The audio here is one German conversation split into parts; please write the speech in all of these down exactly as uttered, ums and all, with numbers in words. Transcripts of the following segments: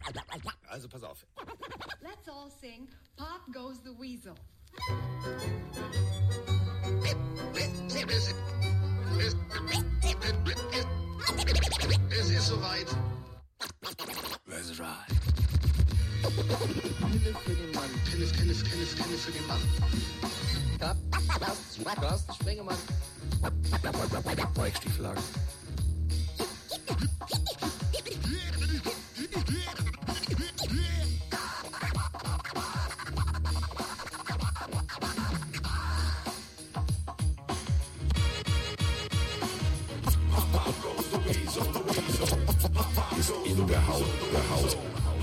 Also pass auf. Let's all sing Pop Goes the Weasel. Es ist soweit. Let's ride. Pille für den Mann. Pille, Pille, Pille, Pille für den Mann. Carsten Spengemann. Weichstieflagen. In der Haut, der Haut.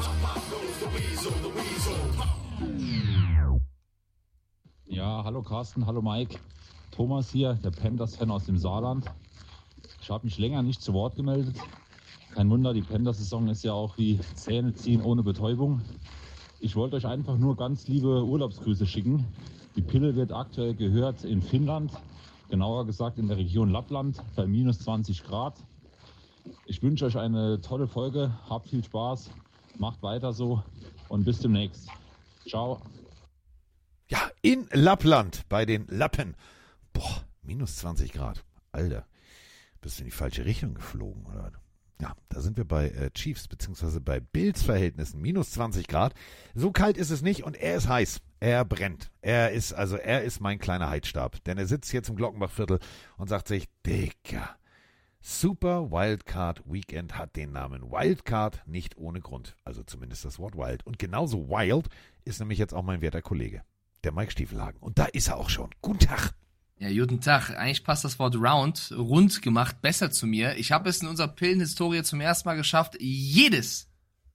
Ja, hallo Carsten, hallo Mike. Thomas hier, der Panthers-Fan aus dem Saarland. Ich habe mich länger nicht zu Wort gemeldet. Kein Wunder, die Panthers-Saison ist ja auch wie Zähne ziehen ohne Betäubung. Ich wollte euch einfach nur ganz liebe Urlaubsgrüße schicken. Die Pille wird aktuell gehört in Finnland, genauer gesagt in der Region Lappland, bei minus zwanzig Grad. Ich wünsche euch eine tolle Folge, habt viel Spaß, macht weiter so und bis demnächst. Ciao. Ja, in Lappland, bei den Lappen. Boah, minus zwanzig Grad. Alter, bist du in die falsche Richtung geflogen, oder? Ja, da sind wir bei äh, Chiefs, beziehungsweise bei Bills-Verhältnissen. minus zwanzig Grad. So kalt ist es nicht und er ist heiß. Er brennt. Er ist, also er ist mein kleiner Heizstab. Denn er sitzt hier zum Glockenbachviertel und sagt sich, Dicker, Super Wildcard Weekend hat den Namen Wildcard nicht ohne Grund. Also zumindest das Wort Wild. Und genauso wild ist nämlich jetzt auch mein werter Kollege, der Mike Stiefelhagen. Und da ist er auch schon. Guten Tag. Ja, guten Tag. Eigentlich passt das Wort round, rund gemacht, besser zu mir. Ich habe es in unserer Pillenhistorie zum ersten Mal geschafft, jedes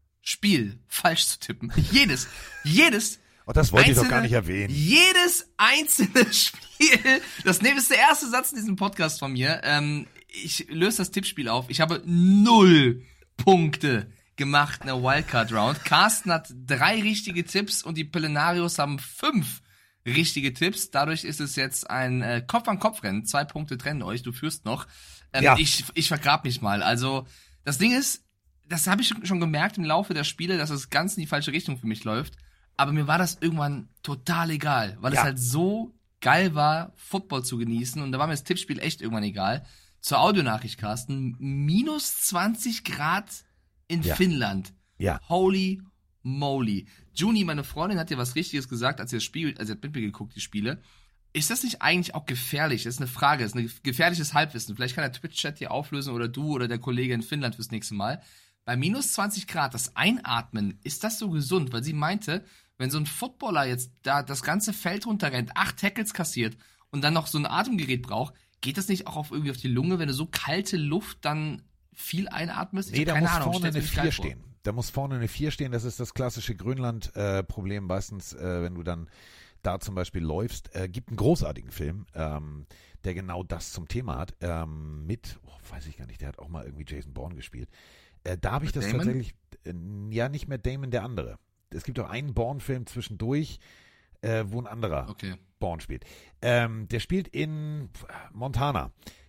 Spiel falsch zu tippen. Jedes. Jedes. Oh, das wollte einzelne, ich doch gar nicht erwähnen. Jedes einzelne Spiel. Das ist der erste Satz in diesem Podcast von mir. Ähm, ich löse das Tippspiel auf. Ich habe null Punkte gemacht in der Wildcard Round. Carsten hat drei richtige Tipps und die Pillenarios haben fünf richtige Tipps. Dadurch ist es jetzt ein äh, Kopf-an-Kopf-Rennen. Zwei Punkte trennen euch. Du führst noch. Ähm, ja. Ich, ich vergrab mich mal. Also, das Ding ist, das habe ich schon gemerkt im Laufe der Spiele, dass es ganz in die falsche Richtung für mich läuft. Aber mir war das irgendwann total egal, weil ja. es halt so geil war, Football zu genießen. Und da war mir das Tippspiel echt irgendwann egal. Zur Audionachricht, Carsten. minus zwanzig Grad in ja. Finnland. Ja. Holy moly. Juni, meine Freundin, hat dir was Richtiges gesagt, als sie das Spiel, also sie hat mit mir geguckt, die Spiele. Ist das nicht eigentlich auch gefährlich? Das ist eine Frage, das ist ein gefährliches Halbwissen. Vielleicht kann der Twitch-Chat hier auflösen oder du oder der Kollege in Finnland fürs nächste Mal. Bei minus zwanzig Grad, das Einatmen, ist das so gesund? Weil sie meinte, wenn so ein Footballer jetzt da das ganze Feld runterrennt, acht Tackles kassiert und dann noch so ein Atemgerät braucht, geht das nicht auch auf irgendwie auf die Lunge, wenn du so kalte Luft dann viel einatmest? Ich nee, da keine muss Ahnung, vorne eine vier vor. stehen. Da muss vorne eine vier stehen. Das ist das klassische Grönland-Problem. Äh, Meistens, äh, wenn du dann da zum Beispiel läufst. Äh, gibt einen großartigen Film, ähm, der genau das zum Thema hat. Ähm, mit, oh, weiß ich gar nicht, der hat auch mal irgendwie Jason Bourne gespielt. Äh, da habe ich das Damon? tatsächlich, äh, ja, nicht mehr Damon, der andere. Es gibt auch einen Bourne-Film zwischendurch, äh, wo ein anderer okay. Bourne spielt. Ähm, der spielt in Montana,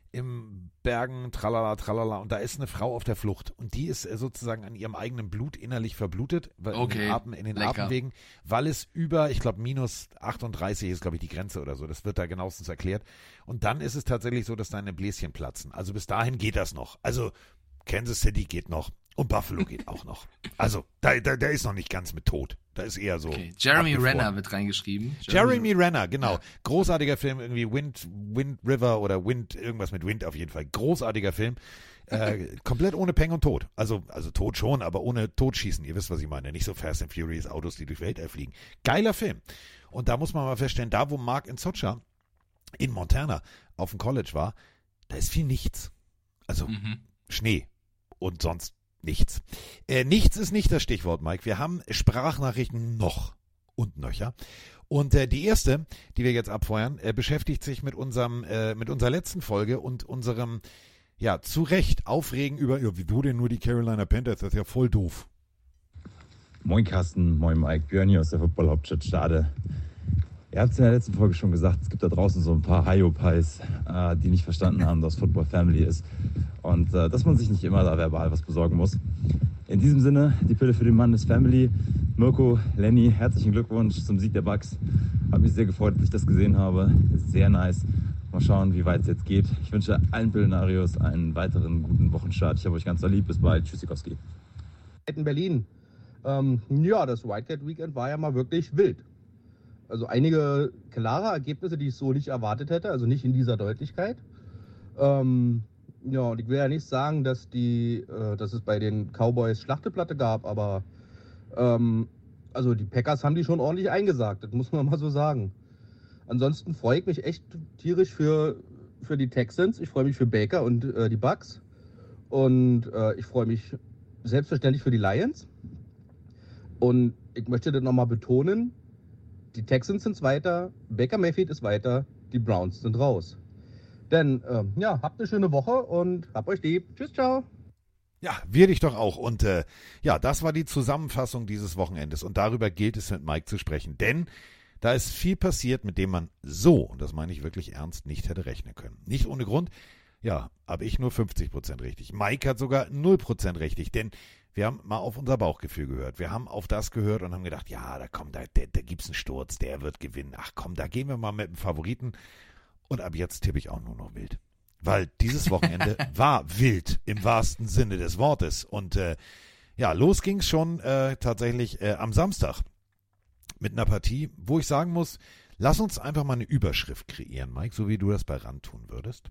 im Bergen, tralala, tralala, und da ist eine Frau auf der Flucht und die ist äh, sozusagen an ihrem eigenen Blut innerlich verblutet, weil okay. in den, Atem, in den Atemwegen, weil es über, ich glaube, minus achtunddreißig ist, glaube ich, die Grenze oder so. Das wird da genauestens erklärt. Und dann ist es tatsächlich so, dass deine Bläschen platzen. Also bis dahin geht das noch. Also Kansas City geht noch. Und Buffalo geht auch noch. Also, da, da, der ist noch nicht ganz mit tot. Da ist eher so. Okay. Jeremy abgefroren. Renner wird reingeschrieben. Jeremy, Jeremy Renner, genau. Ja. Großartiger Film, irgendwie Wind, Wind River oder Wind, irgendwas mit Wind auf jeden Fall. Großartiger Film. Äh, komplett ohne Peng und Tod. Also, also Tod schon, aber ohne Totschießen. Ihr wisst, was ich meine. Nicht so Fast and Furious Autos, die durch Weltall fliegen. Geiler Film. Und da muss man mal feststellen, da wo Mark in Socha in Montana auf dem College war, da ist viel nichts. Also mhm. Schnee und sonst nichts. Äh, nichts ist nicht das Stichwort, Mike. Wir haben Sprachnachrichten noch und nöcher. Und äh, die erste, die wir jetzt abfeuern, äh, beschäftigt sich mit unserem, äh, mit unserer letzten Folge und unserem, ja, zu Recht Aufregen über, ja, wieso denn nur die Carolina Panthers? Das ist ja voll doof. Moin Carsten, moin Mike, Björn hier aus der Football-Hauptstadt Stade. Ihr habt es in der letzten Folge schon gesagt, es gibt da draußen so ein paar Hyopies, äh, die nicht verstanden haben, dass Football Family ist und äh, dass man sich nicht immer da verbal was besorgen muss. In diesem Sinne, die Pille für den Mann ist Family. Mirko, Lenny, herzlichen Glückwunsch zum Sieg der Bucks. Hat mich sehr gefreut, dass ich das gesehen habe. Sehr nice. Mal schauen, wie weit es jetzt geht. Ich wünsche allen Pillenarios einen weiteren guten Wochenstart. Ich habe euch ganz lieb. Bis bald. Tschüssikowski. In Berlin. Ähm, ja, das Wildcat Weekend war ja mal wirklich wild. Also einige klare Ergebnisse, die ich so nicht erwartet hätte, also nicht in dieser Deutlichkeit. Ähm, ja, und ich will ja nicht sagen, dass, die, äh, dass es bei den Cowboys Schlachteplatte gab, aber ähm, also die Packers haben die schon ordentlich eingesagt, das muss man mal so sagen. Ansonsten freue ich mich echt tierisch für, für die Texans, ich freue mich für Baker und äh, die Bucks und äh, ich freue mich selbstverständlich für die Lions. Und ich möchte das nochmal betonen, die Texans sind weiter, Baker Mayfield ist weiter, die Browns sind raus. Denn, äh, ja, habt eine schöne Woche und habt euch lieb. Tschüss, ciao. Ja, wir dich doch auch. Und äh, ja, das war die Zusammenfassung dieses Wochenendes. Und darüber gilt es mit Mike zu sprechen. Denn da ist viel passiert, mit dem man so, und das meine ich wirklich ernst, nicht hätte rechnen können. Nicht ohne Grund, ja, habe ich nur fünfzig Prozent richtig. Mike hat sogar null Prozent richtig. Denn wir haben mal auf unser Bauchgefühl gehört. Wir haben auf das gehört und haben gedacht, ja, da kommt, da, da, da gibt's einen Sturz, der wird gewinnen. Ach komm, da gehen wir mal mit dem Favoriten. Und ab jetzt tippe ich auch nur noch wild. Weil dieses Wochenende war wild im wahrsten Sinne des Wortes. Und äh, ja, los ging's schon äh, tatsächlich äh, am Samstag mit einer Partie, wo ich sagen muss, lass uns einfach mal eine Überschrift kreieren, Mike, so wie du das bei Rand tun würdest.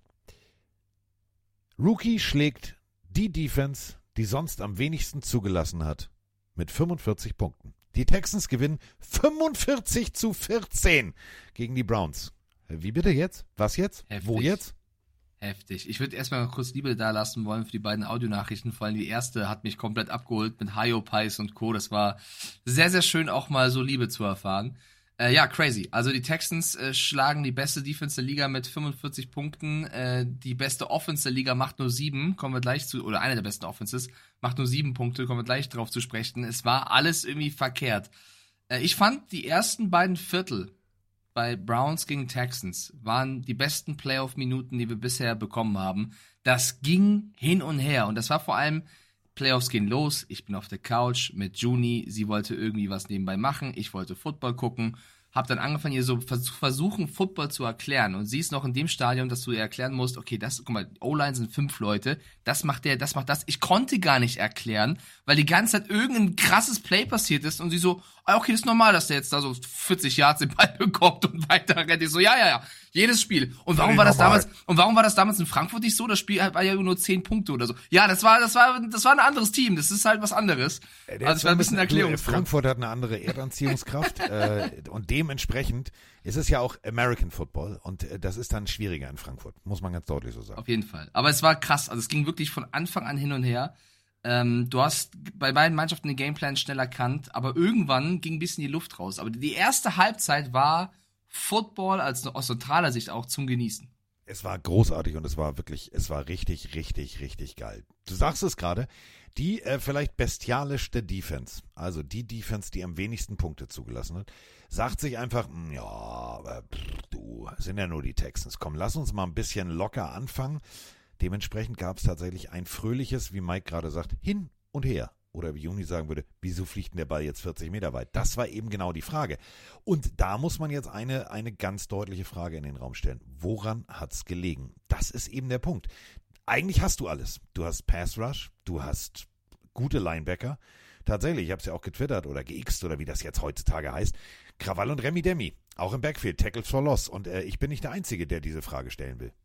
Rookie schlägt die Defense, die sonst am wenigsten zugelassen hat, mit fünfundvierzig Punkten. Die Texans gewinnen fünfundvierzig zu vierzehn gegen die Browns. Wie bitte jetzt? Was jetzt? Heftig. Wo jetzt? Heftig. Ich würde erstmal kurz Liebe da lassen wollen für die beiden Audionachrichten. Vor allem die erste hat mich komplett abgeholt mit Hayo Pies und Co. Das war sehr, sehr schön, auch mal so Liebe zu erfahren. Äh, ja, crazy. Also die Texans äh, schlagen die beste Defense der Liga mit fünfundvierzig Punkten. Äh, die beste Offense der Liga macht nur sieben. Kommen wir gleich zu, oder eine der besten Offenses macht nur sieben Punkte. Kommen wir gleich drauf zu sprechen. Es war alles irgendwie verkehrt. Äh, ich fand die ersten beiden Viertel bei Browns gegen Texans waren die besten Playoff-Minuten, die wir bisher bekommen haben. Das ging hin und her. Und das war vor allem, Playoffs gehen los, ich bin auf der Couch mit Juni, sie wollte irgendwie was nebenbei machen, ich wollte Football gucken, hab dann angefangen, ihr so vers- versuchen, Football zu erklären. Und sie ist noch in dem Stadium, dass du ihr erklären musst, okay, das, guck mal, O-Line sind fünf Leute, das macht der, das macht das. Ich konnte gar nicht erklären, weil die ganze Zeit irgendein krasses Play passiert ist und sie so, ah, okay, das ist normal, dass der jetzt da so vierzig Yards den Ball bekommt und weiter rennt. Ich so, ja, ja, ja, jedes Spiel. Und warum war das damals, und warum war das damals in Frankfurt nicht so? Das Spiel war ja nur zehn Punkte oder so. Ja, das war, das war, das war ein anderes Team. Das ist halt was anderes. Der Also, es war ein bisschen Erklärung. Frankfurt hat eine andere Erdanziehungskraft äh, und dementsprechend ist es ja auch American Football und äh, das ist dann schwieriger in Frankfurt, muss man ganz deutlich so sagen. Auf jeden Fall. Aber es war krass. Also es ging wirklich von Anfang an hin und her. Ähm, du hast bei beiden Mannschaften den Gameplan schnell erkannt, aber irgendwann ging ein bisschen die Luft raus. Aber die erste Halbzeit war Football als aus neutraler Sicht auch zum Genießen. Es war großartig und es war wirklich, es war richtig, richtig, richtig geil. Du sagst es gerade, die äh, vielleicht bestialischste Defense, also die Defense, die am wenigsten Punkte zugelassen hat, sagt sich einfach, ja, aber pff, du, sind ja nur die Texans. Komm, lass uns mal ein bisschen locker anfangen. Dementsprechend gab es tatsächlich ein fröhliches, wie Mike gerade sagt, hin und her. Oder wie Juni sagen würde, wieso fliegt denn der Ball jetzt vierzig Meter weit? Das war eben genau die Frage. Und da muss man jetzt eine, eine ganz deutliche Frage in den Raum stellen. Woran hat's gelegen? Das ist eben der Punkt. Eigentlich hast du alles. Du hast Pass Rush, du hast gute Linebacker. Tatsächlich, ich habe es ja auch getwittert oder geixt oder wie das jetzt heutzutage heißt. Krawall und Remy Demi, auch im Backfield, Tackles for Loss. Und äh, ich bin nicht der Einzige, der diese Frage stellen will.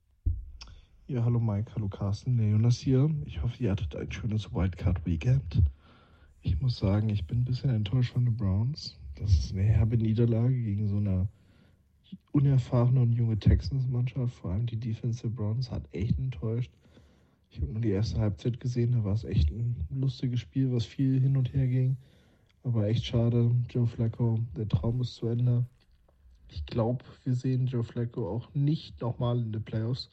Ja, hallo Mike, hallo Carsten, der Jonas hier. Ich hoffe, ihr hattet ein schönes Wildcard-Weekend. Ich muss sagen, ich bin ein bisschen enttäuscht von den Browns. Das ist eine herbe Niederlage gegen so eine unerfahrene und junge Texans-Mannschaft. Vor allem die Defense der Browns hat echt enttäuscht. Ich habe nur die erste Halbzeit gesehen, da war es echt ein lustiges Spiel, was viel hin und her ging. Aber echt schade, Joe Flacco, der Traum ist zu Ende. Ich glaube, wir sehen Joe Flacco auch nicht nochmal in den Playoffs.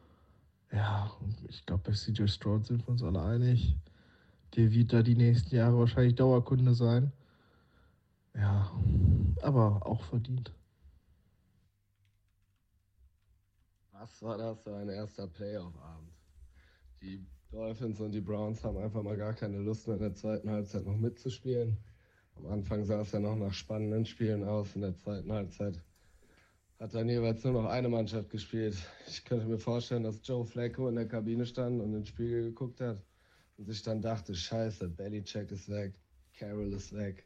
Ja, ich glaube, bei C J Stroud sind wir uns alle einig. Der wird da die nächsten Jahre wahrscheinlich Dauerkunde sein. Ja, aber auch verdient. Was war das für ein erster Playoff-Abend? Die Dolphins und die Browns haben einfach mal gar keine Lust mehr in der zweiten Halbzeit noch mitzuspielen. Am Anfang sah es ja noch nach spannenden Spielen aus. In der zweiten Halbzeit hat dann jeweils nur noch eine Mannschaft gespielt. Ich könnte mir vorstellen, dass Joe Flacco in der Kabine stand und ins Spiegel geguckt hat und sich dann dachte, scheiße, Belichick ist weg, Carroll ist weg.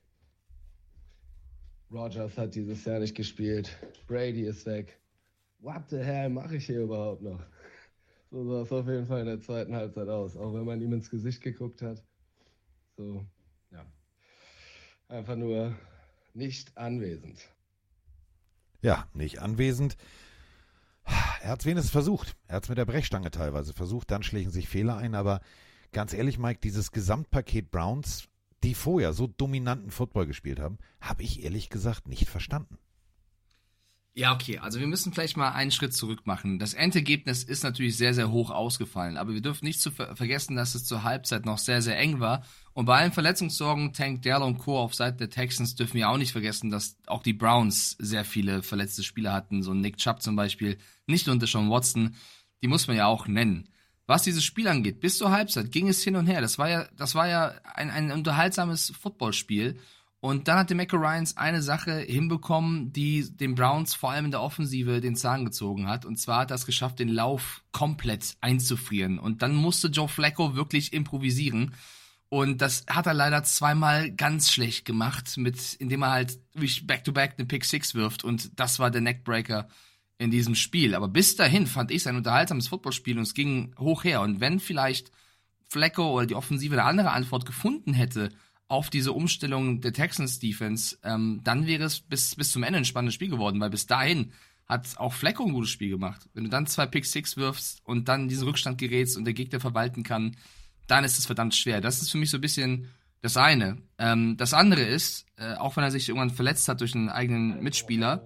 Rodgers hat dieses Jahr nicht gespielt, Brady ist weg. What the hell mache ich hier überhaupt noch? So sah es auf jeden Fall in der zweiten Halbzeit aus, auch wenn man ihm ins Gesicht geguckt hat. So, ja. Einfach nur nicht anwesend. Ja, nicht anwesend. Er hat es wenigstens versucht. Er hat es mit der Brechstange teilweise versucht. Dann schlägen sich Fehler ein. Aber ganz ehrlich, Mike, dieses Gesamtpaket Browns, die vorher so dominanten Football gespielt haben, habe ich ehrlich gesagt nicht verstanden. Ja, okay, also wir müssen vielleicht mal einen Schritt zurück machen. Das Endergebnis ist natürlich sehr, sehr hoch ausgefallen, aber wir dürfen nicht zu ver- vergessen, dass es zur Halbzeit noch sehr, sehr eng war. Und bei allen Verletzungssorgen, Tank Dell und Co. auf Seite der Texans, dürfen wir auch nicht vergessen, dass auch die Browns sehr viele verletzte Spieler hatten, so Nick Chubb zum Beispiel, nicht nur Deshaun Watson, die muss man ja auch nennen. Was dieses Spiel angeht, bis zur Halbzeit ging es hin und her. Das war ja, das war ja ein, ein unterhaltsames Footballspiel. Und dann hat der Maco Ryans eine Sache hinbekommen, die den Browns vor allem in der Offensive den Zahn gezogen hat. Und zwar hat er es geschafft, den Lauf komplett einzufrieren. Und dann musste Joe Flacco wirklich improvisieren. Und das hat er leider zweimal ganz schlecht gemacht, mit, indem er halt back-to-back eine Pick Six wirft. Und das war der Neckbreaker in diesem Spiel. Aber bis dahin fand ich es ein unterhaltsames Footballspiel und es ging hoch her. Und wenn vielleicht Flacco oder die Offensive eine andere Antwort gefunden hätte auf diese Umstellung der Texans Defense, ähm, dann wäre es bis, bis zum Ende ein spannendes Spiel geworden, weil bis dahin hat auch Flacco ein gutes Spiel gemacht. Wenn du dann zwei Pick Six wirfst und dann in diesen Rückstand gerätst und der Gegner verwalten kann, dann ist es verdammt schwer. Das ist für mich so ein bisschen das eine. Ähm, das andere ist, äh, auch wenn er sich irgendwann verletzt hat durch einen eigenen Mitspieler,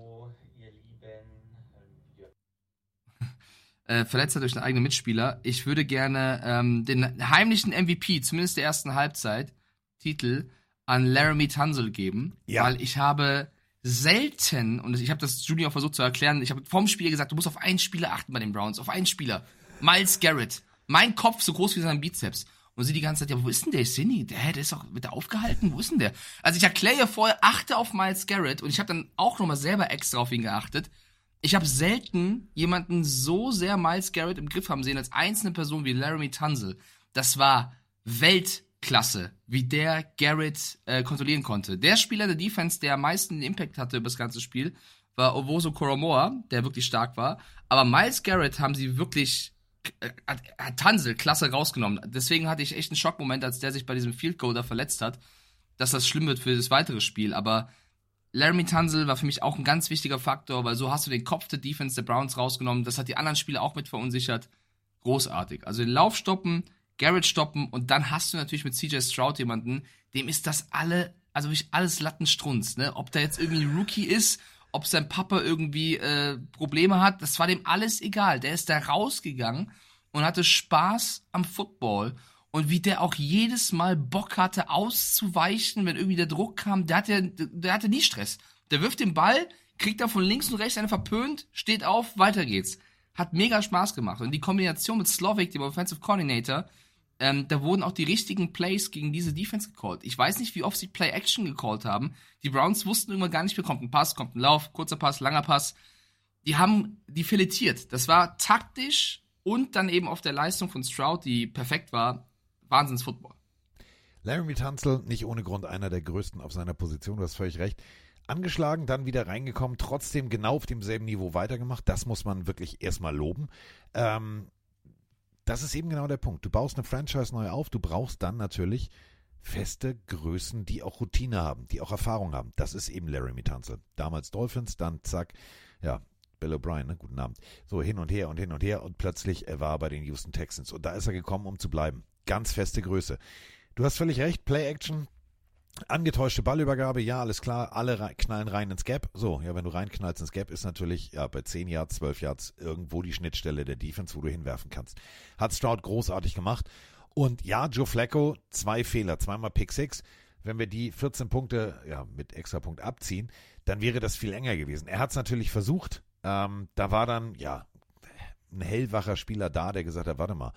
äh, verletzt hat durch einen eigenen Mitspieler, ich würde gerne ähm, den heimlichen M V P, zumindest der ersten Halbzeit, Titel an Laramie Tunsil geben, ja. Weil ich habe selten, und ich habe das Junior versucht zu erklären, ich habe vorm Spiel gesagt, du musst auf einen Spieler achten bei den Browns, auf einen Spieler, Myles Garrett, mein Kopf so groß wie sein Bizeps. Und sie die ganze Zeit, ja, wo ist denn der? Ich sehe nie, der, der ist doch, wird der aufgehalten? Wo ist denn der? Also ich erkläre ja vorher, achte auf Myles Garrett und ich habe dann auch nochmal selber extra auf ihn geachtet. Ich habe selten jemanden so sehr Myles Garrett im Griff haben sehen als einzelne Person wie Laramie Tunsil. Das war Weltklasse, wie der Garrett äh, kontrollieren konnte. Der Spieler der Defense, der am meisten Impact hatte über das ganze Spiel, war Owosu Koromoa, der wirklich stark war. Aber Myles Garrett haben sie wirklich, äh, hat, hat Tunsil klasse rausgenommen. Deswegen hatte ich echt einen Schockmoment, als der sich bei diesem Field Goal da verletzt hat, dass das schlimm wird für das weitere Spiel. Aber Laramie Tunsil war für mich auch ein ganz wichtiger Faktor, weil so hast du den Kopf der Defense der Browns rausgenommen. Das hat die anderen Spieler auch mit verunsichert. Großartig. Also den Lauf stoppen, Garrett stoppen und dann hast du natürlich mit C J Stroud jemanden, dem ist das alle, also wirklich alles Lattenstrunz, ne? Ob der jetzt irgendwie Rookie ist, ob sein Papa irgendwie äh, Probleme hat, das war dem alles egal. Der ist da rausgegangen und hatte Spaß am Football. Und wie der auch jedes Mal Bock hatte, auszuweichen, wenn irgendwie der Druck kam, der hatte, der hatte nie Stress. Der wirft den Ball, kriegt da von links und rechts einen verpönt, steht auf, weiter geht's. Hat mega Spaß gemacht. Und die Kombination mit Slovic, dem Offensive Coordinator, ähm, da wurden auch die richtigen Plays gegen diese Defense gecallt. Ich weiß nicht, wie oft sie Play-Action gecallt haben. Die Browns wussten irgendwann gar nicht mehr, kommt ein Pass, kommt ein Lauf, kurzer Pass, langer Pass. Die haben die filetiert. Das war taktisch und dann eben auf der Leistung von Stroud, die perfekt war, Wahnsinns-Football. Laramie Tunsil, nicht ohne Grund einer der größten auf seiner Position, du hast völlig recht. Angeschlagen, dann wieder reingekommen, trotzdem genau auf demselben Niveau weitergemacht. Das muss man wirklich erstmal loben. Ähm, das ist eben genau der Punkt. Du baust eine Franchise neu auf, du brauchst dann natürlich feste Größen, die auch Routine haben, die auch Erfahrung haben. Das ist eben Laramie Tunsil. Damals Dolphins, dann zack, ja, Bill O'Brien, ne? Guten Abend. So hin und her und hin und her und plötzlich er war er bei den Houston Texans. Und da ist er gekommen, um zu bleiben. Ganz feste Größe. Du hast völlig recht, Play-Action, angetäuschte Ballübergabe, ja, alles klar, alle rein, knallen rein ins Gap. So, ja, wenn du reinknallst ins Gap, ist natürlich ja bei zehn Yards, zwölf Yards irgendwo die Schnittstelle der Defense, wo du hinwerfen kannst. Hat Stroud großartig gemacht. Und ja, Joe Flacco, zwei Fehler, zweimal Pick Six. Wenn wir die vierzehn Punkte ja, mit Extrapunkt abziehen, dann wäre das viel enger gewesen. Er hat es natürlich versucht. Ähm, da war dann, ja, ein hellwacher Spieler da, der gesagt hat, warte mal,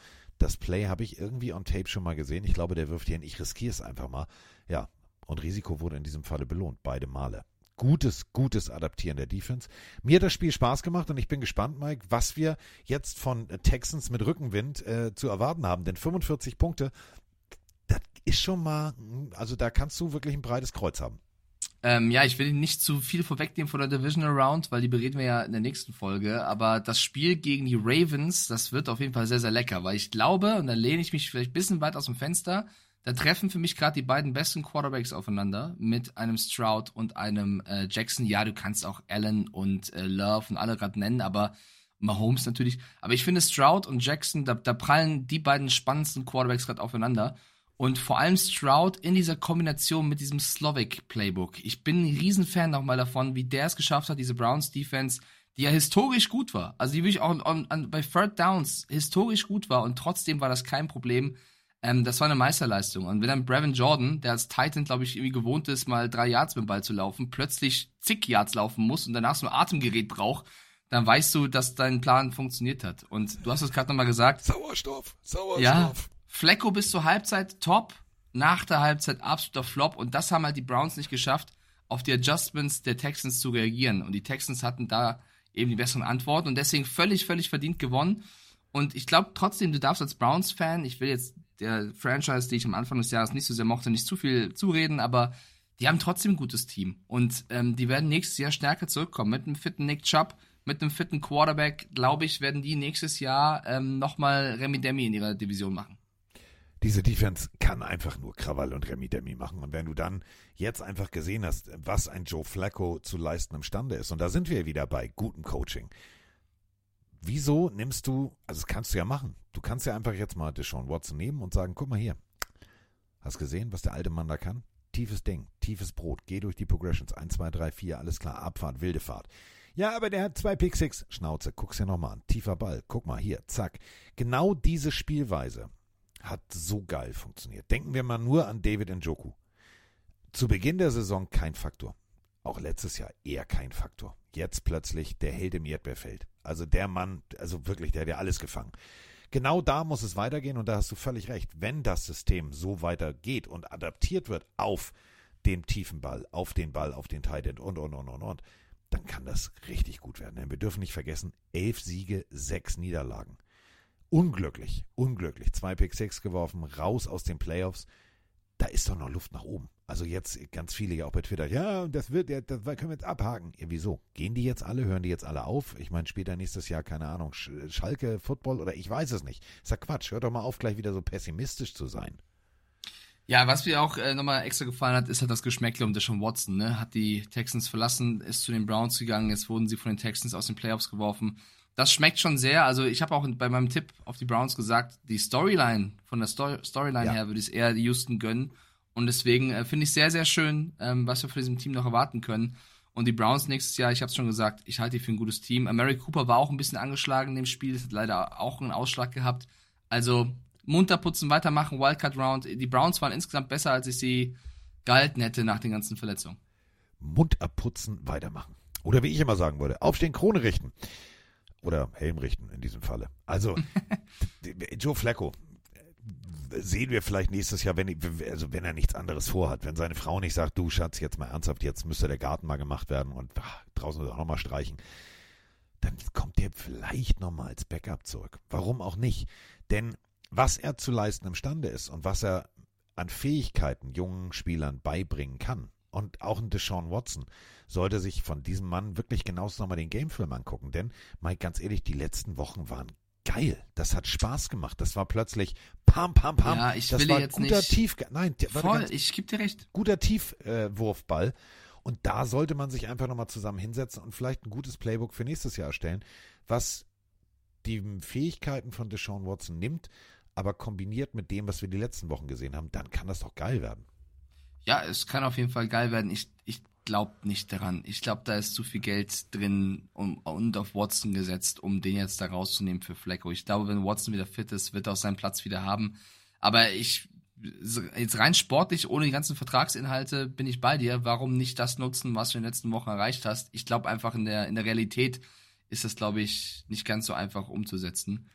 das Play habe ich irgendwie on Tape schon mal gesehen. Ich glaube, der wirft hier hin. Ich riskiere es einfach mal. Ja, und Risiko wurde in diesem Falle belohnt. Beide Male. Gutes, gutes Adaptieren der Defense. Mir hat das Spiel Spaß gemacht und ich bin gespannt, Mike, was wir jetzt von Texans mit Rückenwind äh, zu erwarten haben. Denn fünfundvierzig Punkte, das ist schon mal, also da kannst du wirklich ein breites Kreuz haben. Ähm, ja, ich will nicht zu viel vorwegnehmen von der Divisional Round, weil die bereden wir ja in der nächsten Folge. Aber das Spiel gegen die Ravens, das wird auf jeden Fall sehr, sehr lecker, weil ich glaube, und da lehne ich mich vielleicht ein bisschen weit aus dem Fenster, da treffen für mich gerade die beiden besten Quarterbacks aufeinander mit einem Stroud und einem äh, Jackson. Ja, du kannst auch Allen und äh, Love und alle gerade nennen, aber Mahomes natürlich. Aber ich finde Stroud und Jackson, da, da prallen die beiden spannendsten Quarterbacks gerade aufeinander. Und vor allem Stroud in dieser Kombination mit diesem Slovic-Playbook. Ich bin ein Riesenfan nochmal davon, wie der es geschafft hat, diese Browns-Defense, die ja historisch gut war. Also die wirklich auch on, on, bei Third Downs historisch gut war und trotzdem war das kein Problem. Ähm, das war eine Meisterleistung. Und wenn dann Brevin Jordan, der als Titan, glaube ich, irgendwie gewohnt ist, mal drei Yards mit dem Ball zu laufen, plötzlich zig Yards laufen muss und danach so ein Atemgerät braucht, dann weißt du, dass dein Plan funktioniert hat. Und du hast es gerade nochmal gesagt. Sauerstoff, Sauerstoff. Ja, Flacco bis zur Halbzeit top, nach der Halbzeit absoluter Flop. Und das haben halt die Browns nicht geschafft, auf die Adjustments der Texans zu reagieren. Und die Texans hatten da eben die besseren Antworten und deswegen völlig, völlig verdient gewonnen. Und ich glaube trotzdem, du darfst als Browns-Fan, ich will jetzt der Franchise, die ich am Anfang des Jahres nicht so sehr mochte, nicht zu viel zureden, aber die haben trotzdem ein gutes Team. Und ähm, die werden nächstes Jahr stärker zurückkommen. Mit einem fitten Nick Chubb, mit einem fitten Quarterback, glaube ich, werden die nächstes Jahr ähm, nochmal Remi-Demi in ihrer Division machen. Diese Defense kann einfach nur Krawall und Remi-Demi machen. Und wenn du dann jetzt einfach gesehen hast, was ein Joe Flacco zu leisten imstande ist, und da sind wir wieder bei gutem Coaching. Wieso nimmst du, also das kannst du ja machen, du kannst ja einfach jetzt mal Deshaun Watson nehmen und sagen, guck mal hier, hast gesehen, was der alte Mann da kann? Tiefes Ding, tiefes Brot, geh durch die Progressions, eins, zwei, drei, vier, alles klar, Abfahrt, wilde Fahrt. Ja, aber der hat zwei Pick Six, Schnauze, guck's ja nochmal an, tiefer Ball, guck mal hier, zack. Genau diese Spielweise hat so geil funktioniert. Denken wir mal nur an David Njoku. Zu Beginn der Saison kein Faktor. Auch letztes Jahr eher kein Faktor. Jetzt plötzlich der Held im Erdbeerfeld. Also der Mann, also wirklich, der hat ja alles gefangen. Genau da muss es weitergehen und da hast du völlig recht. Wenn das System so weitergeht und adaptiert wird auf den tiefen Ball, auf den Ball, auf den Tight End und, und, und, und, und, dann kann das richtig gut werden. Denn wir dürfen nicht vergessen, elf Siege, sechs Niederlagen. Unglücklich, unglücklich. Zwei Pick Six geworfen, raus aus den Playoffs. Da ist doch noch Luft nach oben. Also jetzt ganz viele ja auch bei Twitter. Ja, das wird, das können wir jetzt abhaken. Ja, wieso? Gehen die jetzt alle? Hören die jetzt alle auf? Ich meine, später nächstes Jahr, keine Ahnung, Schalke, Football oder ich weiß es nicht. Ist ja Quatsch. Hört doch mal auf, gleich wieder so pessimistisch zu sein. Ja, was mir auch äh, nochmal extra gefallen hat, ist halt das Geschmäckle um Deshaun Watson. Ne? Hat die Texans verlassen, ist zu den Browns gegangen. Jetzt wurden sie von den Texans aus den Playoffs geworfen. Das schmeckt schon sehr. Also ich habe auch bei meinem Tipp auf die Browns gesagt, die Storyline, von der Sto- Storyline ja. her würde ich es eher Houston gönnen. Und deswegen äh, finde ich sehr, sehr schön, ähm, was wir von diesem Team noch erwarten können. Und die Browns nächstes Jahr, ich habe es schon gesagt, ich halte die für ein gutes Team. Amari Cooper war auch ein bisschen angeschlagen in dem Spiel, das hat leider auch einen Ausschlag gehabt. Also munter putzen, weitermachen, Wildcard Round. Die Browns waren insgesamt besser, als ich sie gehalten hätte nach den ganzen Verletzungen. Mund abputzen, weitermachen. Oder wie ich immer sagen würde, aufstehen, Krone richten. Oder Helm richten in diesem Falle. Also, Joe Flacco sehen wir vielleicht nächstes Jahr, wenn, also wenn er nichts anderes vorhat. Wenn seine Frau nicht sagt, du Schatz, jetzt mal ernsthaft, jetzt müsste der Garten mal gemacht werden und ach, draußen auch nochmal streichen. Dann kommt der vielleicht nochmal als Backup zurück. Warum auch nicht? Denn was er zu leisten imstande ist und was er an Fähigkeiten jungen Spielern beibringen kann, und auch ein Deshaun Watson sollte sich von diesem Mann wirklich genauso nochmal den Gamefilm angucken. Denn, Mike, ganz ehrlich, die letzten Wochen waren geil. Das hat Spaß gemacht. Das war plötzlich pam, pam, pam. Ja, ich das will war jetzt guter nicht. Tief, nein, voll, ganz, ich gebe dir recht. Guter Tiefwurfball. Äh, und da sollte man sich einfach nochmal zusammen hinsetzen und vielleicht ein gutes Playbook für nächstes Jahr erstellen, was die Fähigkeiten von Deshaun Watson nimmt, aber kombiniert mit dem, was wir die letzten Wochen gesehen haben, dann kann das doch geil werden. Ja, es kann auf jeden Fall geil werden. Ich, ich glaube nicht daran. Ich glaube, da ist zu viel Geld drin um, und auf Watson gesetzt, um den jetzt da rauszunehmen für Flacco. Ich glaube, wenn Watson wieder fit ist, wird er auch seinen Platz wieder haben. Aber ich, jetzt rein sportlich, ohne die ganzen Vertragsinhalte, bin ich bei dir. Warum nicht das nutzen, was du in den letzten Wochen erreicht hast? Ich glaube einfach, in der, in der Realität ist das, glaube ich, nicht ganz so einfach umzusetzen.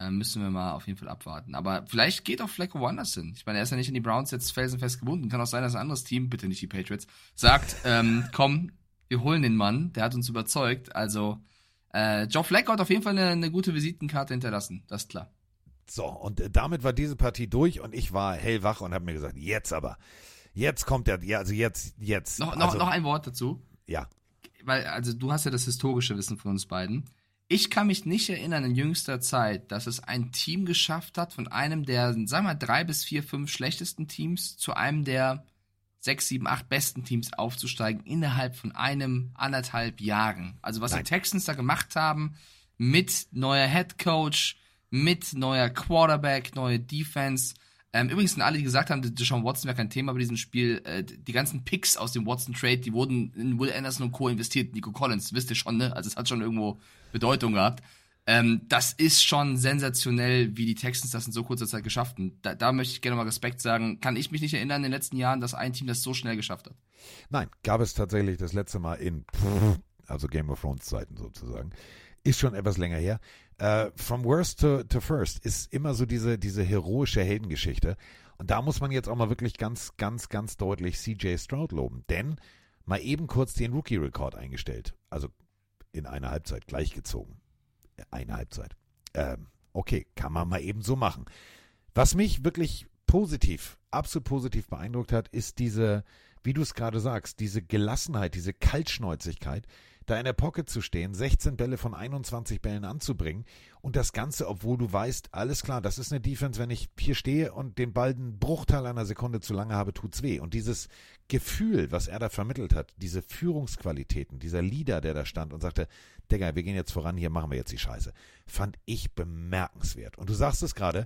Äh, müssen wir mal auf jeden Fall abwarten. Aber vielleicht geht auch Flacco woanders hin. Ich meine, er ist ja nicht in die Browns jetzt felsenfest gebunden. Kann auch sein, dass ein anderes Team, bitte nicht die Patriots, sagt, ähm, komm, wir holen den Mann, der hat uns überzeugt. Also, äh, Joe Flacco hat auf jeden Fall eine, eine gute Visitenkarte hinterlassen. Das ist klar. So, und äh, damit war diese Partie durch und ich war hellwach und habe mir gesagt, jetzt aber, jetzt kommt der, ja, also jetzt, jetzt. Noch, also, noch, noch ein Wort dazu. Ja. Weil, also du hast ja das historische Wissen von uns beiden. Ich kann mich nicht erinnern in jüngster Zeit, dass es ein Team geschafft hat, von einem der, sagen wir mal, drei bis vier, fünf schlechtesten Teams zu einem der sechs, sieben, acht besten Teams aufzusteigen innerhalb von einem, anderthalb Jahren. Also was Nein. die Texans da gemacht haben, mit neuer Headcoach, mit neuer Quarterback, neue Defense. Ähm, übrigens sind alle, die gesagt haben, Deshaun Watson wäre kein Thema bei diesem Spiel. Äh, die ganzen Picks aus dem Watson-Trade, die wurden in Will Anderson und Co. investiert. Nico Collins, wisst ihr schon, ne? Also es hat schon irgendwo Bedeutung gehabt. Ähm, das ist schon sensationell, wie die Texans das in so kurzer Zeit geschafft haben. Da, da möchte ich gerne mal Respekt sagen. Kann ich mich nicht erinnern in den letzten Jahren, dass ein Team das so schnell geschafft hat. Nein, gab es tatsächlich das letzte Mal in, also Game of Thrones Zeiten sozusagen. Ist schon etwas länger her. Uh, from worst to, to first ist immer so diese, diese heroische Heldengeschichte. Und da muss man jetzt auch mal wirklich ganz, ganz, ganz deutlich C J Stroud loben. Denn mal eben kurz den Rookie-Rekord eingestellt. Also in einer Halbzeit gleichgezogen. Eine Halbzeit. Ähm, okay, kann man mal eben so machen. Was mich wirklich positiv, absolut positiv beeindruckt hat, ist diese, wie du es gerade sagst, diese Gelassenheit, diese Kaltschnäuzigkeit, da in der Pocket zu stehen, sechzehn Bälle von einundzwanzig Bällen anzubringen und das Ganze, obwohl du weißt, alles klar, das ist eine Defense, wenn ich hier stehe und den Ball einen Bruchteil einer Sekunde zu lange habe, tut's weh. Und dieses Gefühl, was er da vermittelt hat, diese Führungsqualitäten, dieser Leader, der da stand und sagte, Digga, wir gehen jetzt voran, hier machen wir jetzt die Scheiße, fand ich bemerkenswert. Und du sagst es gerade,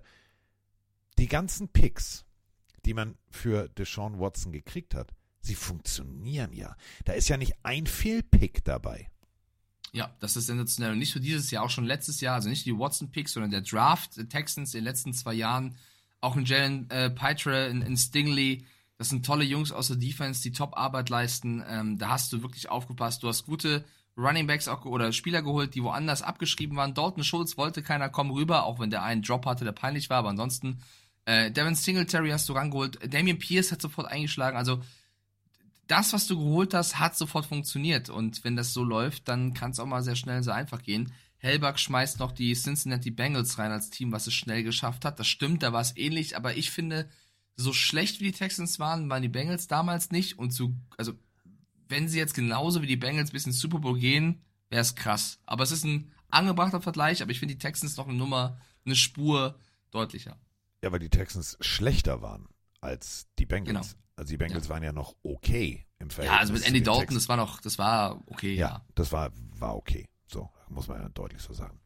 die ganzen Picks, die man für Deshaun Watson gekriegt hat, sie funktionieren ja. Da ist ja nicht ein Fehlpick dabei. Ja, das ist sensationell. Und nicht für dieses Jahr, auch schon letztes Jahr, also nicht die Watson-Picks, sondern der Draft der Texans in den letzten zwei Jahren. Auch ein Jalen äh, Pitre, in, in Stingley. Das sind tolle Jungs aus der Defense, die Top-Arbeit leisten. Ähm, da hast du wirklich aufgepasst. Du hast gute Runningbacks auch, oder Spieler geholt, die woanders abgeschrieben waren. Dalton Schultz wollte keiner kommen rüber, auch wenn der einen Drop hatte, der peinlich war. Aber ansonsten, äh, Devin Singletary hast du rangeholt. Damian Pierce hat sofort eingeschlagen. Also das, was du geholt hast, hat sofort funktioniert. Und wenn das so läuft, dann kann es auch mal sehr schnell, sehr einfach gehen. Hellbach schmeißt noch die Cincinnati Bengals rein als Team, was es schnell geschafft hat. Das stimmt, da war es ähnlich. Aber ich finde, so schlecht wie die Texans waren, waren die Bengals damals nicht. Und so, also, wenn sie jetzt genauso wie die Bengals bis ins Super Bowl gehen, wäre es krass. Aber es ist ein angebrachter Vergleich. Aber ich finde die Texans noch eine Nummer, eine Spur deutlicher. Ja, weil die Texans schlechter waren als die Bengals. Genau. Also die Bengals ja. waren ja noch okay im Verhältnis. Ja, also mit Andy zu den Dalton, Texans. das war noch, das war okay. Ja, Ja, das war, war okay. So, muss man ja deutlich so sagen.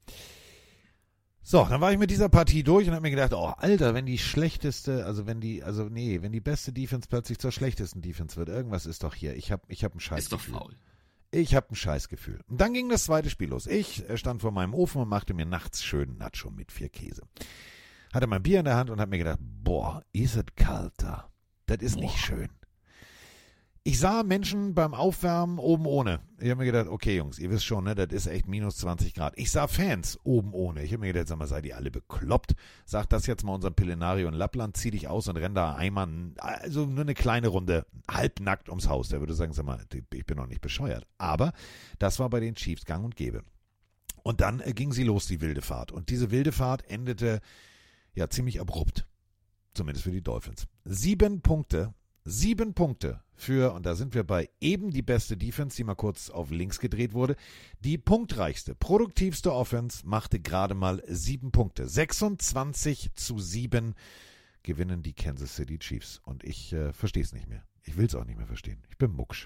So, dann war ich mit dieser Partie durch und habe mir gedacht, oh, Alter, wenn die schlechteste, also wenn die, also nee, wenn die beste Defense plötzlich zur schlechtesten Defense wird, irgendwas ist doch hier. Ich habe ich hab ein Scheißgefühl. ist doch faul. Ich habe ein Scheißgefühl. Und dann ging das zweite Spiel los. Ich stand vor meinem Ofen und machte mir nachts schön Nacho mit vier Käse. Hatte mein Bier in der Hand und habe mir gedacht, boah, ist es kalt da. Das ist boah. Nicht schön. Ich sah Menschen beim Aufwärmen oben ohne. Ich habe mir gedacht, okay Jungs, ihr wisst schon, ne, das ist echt minus zwanzig Grad. Ich sah Fans oben ohne. Ich habe mir gedacht, sag mal, seid ihr alle bekloppt? Sag das jetzt mal unserem Pillenario in Lappland, zieh dich aus und renn da einmal, also nur eine kleine Runde, halbnackt ums Haus. Der würde sagen, sag mal, ich bin noch nicht bescheuert. Aber das war bei den Chiefs gang und gäbe. Und dann äh, ging sie los, die wilde Fahrt. Und diese wilde Fahrt endete ja ziemlich abrupt. Zumindest für die Dolphins. Sieben Punkte. Sieben Punkte für, und da sind wir bei eben die beste Defense, die mal kurz auf links gedreht wurde. Die punktreichste, produktivste Offense machte gerade mal sieben Punkte. sechsundzwanzig zu sieben gewinnen die Kansas City Chiefs. Und ich äh, verstehe es nicht mehr. Ich will es auch nicht mehr verstehen. Ich bin mucksch.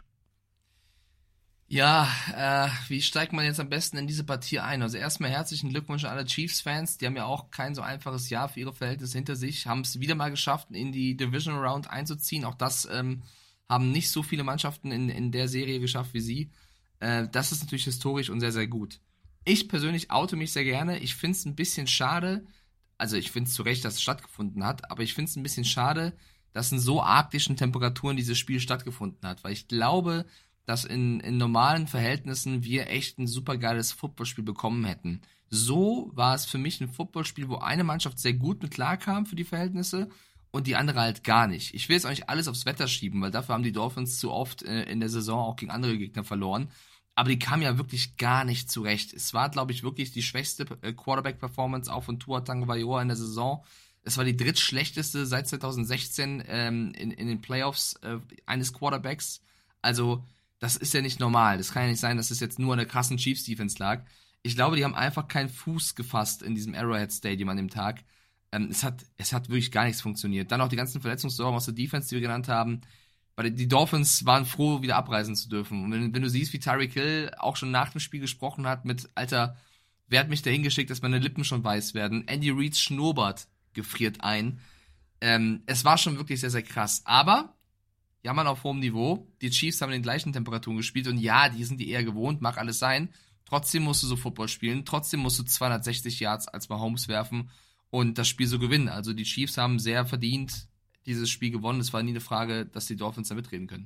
Ja, äh, wie steigt man jetzt am besten in diese Partie ein? Also erstmal herzlichen Glückwunsch an alle Chiefs-Fans. Die haben ja auch kein so einfaches Jahr für ihre Verhältnisse hinter sich. Haben es wieder mal geschafft, in die Division Round einzuziehen. Auch das ähm, haben nicht so viele Mannschaften in, in der Serie geschafft wie sie. Äh, das ist natürlich historisch und sehr, sehr gut. Ich persönlich oute mich sehr gerne. Ich finde es ein bisschen schade, also ich finde es zu Recht, dass es stattgefunden hat, aber ich finde es ein bisschen schade, dass in so arktischen Temperaturen dieses Spiel stattgefunden hat. Weil ich glaube, dass in, in normalen Verhältnissen wir echt ein super geiles Footballspiel bekommen hätten. So war es für mich ein Footballspiel, wo eine Mannschaft sehr gut mit klarkam für die Verhältnisse und die andere halt gar nicht. Ich will jetzt auch nicht alles aufs Wetter schieben, weil dafür haben die Dolphins zu oft äh, in der Saison auch gegen andere Gegner verloren. Aber die kamen ja wirklich gar nicht zurecht. Es war, glaube ich, wirklich die schwächste äh, Quarterback-Performance auch von Tua Tagovailoa in der Saison. Es war die drittschlechteste seit zwanzig sechzehn ähm, in, in den Playoffs äh, eines Quarterbacks. Also, das ist ja nicht normal. Das kann ja nicht sein, dass es jetzt nur an der krassen Chiefs-Defense lag. Ich glaube, die haben einfach keinen Fuß gefasst in diesem Arrowhead Stadium an dem Tag. Ähm, es hat, es hat wirklich gar nichts funktioniert. Dann auch die ganzen Verletzungssorgen aus der Defense, die wir genannt haben. Weil die Dolphins waren froh, wieder abreisen zu dürfen. Und wenn, wenn du siehst, wie Tyreek Hill auch schon nach dem Spiel gesprochen hat mit, Alter, wer hat mich dahin geschickt, dass meine Lippen schon weiß werden? Andy Reeds Schnurrbart gefriert ein. Ähm, es war schon wirklich sehr, sehr krass. Aber, jammern auf hohem Niveau. Die Chiefs haben in den gleichen Temperaturen gespielt. Und ja, die sind die eher gewohnt, mag alles sein. Trotzdem musst du so Football spielen. Trotzdem musst du zweihundertsechzig Yards als Mahomes werfen und das Spiel so gewinnen. Also die Chiefs haben sehr verdient dieses Spiel gewonnen. Es war nie eine Frage, dass die Dolphins da mitreden können.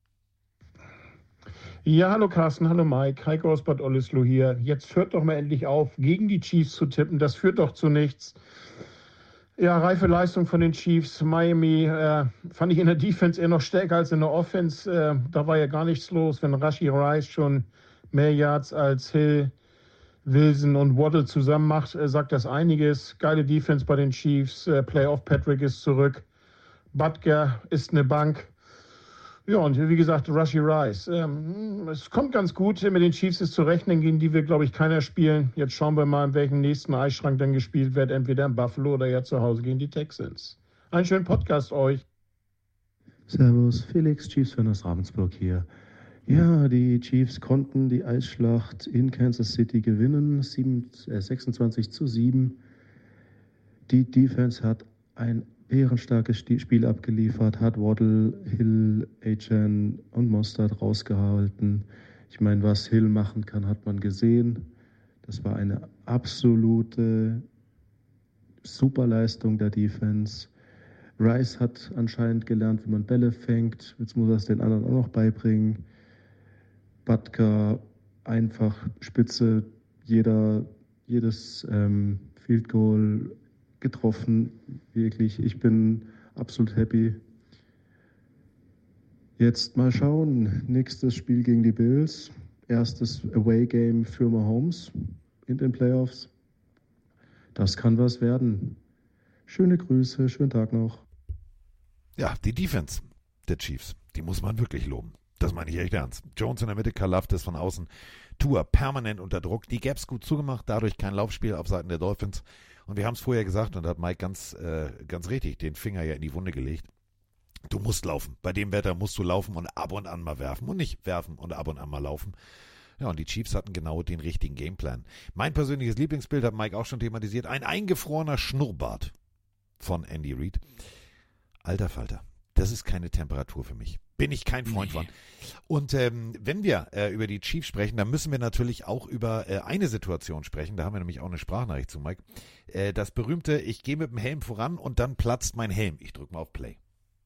Ja, hallo Carsten, hallo Mike, Heiko aus Bad Oldesloe hier. Jetzt hört doch mal endlich auf, gegen die Chiefs zu tippen. Das führt doch zu nichts. Ja, reife Leistung von den Chiefs. Miami äh, fand ich in der Defense eher noch stärker als in der Offense. Äh, da war ja gar nichts los, wenn Rashee Rice schon mehr Yards als Hill, Wilson und Waddle zusammen macht, äh, sagt das einiges. Geile Defense bei den Chiefs. Äh, Playoff Patrick ist zurück. Butker ist eine Bank. Ja, und wie gesagt, Rashee Rice. Ähm, es kommt ganz gut, mit den Chiefs ist zu rechnen, gegen die wir, glaube ich, keiner spielen. Jetzt schauen wir mal, in welchem nächsten Eisschrank dann gespielt wird, entweder in Buffalo oder ja zu Hause gegen die Texans. Einen schönen Podcast euch. Servus, Felix, Chiefs-Fan aus Ravensburg hier. Ja, die Chiefs konnten die Eisschlacht in Kansas City gewinnen, sieben, äh, sechsundzwanzig zu sieben. Die Defense hat ein bärenstarkes Spiel abgeliefert, hat Waddle, Hill, Achane und Mostert rausgehalten. Ich meine, was Hill machen kann, hat man gesehen. Das war eine absolute Superleistung der Defense. Rice hat anscheinend gelernt, wie man Bälle fängt. Jetzt muss er es den anderen auch noch beibringen. Butker einfach spitze, jeder, jedes ähm, Field Goal getroffen, wirklich. Ich bin absolut happy. Jetzt mal schauen. Nächstes Spiel gegen die Bills. Erstes Away-Game für Mahomes in den Playoffs. Das kann was werden. Schöne Grüße, schönen Tag noch. Ja, die Defense der Chiefs, die muss man wirklich loben. Das meine ich echt ernst. Jones in der Mitte, Karlaftis von außen. Tua permanent unter Druck. Die Gaps gut zugemacht, dadurch kein Laufspiel auf Seiten der Dolphins. Und wir haben es vorher gesagt und da hat Mike ganz, äh, ganz richtig den Finger ja in die Wunde gelegt. Du musst laufen. Bei dem Wetter musst du laufen und ab und an mal werfen und nicht werfen und ab und an mal laufen. Ja, und die Chiefs hatten genau den richtigen Gameplan. Mein persönliches Lieblingsbild hat Mike auch schon thematisiert. Ein eingefrorener Schnurrbart von Andy Reid. Alter Falter, das ist keine Temperatur für mich. Bin ich kein Freund nee. von. Und ähm, wenn wir äh, über die Chiefs sprechen, dann müssen wir natürlich auch über äh, eine Situation sprechen. Da haben wir nämlich auch eine Sprachnachricht zu, Mike. Äh, das berühmte, ich gehe mit dem Helm voran und dann platzt mein Helm. Ich drücke mal auf Play.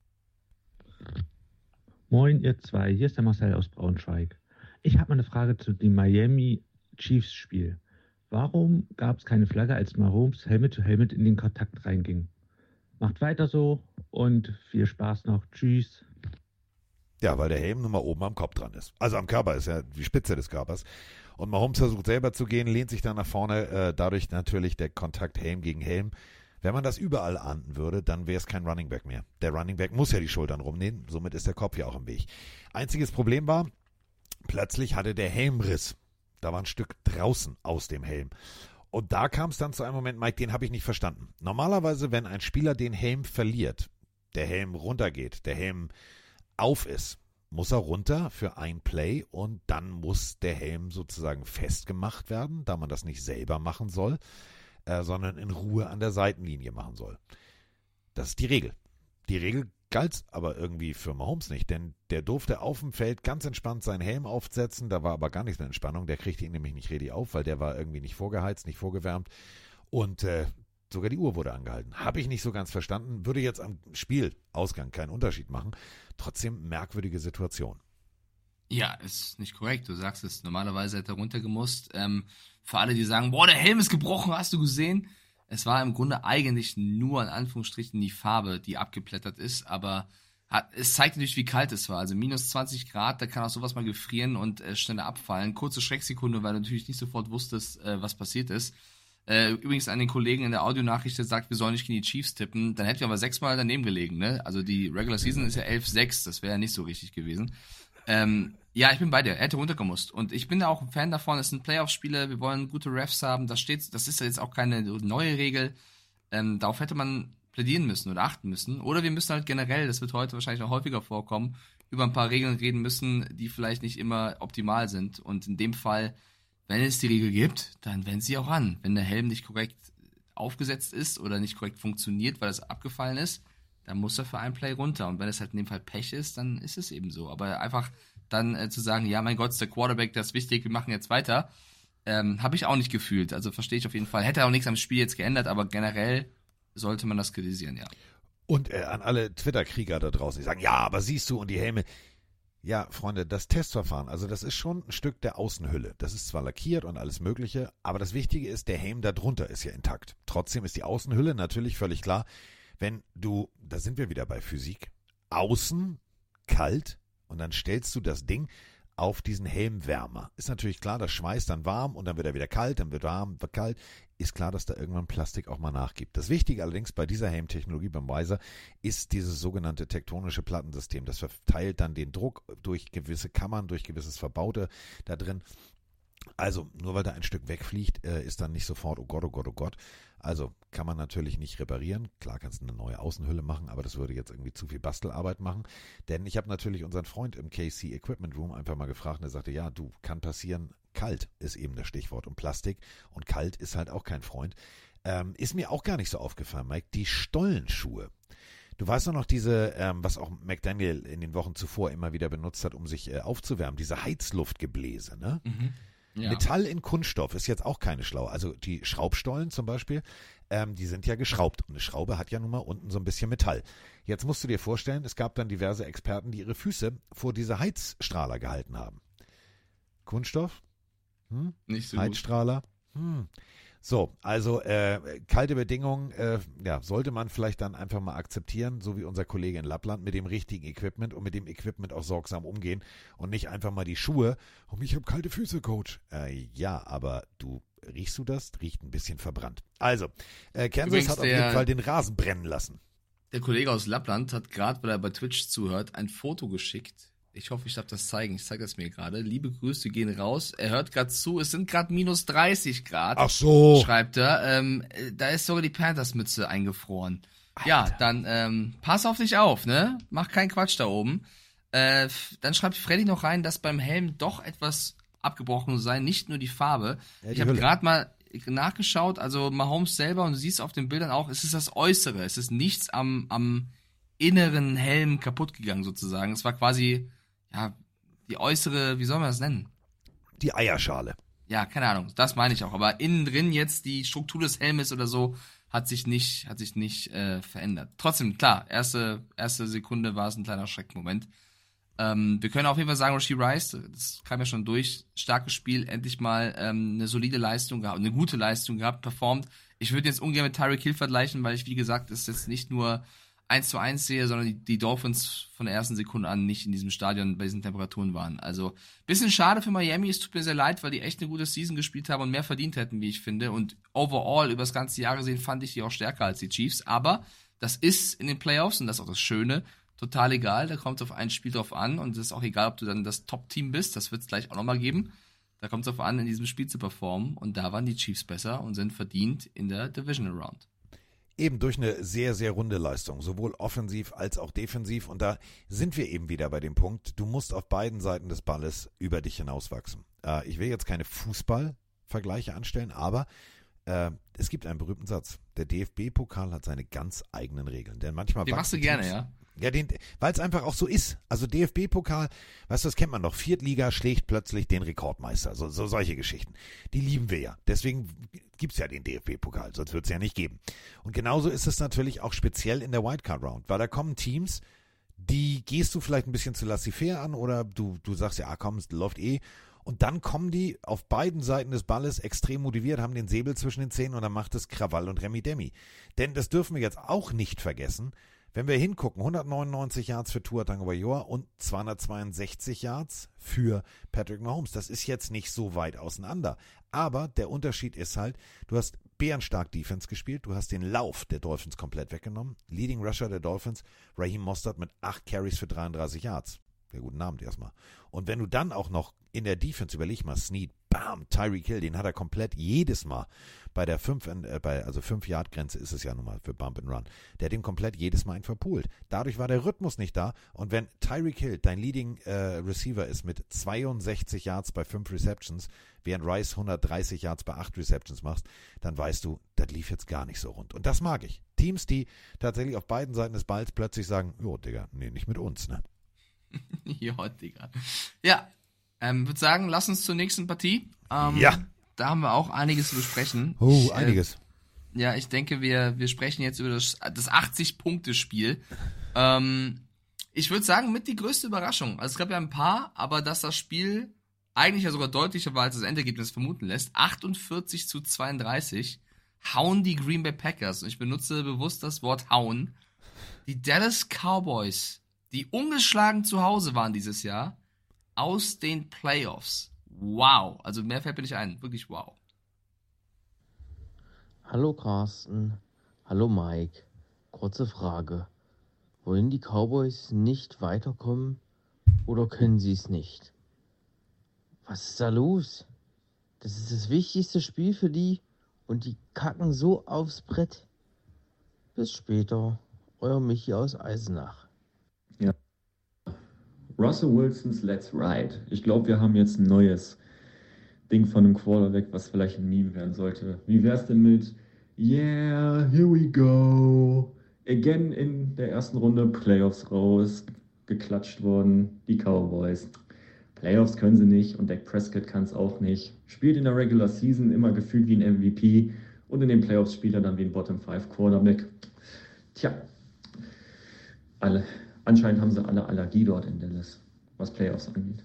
Moin, ihr zwei. Hier ist der Marcel aus Braunschweig. Ich habe mal eine Frage zu dem Miami Chiefs Spiel. Warum gab es keine Flagge, als Mahomes Helmet to Helmet in den Kontakt reinging? Macht weiter so und viel Spaß noch. Tschüss. Ja, weil der Helm nun mal oben am Kopf dran ist. Also am Körper ist ja die Spitze des Körpers. Und Mahomes versucht selber zu gehen, lehnt sich dann nach vorne. Äh, dadurch natürlich der Kontakt Helm gegen Helm. Wenn man das überall ahnden würde, dann wäre es kein Running Back mehr. Der Running Back muss ja die Schultern rumnehmen. Somit ist der Kopf ja auch im Weg. Einziges Problem war, plötzlich hatte der Helm Riss. Da war ein Stück draußen aus dem Helm. Und da kam es dann zu einem Moment, Mike, den habe ich nicht verstanden. Normalerweise, wenn ein Spieler den Helm verliert, der Helm runtergeht, der Helm auf ist, muss er runter für ein Play und dann muss der Helm sozusagen festgemacht werden, da man das nicht selber machen soll, äh, sondern in Ruhe an der Seitenlinie machen soll. Das ist die Regel. Die Regel galt aber irgendwie für Mahomes nicht, denn der durfte auf dem Feld ganz entspannt seinen Helm aufsetzen, da war aber gar nichts mit Entspannung, der kriegte ihn nämlich nicht richtig auf, weil der war irgendwie nicht vorgeheizt, nicht vorgewärmt und äh, sogar die Uhr wurde angehalten. Habe ich nicht so ganz verstanden, würde jetzt am Spielausgang keinen Unterschied machen, trotzdem merkwürdige Situation. Ja, ist nicht korrekt, du sagst es. Normalerweise hätte er runtergemusst. Ähm, für alle, die sagen, boah, der Helm ist gebrochen, hast du gesehen? Es war im Grunde eigentlich nur in Anführungsstrichen die Farbe, die abgeplättert ist, aber hat, es zeigt natürlich, wie kalt es war. Also minus zwanzig Grad, da kann auch sowas mal gefrieren und äh, schneller abfallen. Kurze Schrecksekunde, weil du natürlich nicht sofort wusstest, äh, was passiert ist. Äh, übrigens an den Kollegen in der Audionachricht, der sagt, wir sollen nicht gegen die Chiefs tippen. Dann hätten wir aber sechsmal daneben gelegen, ne? Also die Regular Season ist ja elf sechs, das wäre ja nicht so richtig gewesen. Ähm, ja, ich bin bei dir. Er hätte runtergemusst. Und ich bin da auch ein Fan davon. Es sind Playoff-Spiele. Wir wollen gute Refs haben. Das steht, das ist ja jetzt auch keine neue Regel. Ähm, darauf hätte man plädieren müssen oder achten müssen. Oder wir müssen halt generell, das wird heute wahrscheinlich noch häufiger vorkommen, über ein paar Regeln reden müssen, die vielleicht nicht immer optimal sind. Und in dem Fall, wenn es die Regel gibt, dann wenden sie auch an. Wenn der Helm nicht korrekt aufgesetzt ist oder nicht korrekt funktioniert, weil es abgefallen ist, dann muss er für ein Play runter. Und wenn es halt in dem Fall Pech ist, dann ist es eben so. Aber einfach dann äh, zu sagen, ja, mein Gott, ist der Quarterback, das ist wichtig, wir machen jetzt weiter, ähm, habe ich auch nicht gefühlt. Also verstehe ich auf jeden Fall. Hätte auch nichts am Spiel jetzt geändert, aber generell sollte man das kritisieren, ja. Und äh, an alle Twitter-Krieger da draußen, die sagen, ja, aber siehst du, und die Helme. Ja, Freunde, das Testverfahren, also das ist schon ein Stück der Außenhülle. Das ist zwar lackiert und alles Mögliche, aber das Wichtige ist, der Helm da drunter ist ja intakt. Trotzdem ist die Außenhülle natürlich völlig klar. Wenn du, da sind wir wieder bei Physik, außen kalt und dann stellst du das Ding auf diesen Helmwärmer. Ist natürlich klar, das schweißt dann warm und dann wird er wieder kalt, dann wird warm, wird kalt. Ist klar, dass da irgendwann Plastik auch mal nachgibt. Das Wichtige allerdings bei dieser Helmtechnologie beim Weiser ist dieses sogenannte tektonische Plattensystem. Das verteilt dann den Druck durch gewisse Kammern, durch gewisses Verbaute da drin. Also, nur weil da ein Stück wegfliegt, äh, ist dann nicht sofort, oh Gott, oh Gott, oh Gott. Also, kann man natürlich nicht reparieren. Klar kannst du eine neue Außenhülle machen, aber das würde jetzt irgendwie zu viel Bastelarbeit machen. Denn ich habe natürlich unseren Freund im K C Equipment Room einfach mal gefragt und er sagte, ja, du, kann passieren, kalt ist eben das Stichwort und Plastik und kalt ist halt auch kein Freund. Ähm, ist mir auch gar nicht so aufgefallen, Mike, die Stollenschuhe. Du weißt doch noch diese, ähm, was auch McDaniel in den Wochen zuvor immer wieder benutzt hat, um sich äh, aufzuwärmen, diese Heizluftgebläse, ne? Mhm. Ja. Metall in Kunststoff ist jetzt auch keine schlau. Also die Schraubstollen zum Beispiel, ähm, die sind ja geschraubt. Und eine Schraube hat ja nun mal unten so ein bisschen Metall. Jetzt musst du dir vorstellen, es gab dann diverse Experten, die ihre Füße vor diese Heizstrahler gehalten haben. Kunststoff? Hm? Nicht so Heizstrahler? Hm. So, also äh, kalte Bedingungen, äh, ja, sollte man vielleicht dann einfach mal akzeptieren, so wie unser Kollege in Lappland, mit dem richtigen Equipment und mit dem Equipment auch sorgsam umgehen und nicht einfach mal die Schuhe, oh, ich habe kalte Füße, Coach. Äh, ja, aber du, riechst du das? Riecht ein bisschen verbrannt. Also, äh, Kansas Übrigens hat auf der- jeden Fall den Rasen brennen lassen. Der Kollege aus Lappland hat gerade, weil er bei Twitch zuhört, ein Foto geschickt. Ich hoffe, ich darf das zeigen. Ich zeige das mir gerade. Liebe Grüße gehen raus. Er hört gerade zu. Es sind gerade minus dreißig Grad. Ach so. Schreibt er. Ähm, äh, da ist sogar die Panthers-Mütze eingefroren. Alter. Ja, dann ähm, pass auf dich auf, ne? Mach keinen Quatsch da oben. Äh, f- dann schreibt Freddy noch rein, dass beim Helm doch etwas abgebrochen sei, nicht nur die Farbe. Ja, die ich habe Hülle. gerade mal nachgeschaut, also Mahomes selber, und du siehst auf den Bildern auch, es ist das Äußere. Es ist nichts am, am inneren Helm kaputt gegangen sozusagen. Es war quasi, ja, die äußere, wie soll man das nennen? Die Eierschale. Ja, keine Ahnung, das meine ich auch. Aber innen drin jetzt die Struktur des Helmes oder so hat sich nicht, hat sich nicht äh, verändert. Trotzdem, klar, erste, erste Sekunde war es ein kleiner Schreckmoment. Ähm, wir können auf jeden Fall sagen, Rashee Rice, das kam ja schon durch, starkes Spiel, endlich mal ähm, eine solide Leistung gehabt, eine gute Leistung gehabt, performt. Ich würde jetzt ungern mit Tyreek Hill vergleichen, weil ich, wie gesagt, es jetzt nicht nur eins zu eins sehe, sondern die, die Dolphins von der ersten Sekunde an nicht in diesem Stadion bei diesen Temperaturen waren. Also, bisschen schade für Miami, es tut mir sehr leid, weil die echt eine gute Season gespielt haben und mehr verdient hätten, wie ich finde. Und overall, über das ganze Jahr gesehen, fand ich die auch stärker als die Chiefs. Aber das ist in den Playoffs, und das ist auch das Schöne, total egal. Da kommt es auf ein Spiel drauf an und es ist auch egal, ob du dann das Top-Team bist. Das wird es gleich auch nochmal geben. Da kommt es darauf an, in diesem Spiel zu performen. Und da waren die Chiefs besser und sind verdient in der Divisional Round. Eben durch eine sehr, sehr runde Leistung, sowohl offensiv als auch defensiv. Und da sind wir eben wieder bei dem Punkt, du musst auf beiden Seiten des Balles über dich hinauswachsen. Äh, ich will jetzt keine Fußballvergleiche anstellen, aber äh, es gibt einen berühmten Satz. Der D F B-Pokal hat seine ganz eigenen Regeln. Denn manchmal Den machst du wachsen gerne, Teams- ja? Ja, weil es einfach auch so ist. Also D F B-Pokal, weißt du, das kennt man doch. Viertliga schlägt plötzlich den Rekordmeister. So, so solche Geschichten. Die lieben wir ja. Deswegen gibt's ja den D F B-Pokal, sonst wird's ja nicht geben. Und genauso ist es natürlich auch speziell in der Wildcard-Round, weil da kommen Teams, die gehst du vielleicht ein bisschen zu laissez-faire an oder du, du sagst ja, ah, komm, es läuft eh. Und dann kommen die auf beiden Seiten des Balles extrem motiviert, haben den Säbel zwischen den Zähnen und dann macht es Krawall und Remi-Demi. Denn das dürfen wir jetzt auch nicht vergessen. Wenn wir hingucken, hundertneunundneunzig Yards für Tua Tagovailoa und zweihundertzweiundsechzig Yards für Patrick Mahomes. Das ist jetzt nicht so weit auseinander. Aber der Unterschied ist halt, du hast bärenstark Defense gespielt, du hast den Lauf der Dolphins komplett weggenommen. Leading Rusher der Dolphins, Raheem Mostert mit acht Carries für dreiunddreißig Yards. Ja, guten Abend erstmal. Und wenn du dann auch noch in der Defense, überleg mal, Snead, bam, Tyreek Hill, den hat er komplett jedes Mal bei der fünf, äh, bei, also fünf Yard Grenze ist es ja nun mal für Bump and Run. Der hat den komplett jedes Mal ihn verpult. Dadurch war der Rhythmus nicht da. Und wenn Tyreek Hill dein Leading äh, Receiver ist mit zweiundsechzig Yards bei fünf Receptions, während Rice hundertdreißig Yards bei acht Receptions machst, dann weißt du, das lief jetzt gar nicht so rund. Und das mag ich. Teams, die tatsächlich auf beiden Seiten des Balls plötzlich sagen, jo, Digga, nee, nicht mit uns, ne? Ja, Digga. Ja, ähm, würde sagen, lass uns zur nächsten Partie. Ähm, ja. Da haben wir auch einiges zu besprechen. Oh, ich, einiges. Äh, ja, ich denke, wir, wir sprechen jetzt über das, das achtzig-Punkte-Spiel. Ähm, ich würde sagen, mit die größte Überraschung. Also es gab ja ein paar, aber dass das Spiel eigentlich ja sogar deutlicher war, als das Endergebnis vermuten lässt. achtundvierzig zu zweiunddreißig hauen die Green Bay Packers. Und ich benutze bewusst das Wort hauen. Die Dallas Cowboys, die ungeschlagen zu Hause waren dieses Jahr, aus den Playoffs. Wow. Also mehr fällt mir nicht ein. Wirklich wow. Hallo Carsten. Hallo Mike. Kurze Frage. Wollen die Cowboys nicht weiterkommen oder können sie es nicht? Was ist da los? Das ist das wichtigste Spiel für die und die kacken so aufs Brett. Bis später. Euer Michi aus Eisenach. Ja. Russell Wilsons Let's Ride. Ich glaube, wir haben jetzt ein neues Ding von einem Quarterback, was vielleicht ein Meme werden sollte. Wie wär's denn mit Yeah, here we go. Again in der ersten Runde Playoffs raus, geklatscht worden, die Cowboys. Playoffs können sie nicht und Dak Prescott kann es auch nicht. Spielt in der Regular Season immer gefühlt wie ein M V P und in den Playoffs spielt er dann wie ein Bottom five Quarterback. Tja, alle, anscheinend haben sie alle Allergie dort in Dallas, was Playoffs angeht.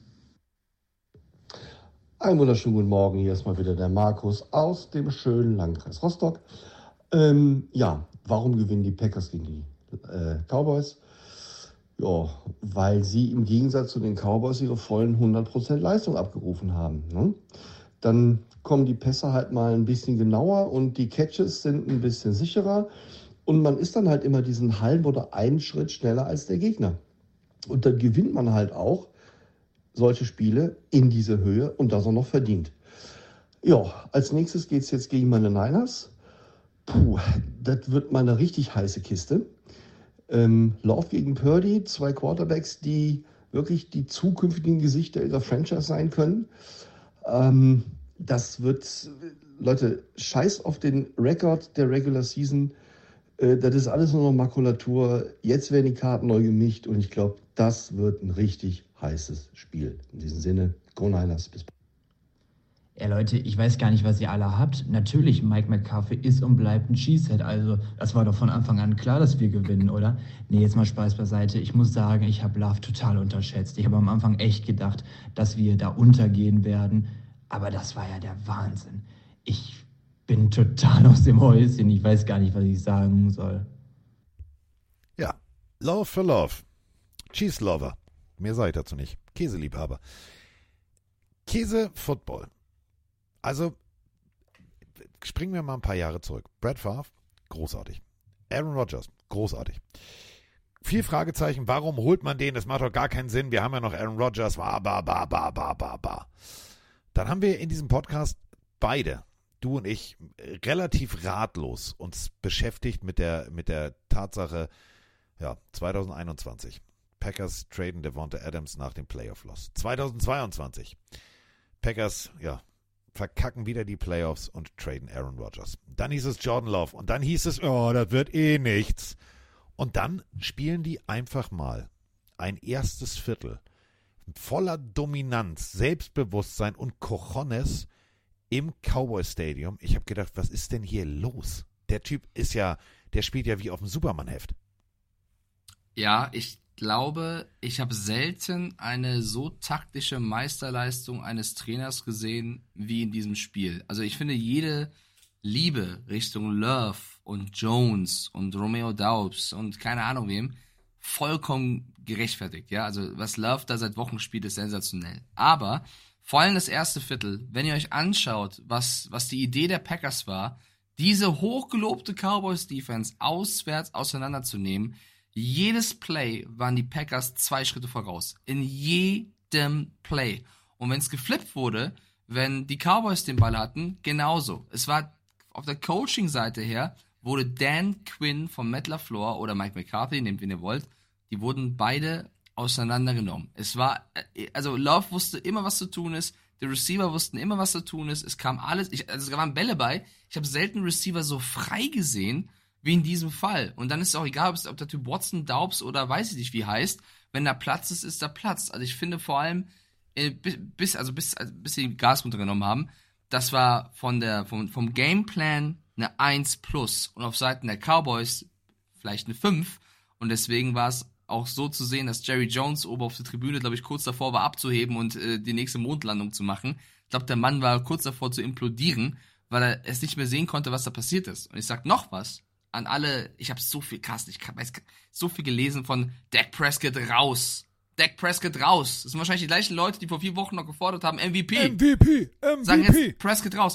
Einen wunderschönen guten Morgen, hier ist mal wieder der Markus aus dem schönen Landkreis Rostock. Ähm, ja, warum gewinnen die Packers gegen die äh, Cowboys? Ja, weil sie im Gegensatz zu den Cowboys ihre vollen hundert Prozent Leistung abgerufen haben. Ne? Dann kommen die Pässe halt mal ein bisschen genauer und die Catches sind ein bisschen sicherer. Und man ist dann halt immer diesen halben oder einen Schritt schneller als der Gegner. Und dann gewinnt man halt auch solche Spiele in diese Höhe und das auch noch verdient. Ja, als nächstes geht es jetzt gegen meine Niners. Puh, das wird mal eine richtig heiße Kiste. Ähm, Love gegen Purdy, zwei Quarterbacks, die wirklich die zukünftigen Gesichter ihrer Franchise sein können. Ähm, das wird, Leute, scheiß auf den Rekord der Regular Season. Äh, das ist alles nur noch Makulatur. Jetzt werden die Karten neu gemischt und ich glaube, das wird ein richtig heißes Spiel. In diesem Sinne, Go Niners, bis bald. Ja, Leute, ich weiß gar nicht, was ihr alle habt. Natürlich, Mike McCarthy ist und bleibt ein Cheesehead. Also, das war doch von Anfang an klar, dass wir gewinnen, oder? Nee, jetzt mal Spaß beiseite. Ich muss sagen, ich habe Love total unterschätzt. Ich habe am Anfang echt gedacht, dass wir da untergehen werden. Aber das war ja der Wahnsinn. Ich bin total aus dem Häuschen. Ich weiß gar nicht, was ich sagen soll. Ja, Love for Love. Cheese Lover. Mehr sage ich dazu nicht. Käseliebhaber. Käse-Football. Also, springen wir mal ein paar Jahre zurück. Brett Favre, großartig. Aaron Rodgers, großartig. Viel Fragezeichen, warum holt man den? Das macht doch gar keinen Sinn. Wir haben ja noch Aaron Rodgers. Ba, ba, ba, ba, ba, ba, ba. Dann haben wir in diesem Podcast beide, du und ich, relativ ratlos uns beschäftigt mit der, mit der Tatsache, ja, zwanzig einundzwanzig. Packers traden Devonta Adams nach dem Playoff-Loss. zweitausendzweiundzwanzig. Packers, ja, verkacken wieder die Playoffs und traden Aaron Rodgers. Dann hieß es Jordan Love und dann hieß es, oh, das wird eh nichts. Und dann spielen die einfach mal ein erstes Viertel voller Dominanz, Selbstbewusstsein und Cojones im Cowboy Stadium. Ich habe gedacht, was ist denn hier los? Der Typ ist ja, der spielt ja wie auf dem Superman-Heft. Ja, ich glaube, ich habe selten eine so taktische Meisterleistung eines Trainers gesehen wie in diesem Spiel. Also ich finde jede Liebe Richtung Love und Jones und Romeo Doubs und keine Ahnung wem vollkommen gerechtfertigt. Ja, also was Love da seit Wochen spielt, ist sensationell. Aber vor allem das erste Viertel, wenn ihr euch anschaut, was, was die Idee der Packers war, diese hochgelobte Cowboys-Defense auswärts auseinanderzunehmen, jedes Play waren die Packers zwei Schritte voraus. In jedem Play. Und wenn es geflippt wurde, wenn die Cowboys den Ball hatten, genauso. Es war auf der Coaching-Seite her, wurde Dan Quinn von Matt LaFleur oder Mike McCarthy, nehmt wen ihr wollt, die wurden beide auseinandergenommen. Es war, also Love wusste immer, was zu tun ist, die Receiver wussten immer, was zu tun ist, es kam alles, ich, also es waren Bälle bei, ich habe selten Receiver so frei gesehen, wie in diesem Fall. Und dann ist es auch egal, ob der Typ Watson, Daubs oder weiß ich nicht wie heißt, wenn da Platz ist, ist da Platz. Also ich finde vor allem, äh, bis, also bis, also bis sie Gas runtergenommen haben, das war von der, vom, vom Gameplan eine eins plus und auf Seiten der Cowboys vielleicht eine fünf und deswegen war es auch so zu sehen, dass Jerry Jones oben auf der Tribüne, glaube ich, kurz davor war abzuheben und äh, die nächste Mondlandung zu machen. Ich glaube, der Mann war kurz davor zu implodieren, weil er es nicht mehr sehen konnte, was da passiert ist. Und ich sag noch was an alle, ich habe so viel, Carsten, ich weiß so viel gelesen von Dak Prescott raus. Dak Prescott raus. Das sind wahrscheinlich die gleichen Leute, die vor vier Wochen noch gefordert haben, M V P. M V P, M V P. Sagen jetzt Prescott raus.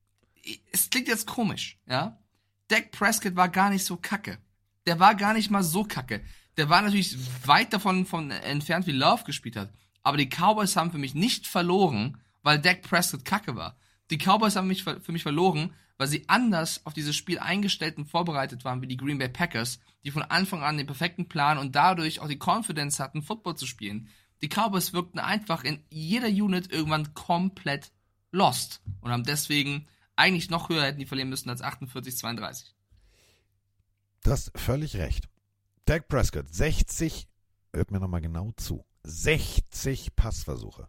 Es klingt jetzt komisch, ja. Dak Prescott war gar nicht so kacke. Der war gar nicht mal so kacke. Der war natürlich weit davon von entfernt, wie Love gespielt hat. Aber die Cowboys haben für mich nicht verloren, weil Dak Prescott kacke war. Die Cowboys haben mich, für mich verloren, weil sie anders auf dieses Spiel eingestellt und vorbereitet waren wie die Green Bay Packers, die von Anfang an den perfekten Plan und dadurch auch die Confidence hatten, Football zu spielen. Die Cowboys wirkten einfach in jeder Unit irgendwann komplett lost und haben deswegen eigentlich noch höher hätten die verlieren müssen als achtundvierzig zweiunddreißig. Du hast völlig recht. Dak Prescott, sechzig, hört mir nochmal genau zu, sechzig Passversuche.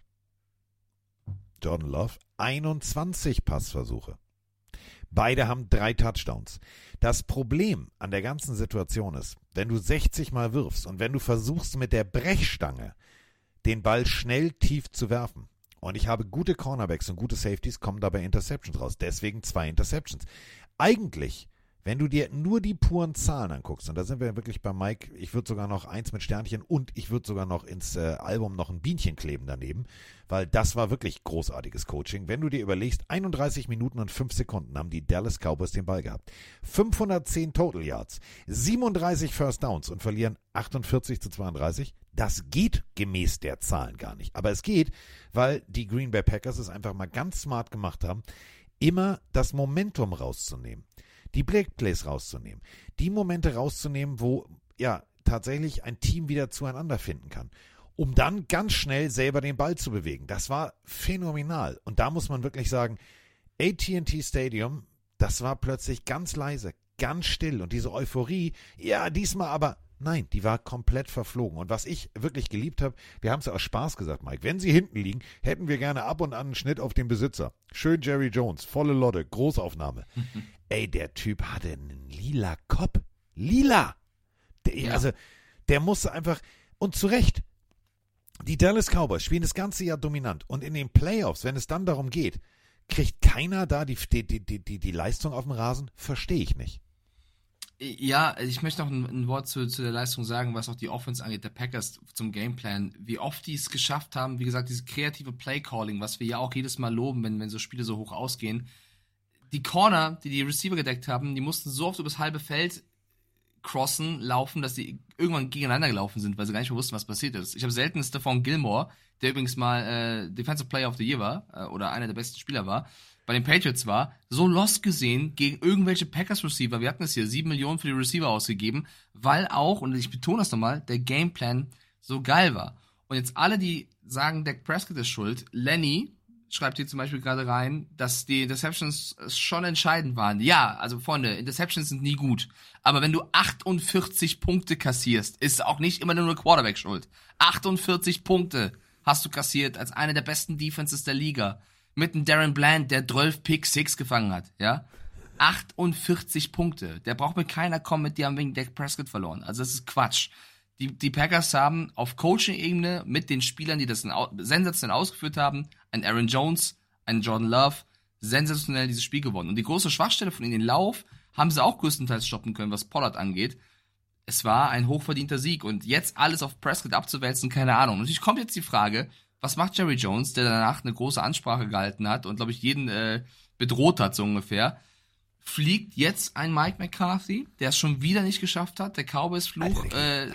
Jordan Love, einundzwanzig Passversuche. Beide haben drei Touchdowns. Das Problem an der ganzen Situation ist, wenn du sechzig Mal wirfst und wenn du versuchst mit der Brechstange den Ball schnell tief zu werfen, und ich habe gute Cornerbacks und gute Safeties, kommen dabei Interceptions raus. Deswegen zwei Interceptions. Eigentlich, wenn du dir nur die puren Zahlen anguckst, und da sind wir wirklich bei Mike, ich würde sogar noch eins mit Sternchen und ich würde sogar noch ins äh, Album noch ein Bienchen kleben daneben, weil das war wirklich großartiges Coaching. Wenn du dir überlegst, einunddreißig Minuten und fünf Sekunden haben die Dallas Cowboys den Ball gehabt. fünfhundertzehn Total Yards, siebenunddreißig First Downs und verlieren achtundvierzig zu zweiunddreißig. Das geht gemäß der Zahlen gar nicht. Aber es geht, weil die Green Bay Packers es einfach mal ganz smart gemacht haben, immer das Momentum rauszunehmen. Die Breakplays rauszunehmen, die Momente rauszunehmen, wo ja tatsächlich ein Team wieder zueinander finden kann, um dann ganz schnell selber den Ball zu bewegen. Das war phänomenal. Und da muss man wirklich sagen, A T and T Stadium, das war plötzlich ganz leise, ganz still. Und diese Euphorie, ja, diesmal aber, nein, die war komplett verflogen. Und was ich wirklich geliebt habe, wir haben es ja aus Spaß gesagt, Mike, wenn sie hinten liegen, hätten wir gerne ab und an einen Schnitt auf den Besitzer. Schön Jerry Jones, volle Lotte, Großaufnahme. Ey, der Typ hatte einen lila Kopf. Lila! Der, ja. Also, der musste einfach, und zu Recht, die Dallas Cowboys spielen das ganze Jahr dominant. Und in den Playoffs, wenn es dann darum geht, kriegt keiner da die, die, die, die, die Leistung auf dem Rasen? Verstehe ich nicht. Ja, ich möchte noch ein, ein Wort zu, zu der Leistung sagen, was auch die Offense angeht, der Packers zum Gameplan. Wie oft die es geschafft haben, wie gesagt, dieses kreative Play-Calling, was wir ja auch jedes Mal loben, wenn, wenn so Spiele so hoch ausgehen. Die Corner, die die Receiver gedeckt haben, die mussten so oft übers halbe Feld crossen, laufen, dass die irgendwann gegeneinander gelaufen sind, weil sie gar nicht mehr wussten, was passiert ist. Ich habe selten Stephon Gilmore, der übrigens mal äh, Defensive Player of the Year war, äh, oder einer der besten Spieler war, bei den Patriots war, so lost gesehen gegen irgendwelche Packers-Receiver. Wir hatten es hier, sieben Millionen für die Receiver ausgegeben, weil auch, und ich betone das nochmal, der Gameplan so geil war. Und jetzt alle, die sagen, Dak Prescott ist schuld, Lenny schreibt hier zum Beispiel gerade rein, dass die Interceptions schon entscheidend waren. Ja, also Freunde, Interceptions sind nie gut. Aber wenn du achtundvierzig Punkte kassierst, ist auch nicht immer nur der Quarterback schuld. achtundvierzig Punkte hast du kassiert als eine der besten Defenses der Liga. Mit einem Darren Bland, der zwölf Pick Six gefangen hat, ja. achtundvierzig Punkte. Der braucht mir keiner kommen, mit dir haben wegen Dak Prescott verloren. Also das ist Quatsch. Die, die Packers haben auf Coaching-Ebene mit den Spielern, die das sensationell ausgeführt haben, ein Aaron Jones, ein Jordan Love, sensationell dieses Spiel gewonnen. Und die große Schwachstelle von ihnen, den Lauf, haben sie auch größtenteils stoppen können, was Pollard angeht. Es war ein hochverdienter Sieg. Und jetzt alles auf Prescott abzuwälzen, keine Ahnung. Und natürlich kommt jetzt die Frage, was macht Jerry Jones, der danach eine große Ansprache gehalten hat und, glaube ich, jeden äh, bedroht hat, so ungefähr. Fliegt jetzt ein Mike McCarthy, der es schon wieder nicht geschafft hat, der Cowboys-Fluch. Äh,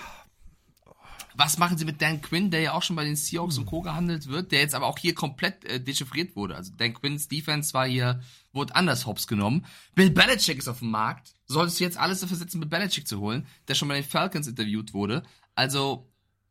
was machen sie mit Dan Quinn, der ja auch schon bei den Seahawks hm. und Co. gehandelt wird, der jetzt aber auch hier komplett äh, dechiffriert wurde. Also Dan Quinns Defense war hier, wurde anders hops genommen. Bill Belichick ist auf dem Markt. Solltest du jetzt alles dafür setzen, Bill Belichick zu holen, der schon bei den Falcons interviewt wurde. Also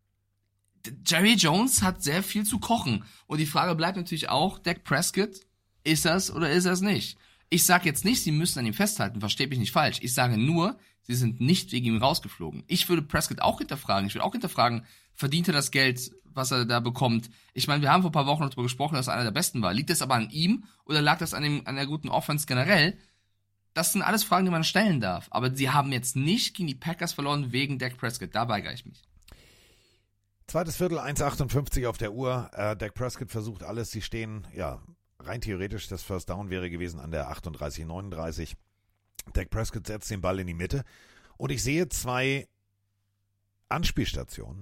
Jerry Jones hat sehr viel zu kochen. Und die Frage bleibt natürlich auch, Dak Prescott, ist das oder ist das nicht? Ich sage jetzt nicht, sie müssen an ihm festhalten, versteht mich nicht falsch. Ich sage nur, sie sind nicht wegen ihm rausgeflogen. Ich würde Prescott auch hinterfragen. Ich würde auch hinterfragen, verdient er das Geld, was er da bekommt? Ich meine, wir haben vor ein paar Wochen noch darüber gesprochen, dass er einer der Besten war. Liegt das aber an ihm oder lag das an, dem, an der guten Offense generell? Das sind alles Fragen, die man stellen darf. Aber sie haben jetzt nicht gegen die Packers verloren wegen Dak Prescott. Da weigere ich mich. Zweites Viertel, eins achtundfünfzig auf der Uhr. Äh, Dak Prescott versucht alles. Sie stehen, ja, rein theoretisch, das First Down wäre gewesen an der achtunddreißig neununddreißig. Dak Prescott setzt den Ball in die Mitte. Und ich sehe zwei Anspielstationen,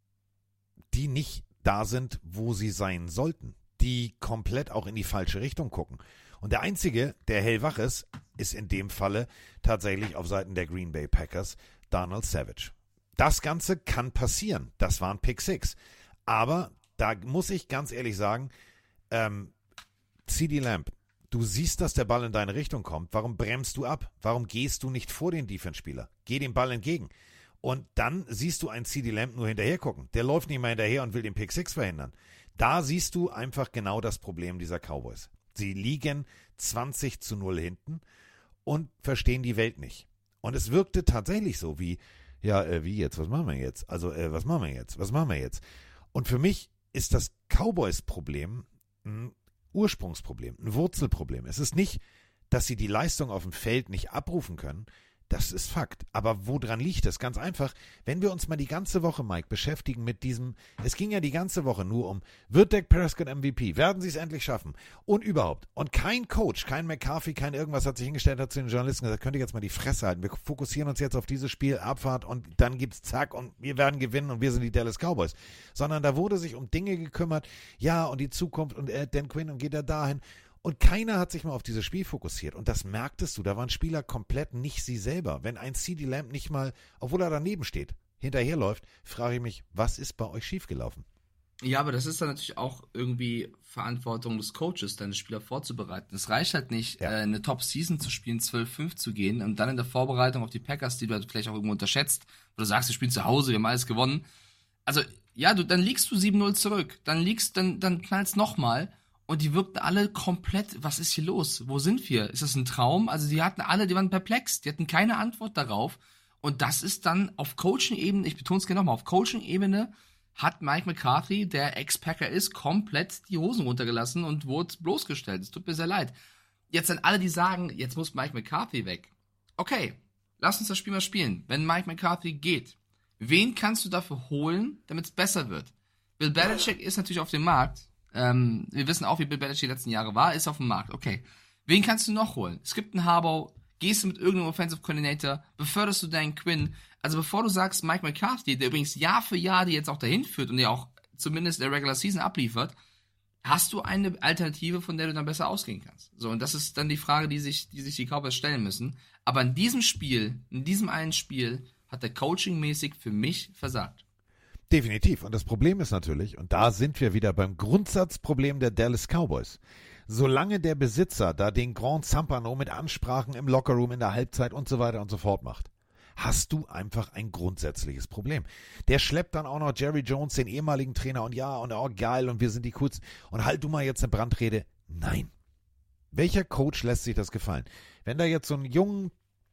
die nicht da sind, wo sie sein sollten. Die komplett auch in die falsche Richtung gucken. Und der Einzige, der hellwach ist, ist in dem Falle tatsächlich auf Seiten der Green Bay Packers Donald Savage. Das Ganze kann passieren. Das war ein Pick Six. Aber da muss ich ganz ehrlich sagen, ähm, CeeDee Lamb, du siehst, dass der Ball in deine Richtung kommt. Warum bremst du ab? Warum gehst du nicht vor den Defense-Spieler? Geh dem Ball entgegen. Und dann siehst du einen CeeDee Lamb nur hinterher gucken. Der läuft nicht mal hinterher und will den Pick Six verhindern. Da siehst du einfach genau das Problem dieser Cowboys. Sie liegen zwanzig zu null hinten und verstehen die Welt nicht. Und es wirkte tatsächlich so wie, ja, äh, wie jetzt? Was machen wir jetzt? Also, äh, was machen wir jetzt? Was machen wir jetzt? Und für mich ist das Cowboys-Problem ein Ursprungsproblem, ein Wurzelproblem. Es ist nicht, dass sie die Leistung auf dem Feld nicht abrufen können. Das ist Fakt. Aber woran liegt es? Ganz einfach, wenn wir uns mal die ganze Woche, Mike, beschäftigen mit diesem, es ging ja die ganze Woche nur um, wird Dak Prescott M V P? Werden sie es endlich schaffen? Und überhaupt. Und kein Coach, kein McCarthy, kein irgendwas hat sich hingestellt, hat zu den Journalisten gesagt, könnt ihr jetzt mal die Fresse halten. Wir fokussieren uns jetzt auf dieses Spiel, Abfahrt und dann gibt's zack und wir werden gewinnen und wir sind die Dallas Cowboys. Sondern da wurde sich um Dinge gekümmert, ja, und die Zukunft und äh, Dan Quinn und geht er dahin. Und keiner hat sich mal auf dieses Spiel fokussiert. Und das merktest du, da waren Spieler komplett nicht sie selber. Wenn ein CeeDee Lamb nicht mal, obwohl er daneben steht, hinterherläuft, frage ich mich, was ist bei euch schiefgelaufen? Ja, aber das ist dann natürlich auch irgendwie Verantwortung des Coaches, deine Spieler vorzubereiten. Es reicht halt nicht, ja. äh, eine Top-Season zu spielen, zwölf fünf zu gehen und dann in der Vorbereitung auf die Packers, die du halt vielleicht auch irgendwo unterschätzt, wo du sagst, wir spielen zu Hause, wir haben alles gewonnen. Also, ja, du, dann liegst du sieben null zurück, dann liegst, dann, dann knallst nochmal. Und die wirkten alle komplett, was ist hier los? Wo sind wir? Ist das ein Traum? Also die hatten alle, die waren perplex, die hatten keine Antwort darauf. Und das ist dann auf Coaching-Ebene, ich betone es gerne nochmal, auf Coaching-Ebene hat Mike McCarthy, der Ex-Packer ist, komplett die Hosen runtergelassen und wurde bloßgestellt. Es tut mir sehr leid. Jetzt sind alle, die sagen, jetzt muss Mike McCarthy weg. Okay, lass uns das Spiel mal spielen. Wenn Mike McCarthy geht, wen kannst du dafür holen, damit es besser wird? Bill Belichick ist natürlich auf dem Markt. Ähm, wir wissen auch, wie Bill Belichick die letzten Jahre war, ist auf dem Markt. Okay. Wen kannst du noch holen? Es gibt einen Harbaugh, gehst du mit irgendeinem Offensive Coordinator, beförderst du Dan Quinn. Also bevor du sagst, Mike McCarthy, der übrigens Jahr für Jahr die jetzt auch dahin führt und der auch zumindest der Regular Season abliefert, hast du eine Alternative, von der du dann besser ausgehen kannst. So, und das ist dann die Frage, die sich, die sich die Cowboys stellen müssen. Aber in diesem Spiel, in diesem einen Spiel, hat der coachingmäßig für mich versagt. Definitiv. Und das Problem ist natürlich, und da sind wir wieder beim Grundsatzproblem der Dallas Cowboys. Solange der Besitzer da den Grand Zampano mit Ansprachen im Lockerroom, in der Halbzeit und so weiter und so fort macht, hast du einfach ein grundsätzliches Problem. Der schleppt dann auch noch Jerry Jones, den ehemaligen Trainer, und ja, und oh geil, und wir sind die coolsten. Und halt du mal jetzt eine Brandrede. Nein. Welcher Coach lässt sich das gefallen? Wenn da jetzt so einen jungen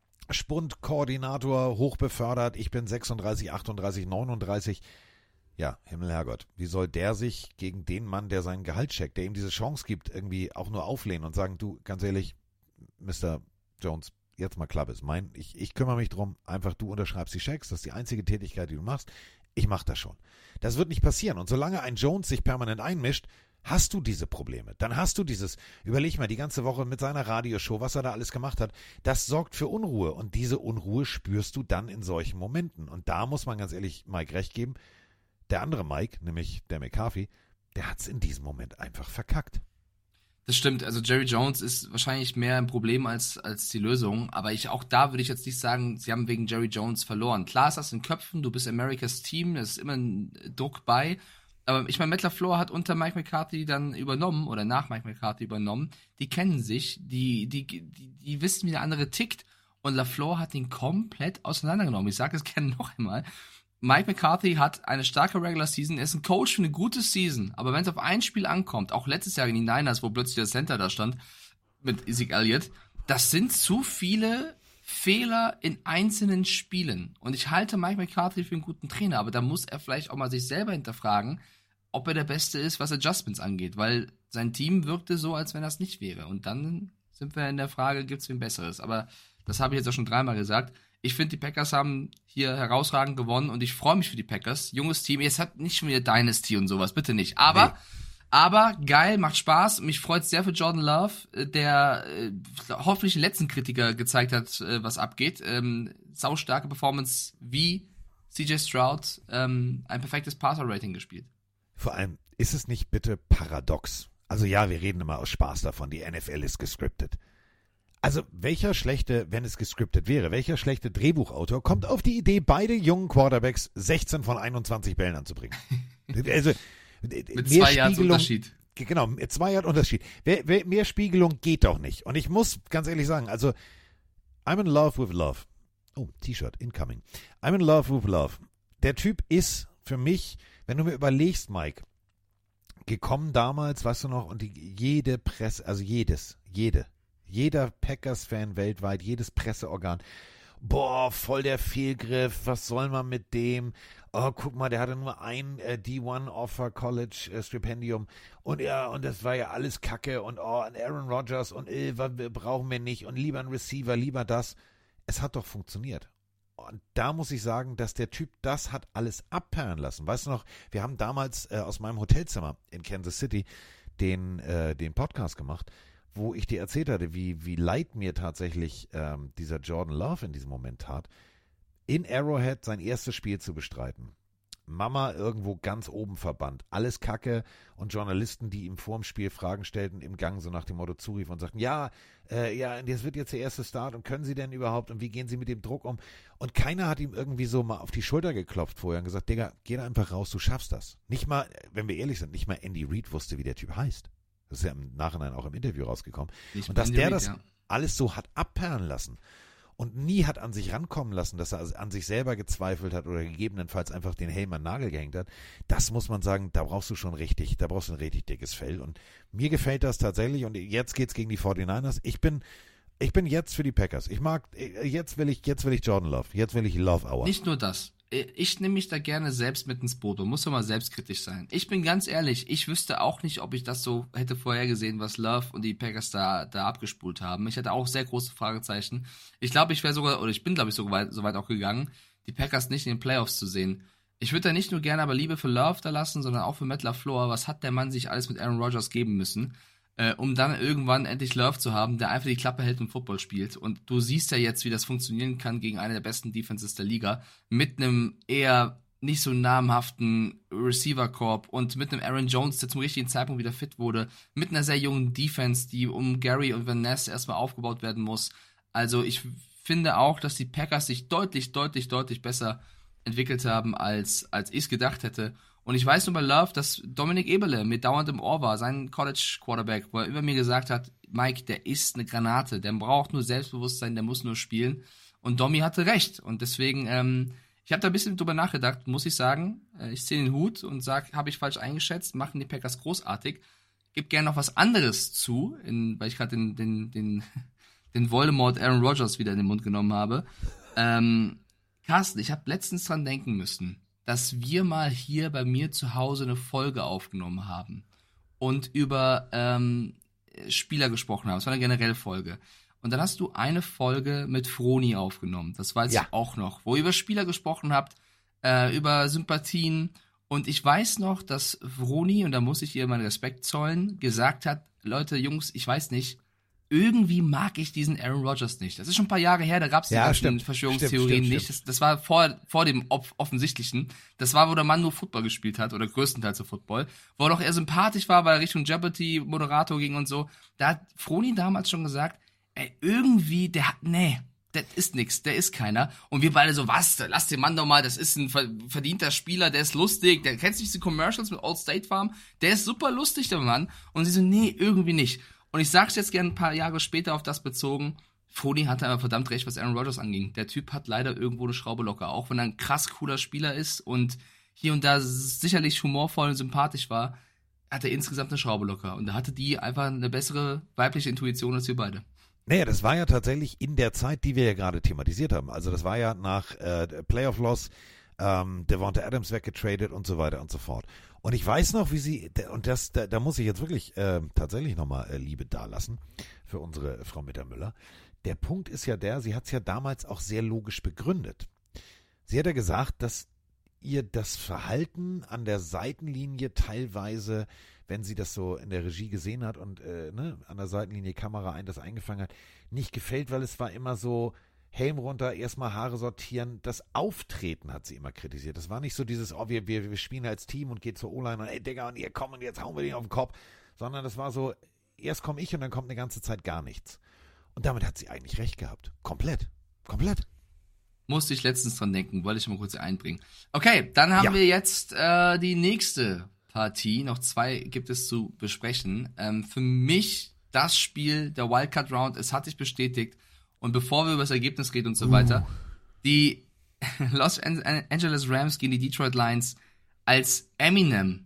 Spundkoordinator hochbefördert, ich bin sechsunddreißig, achtunddreißig, neununddreißig. Ja, Himmel, Herrgott, wie soll der sich gegen den Mann, der sein Gehalt checkt, der ihm diese Chance gibt, irgendwie auch nur auflehnen und sagen, du, ganz ehrlich, Mister Jones, jetzt mal klar bist. Mein, ich, ich kümmere mich drum, einfach du unterschreibst die Schecks, das ist die einzige Tätigkeit, die du machst. Ich mache das schon. Das wird nicht passieren. Und solange ein Jones sich permanent einmischt, hast du diese Probleme. Dann hast du dieses, überleg mal, die ganze Woche mit seiner Radioshow, was er da alles gemacht hat, das sorgt für Unruhe. Und diese Unruhe spürst du dann in solchen Momenten. Und da muss man ganz ehrlich Mike recht geben, der andere Mike, nämlich der McCarthy, der hat es in diesem Moment einfach verkackt. Das stimmt, also Jerry Jones ist wahrscheinlich mehr ein Problem als, als die Lösung, aber ich auch da würde ich jetzt nicht sagen, sie haben wegen Jerry Jones verloren. Klar ist das in Köpfen, du bist Americas Team, da ist immer ein Druck bei, aber ich meine, Matt LaFleur hat unter Mike McCarthy dann übernommen oder nach Mike McCarthy übernommen, die kennen sich, die, die, die, die wissen, wie der andere tickt und LaFleur hat ihn komplett auseinandergenommen. Ich sage es gerne noch einmal. Mike McCarthy hat eine starke Regular Season, er ist ein Coach für eine gute Season, aber wenn es auf ein Spiel ankommt, auch letztes Jahr in die Niners, wo plötzlich der Center da stand, mit Ezekiel Elliott, das sind zu viele Fehler in einzelnen Spielen. Und ich halte Mike McCarthy für einen guten Trainer, aber da muss er vielleicht auch mal sich selber hinterfragen, ob er der Beste ist, was Adjustments angeht, weil sein Team wirkte so, als wenn das nicht wäre. Und dann sind wir in der Frage, gibt es wen Besseres? Aber das habe ich jetzt auch schon dreimal gesagt. Ich finde, die Packers haben hier herausragend gewonnen und ich freue mich für die Packers. Junges Team, jetzt hat nicht schon wieder Dynasty und sowas, bitte nicht. Aber, nee. aber geil, macht Spaß. Mich freut sehr für Jordan Love, der äh, hoffentlich den letzten Kritiker gezeigt hat, äh, was abgeht. Ähm, saustarke Performance wie C J Stroud, ähm, ein perfektes Passer-Rating gespielt. Vor allem, ist es nicht bitte paradox? Also ja, wir reden immer aus Spaß davon, die N F L ist gescriptet. Also welcher schlechte, wenn es gescriptet wäre, welcher schlechte Drehbuchautor kommt auf die Idee, beide jungen Quarterbacks sechzehn von einundzwanzig Bällen anzubringen? Also, mit zwei Jahren Unterschied. Genau, mit zwei Jahren Unterschied. Mehr Spiegelung geht doch nicht. Und ich muss ganz ehrlich sagen, also I'm in love with love. Oh, T-Shirt, incoming. I'm in love with love. Der Typ ist für mich, wenn du mir überlegst, Mike, gekommen damals, weißt du noch, und die, jede Presse, also jedes, jede, jeder Packers-Fan weltweit, jedes Presseorgan, boah, voll der Fehlgriff, was soll man mit dem? Oh, guck mal, der hatte nur ein äh, D eins Offer College äh, Stipendium und ja, und das war ja alles Kacke und oh, Aaron Rodgers und äh, brauchen wir nicht und lieber ein Receiver, lieber das. Es hat doch funktioniert. Und da muss ich sagen, dass der Typ das hat alles abperren lassen. Weißt du noch, wir haben damals äh, aus meinem Hotelzimmer in Kansas City den, äh, den Podcast gemacht, wo ich dir erzählt hatte, wie, wie leid mir tatsächlich ähm, dieser Jordan Love in diesem Moment tat, in Arrowhead sein erstes Spiel zu bestreiten. Mama irgendwo ganz oben verbannt, alles Kacke und Journalisten, die ihm vorm Spiel Fragen stellten, im Gang so nach dem Motto zuriefen und sagten, ja, äh, ja, das wird jetzt der erste Start und können Sie denn überhaupt und wie gehen Sie mit dem Druck um? Und keiner hat ihm irgendwie so mal auf die Schulter geklopft vorher und gesagt, Digga, geh da einfach raus, du schaffst das. Nicht mal, wenn wir ehrlich sind, nicht mal Andy Reid wusste, wie der Typ heißt. Das ist ja im Nachhinein auch im Interview rausgekommen. Nicht und dass Andy der Reid, das ja. alles so hat abperren lassen und nie hat an sich rankommen lassen, dass er an sich selber gezweifelt hat oder gegebenenfalls einfach den Helm an den Nagel gehängt hat, das muss man sagen, da brauchst du schon richtig, da brauchst du ein richtig dickes Fell und mir gefällt das tatsächlich und jetzt geht's gegen die forty-niners. Ich bin, ich bin jetzt für die Packers. Ich mag, jetzt will ich, jetzt will ich Jordan Love, jetzt will ich Love Hour. Nicht nur das. Ich nehme mich da gerne selbst mit ins Boot. Man muss doch mal selbstkritisch sein. Ich bin ganz ehrlich, ich wüsste auch nicht, ob ich das so hätte vorhergesehen, was Love und die Packers da, da abgespult haben. Ich hatte auch sehr große Fragezeichen. Ich glaube, ich wäre sogar, oder ich bin, glaube ich, so weit, so weit auch gegangen, die Packers nicht in den Playoffs zu sehen. Ich würde da nicht nur gerne aber Liebe für Love da lassen, sondern auch für Matt LaFleur. Was hat der Mann sich alles mit Aaron Rodgers geben müssen? Äh, um dann irgendwann endlich Love zu haben, der einfach die Klappe hält und Football spielt. Und du siehst ja jetzt, wie das funktionieren kann gegen eine der besten Defenses der Liga, mit einem eher nicht so namhaften Receiver-Corp und mit einem Aaron Jones, der zum richtigen Zeitpunkt wieder fit wurde, mit einer sehr jungen Defense, die um Gary und Van Ness erstmal aufgebaut werden muss. Also ich finde auch, dass die Packers sich deutlich, deutlich, deutlich besser entwickelt haben, als, als ich es gedacht hätte. Und ich weiß nur bei Love, dass Dominik Eberle mir dauernd im Ohr war, sein College-Quarterback, wo er über mir gesagt hat, Mike, der ist eine Granate, der braucht nur Selbstbewusstsein, der muss nur spielen. Und Domi hatte recht. Und deswegen, ähm, ich habe da ein bisschen drüber nachgedacht, muss ich sagen. Ich ziehe den Hut und sage, habe ich falsch eingeschätzt, machen die Packers großartig. Gib gerne noch was anderes zu, in, weil ich gerade den, den, den, den Voldemort Aaron Rodgers wieder in den Mund genommen habe. Ähm, Carsten, ich habe letztens dran denken müssen, dass wir mal hier bei mir zu Hause eine Folge aufgenommen haben und über ähm, Spieler gesprochen haben. Es war eine generelle Folge. Und dann hast du eine Folge mit Froni aufgenommen. Das weiß Ja. ich auch noch. Wo ihr über Spieler gesprochen habt, äh, über Sympathien. Und ich weiß noch, dass Froni, und da muss ich ihr meinen Respekt zollen, gesagt hat, Leute, Jungs, ich weiß nicht, irgendwie mag ich diesen Aaron Rodgers nicht. Das ist schon ein paar Jahre her, da gab es die Ja, ganzen stimmt. Verschwörungstheorien Stimmt, stimmt, nicht. Das, das war vor, vor dem Off- Offensichtlichen. Das war, wo der Mann nur Football gespielt hat, oder größtenteils so Football. Wo er doch eher sympathisch war, weil er Richtung Jeopardy-Moderator ging und so. Da hat Froni damals schon gesagt, ey, irgendwie, der hat, nee, das ist nix, der ist keiner. Und wir beide so, was, lass den Mann doch mal, das ist ein verdienter Spieler, der ist lustig, der kennt sich diese Commercials mit Old State Farm, der ist super lustig, der Mann. Und sie so, nee, irgendwie nicht. Und ich sag's jetzt gerne ein paar Jahre später auf das bezogen, Froni hatte aber verdammt recht, was Aaron Rodgers anging. Der Typ hat leider irgendwo eine Schraube locker, auch wenn er ein krass cooler Spieler ist und hier und da sicherlich humorvoll und sympathisch war, hat er insgesamt eine Schraube locker. Und da hatte die einfach eine bessere weibliche Intuition als wir beide. Naja, das war ja tatsächlich in der Zeit, die wir ja gerade thematisiert haben. Also das war ja nach äh, Playoff-Loss, ähm, Devonta Adams weggetradet und so weiter und so fort. Und ich weiß noch, wie sie, und das, da, da muss ich jetzt wirklich äh, tatsächlich nochmal äh, Liebe dalassen für unsere Frau Mittermüller. Der Punkt ist ja der, sie hat es ja damals auch sehr logisch begründet. Sie hat ja gesagt, dass ihr das Verhalten an der Seitenlinie teilweise, wenn sie das so in der Regie gesehen hat und äh, ne, an der Seitenlinie Kamera ein das eingefangen hat, nicht gefällt, weil es war immer so, Helm runter, erstmal Haare sortieren. Das Auftreten hat sie immer kritisiert. Das war nicht so dieses, oh, wir, wir, wir spielen als Team und geht zur O-Line und ey, Digga, und ihr kommt und jetzt hauen wir den auf den Kopf. Sondern das war so, erst komme ich und dann kommt eine ganze Zeit gar nichts. Und damit hat sie eigentlich recht gehabt. Komplett. Komplett. Musste ich letztens dran denken, wollte ich mal kurz einbringen. Okay, dann haben Ja. wir jetzt äh, die nächste Partie. Noch zwei gibt es zu besprechen. Ähm, für mich das Spiel der Wildcard Round, es hat sich bestätigt. Und bevor wir über das Ergebnis reden und so Uh. weiter, die Los Angeles Rams gegen die Detroit Lions, als Eminem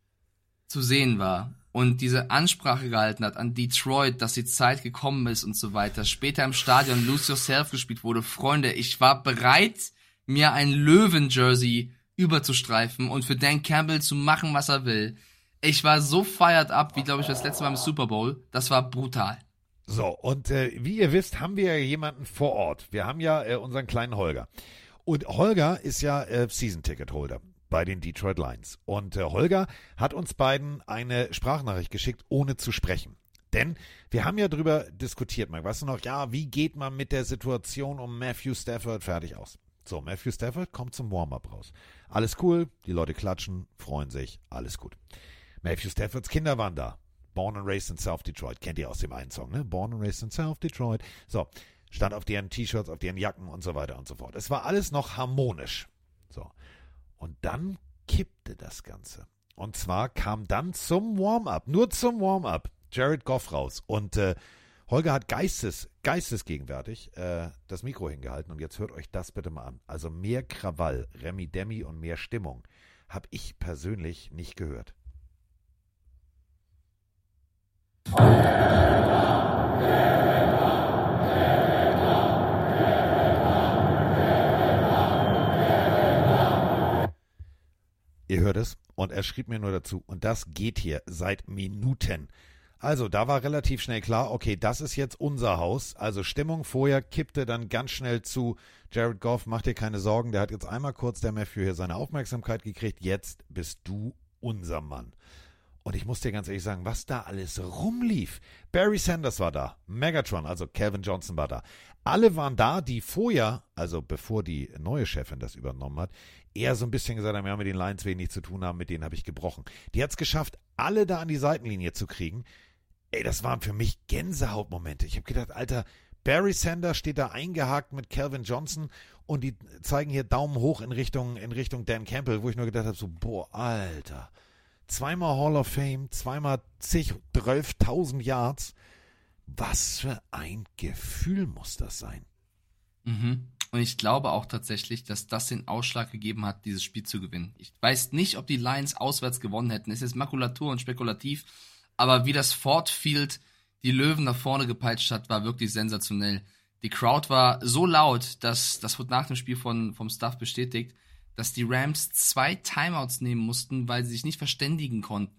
zu sehen war und diese Ansprache gehalten hat an Detroit, dass die Zeit gekommen ist und so weiter, später im Stadion Lose Yourself gespielt wurde, Freunde, ich war bereit, mir ein Löwen-Jersey überzustreifen und für Dan Campbell zu machen, was er will. Ich war so fired up, wie, glaube ich, das letzte Mal im Super Bowl. Das war brutal. So, und äh, wie ihr wisst, haben wir ja jemanden vor Ort. Wir haben ja äh, unseren kleinen Holger. Und Holger ist ja äh, Season-Ticket-Holder bei den Detroit Lions. Und äh, Holger hat uns beiden eine Sprachnachricht geschickt, ohne zu sprechen. Denn wir haben ja drüber diskutiert, Mike. Weißt du noch, ja, wie geht man mit der Situation um Matthew Stafford fertig aus? So, Matthew Stafford kommt zum Warm-up raus. Alles cool, die Leute klatschen, freuen sich, alles gut. Matthew Staffords Kinder waren da. Born and Raised in South Detroit. Kennt ihr aus dem einen Song, ne? Born and Raised in South Detroit. So, stand auf deren T-Shirts, auf deren Jacken und so weiter und so fort. Es war alles noch harmonisch. So. Und dann kippte das Ganze. Und zwar kam dann zum Warm-up, nur zum Warm-up, Jared Goff raus. Und äh, Holger hat geistes, geistesgegenwärtig äh, das Mikro hingehalten. Und jetzt hört euch das bitte mal an. Also mehr Krawall, Remi-Demi und mehr Stimmung habe ich persönlich nicht gehört. Ihr hört es und er schrieb mir nur dazu und das geht hier seit Minuten. Also da war relativ schnell klar, okay, das ist jetzt unser Haus. Also Stimmung vorher kippte dann ganz schnell zu Jared Goff, mach dir keine Sorgen, der hat jetzt einmal kurz der Matthew hier seine Aufmerksamkeit gekriegt, jetzt bist du unser Mann. Und ich muss dir ganz ehrlich sagen, was da alles rumlief. Barry Sanders war da, Megatron, also Calvin Johnson war da. Alle waren da, die vorher, also bevor die neue Chefin das übernommen hat, eher so ein bisschen gesagt haben, ja, mit den Lions wenig zu tun haben, mit denen habe ich gebrochen. Die hat es geschafft, alle da an die Seitenlinie zu kriegen. Ey, das waren für mich Gänsehautmomente. Ich habe gedacht, Alter, Barry Sanders steht da eingehakt mit Calvin Johnson und die zeigen hier Daumen hoch in Richtung, in Richtung Dan Campbell, wo ich nur gedacht habe, so, boah, Alter. Zweimal Hall of Fame, zweimal zig, zwölftausend Yards. Was für ein Gefühl muss das sein? Mhm. Und ich glaube auch tatsächlich, dass das den Ausschlag gegeben hat, dieses Spiel zu gewinnen. Ich weiß nicht, ob die Lions auswärts gewonnen hätten. Es ist Makulatur und spekulativ. Aber wie das Ford Field die Löwen nach vorne gepeitscht hat, war wirklich sensationell. Die Crowd war so laut, dass, das wurde nach dem Spiel von, vom Staff bestätigt, dass die Rams zwei Timeouts nehmen mussten, weil sie sich nicht verständigen konnten.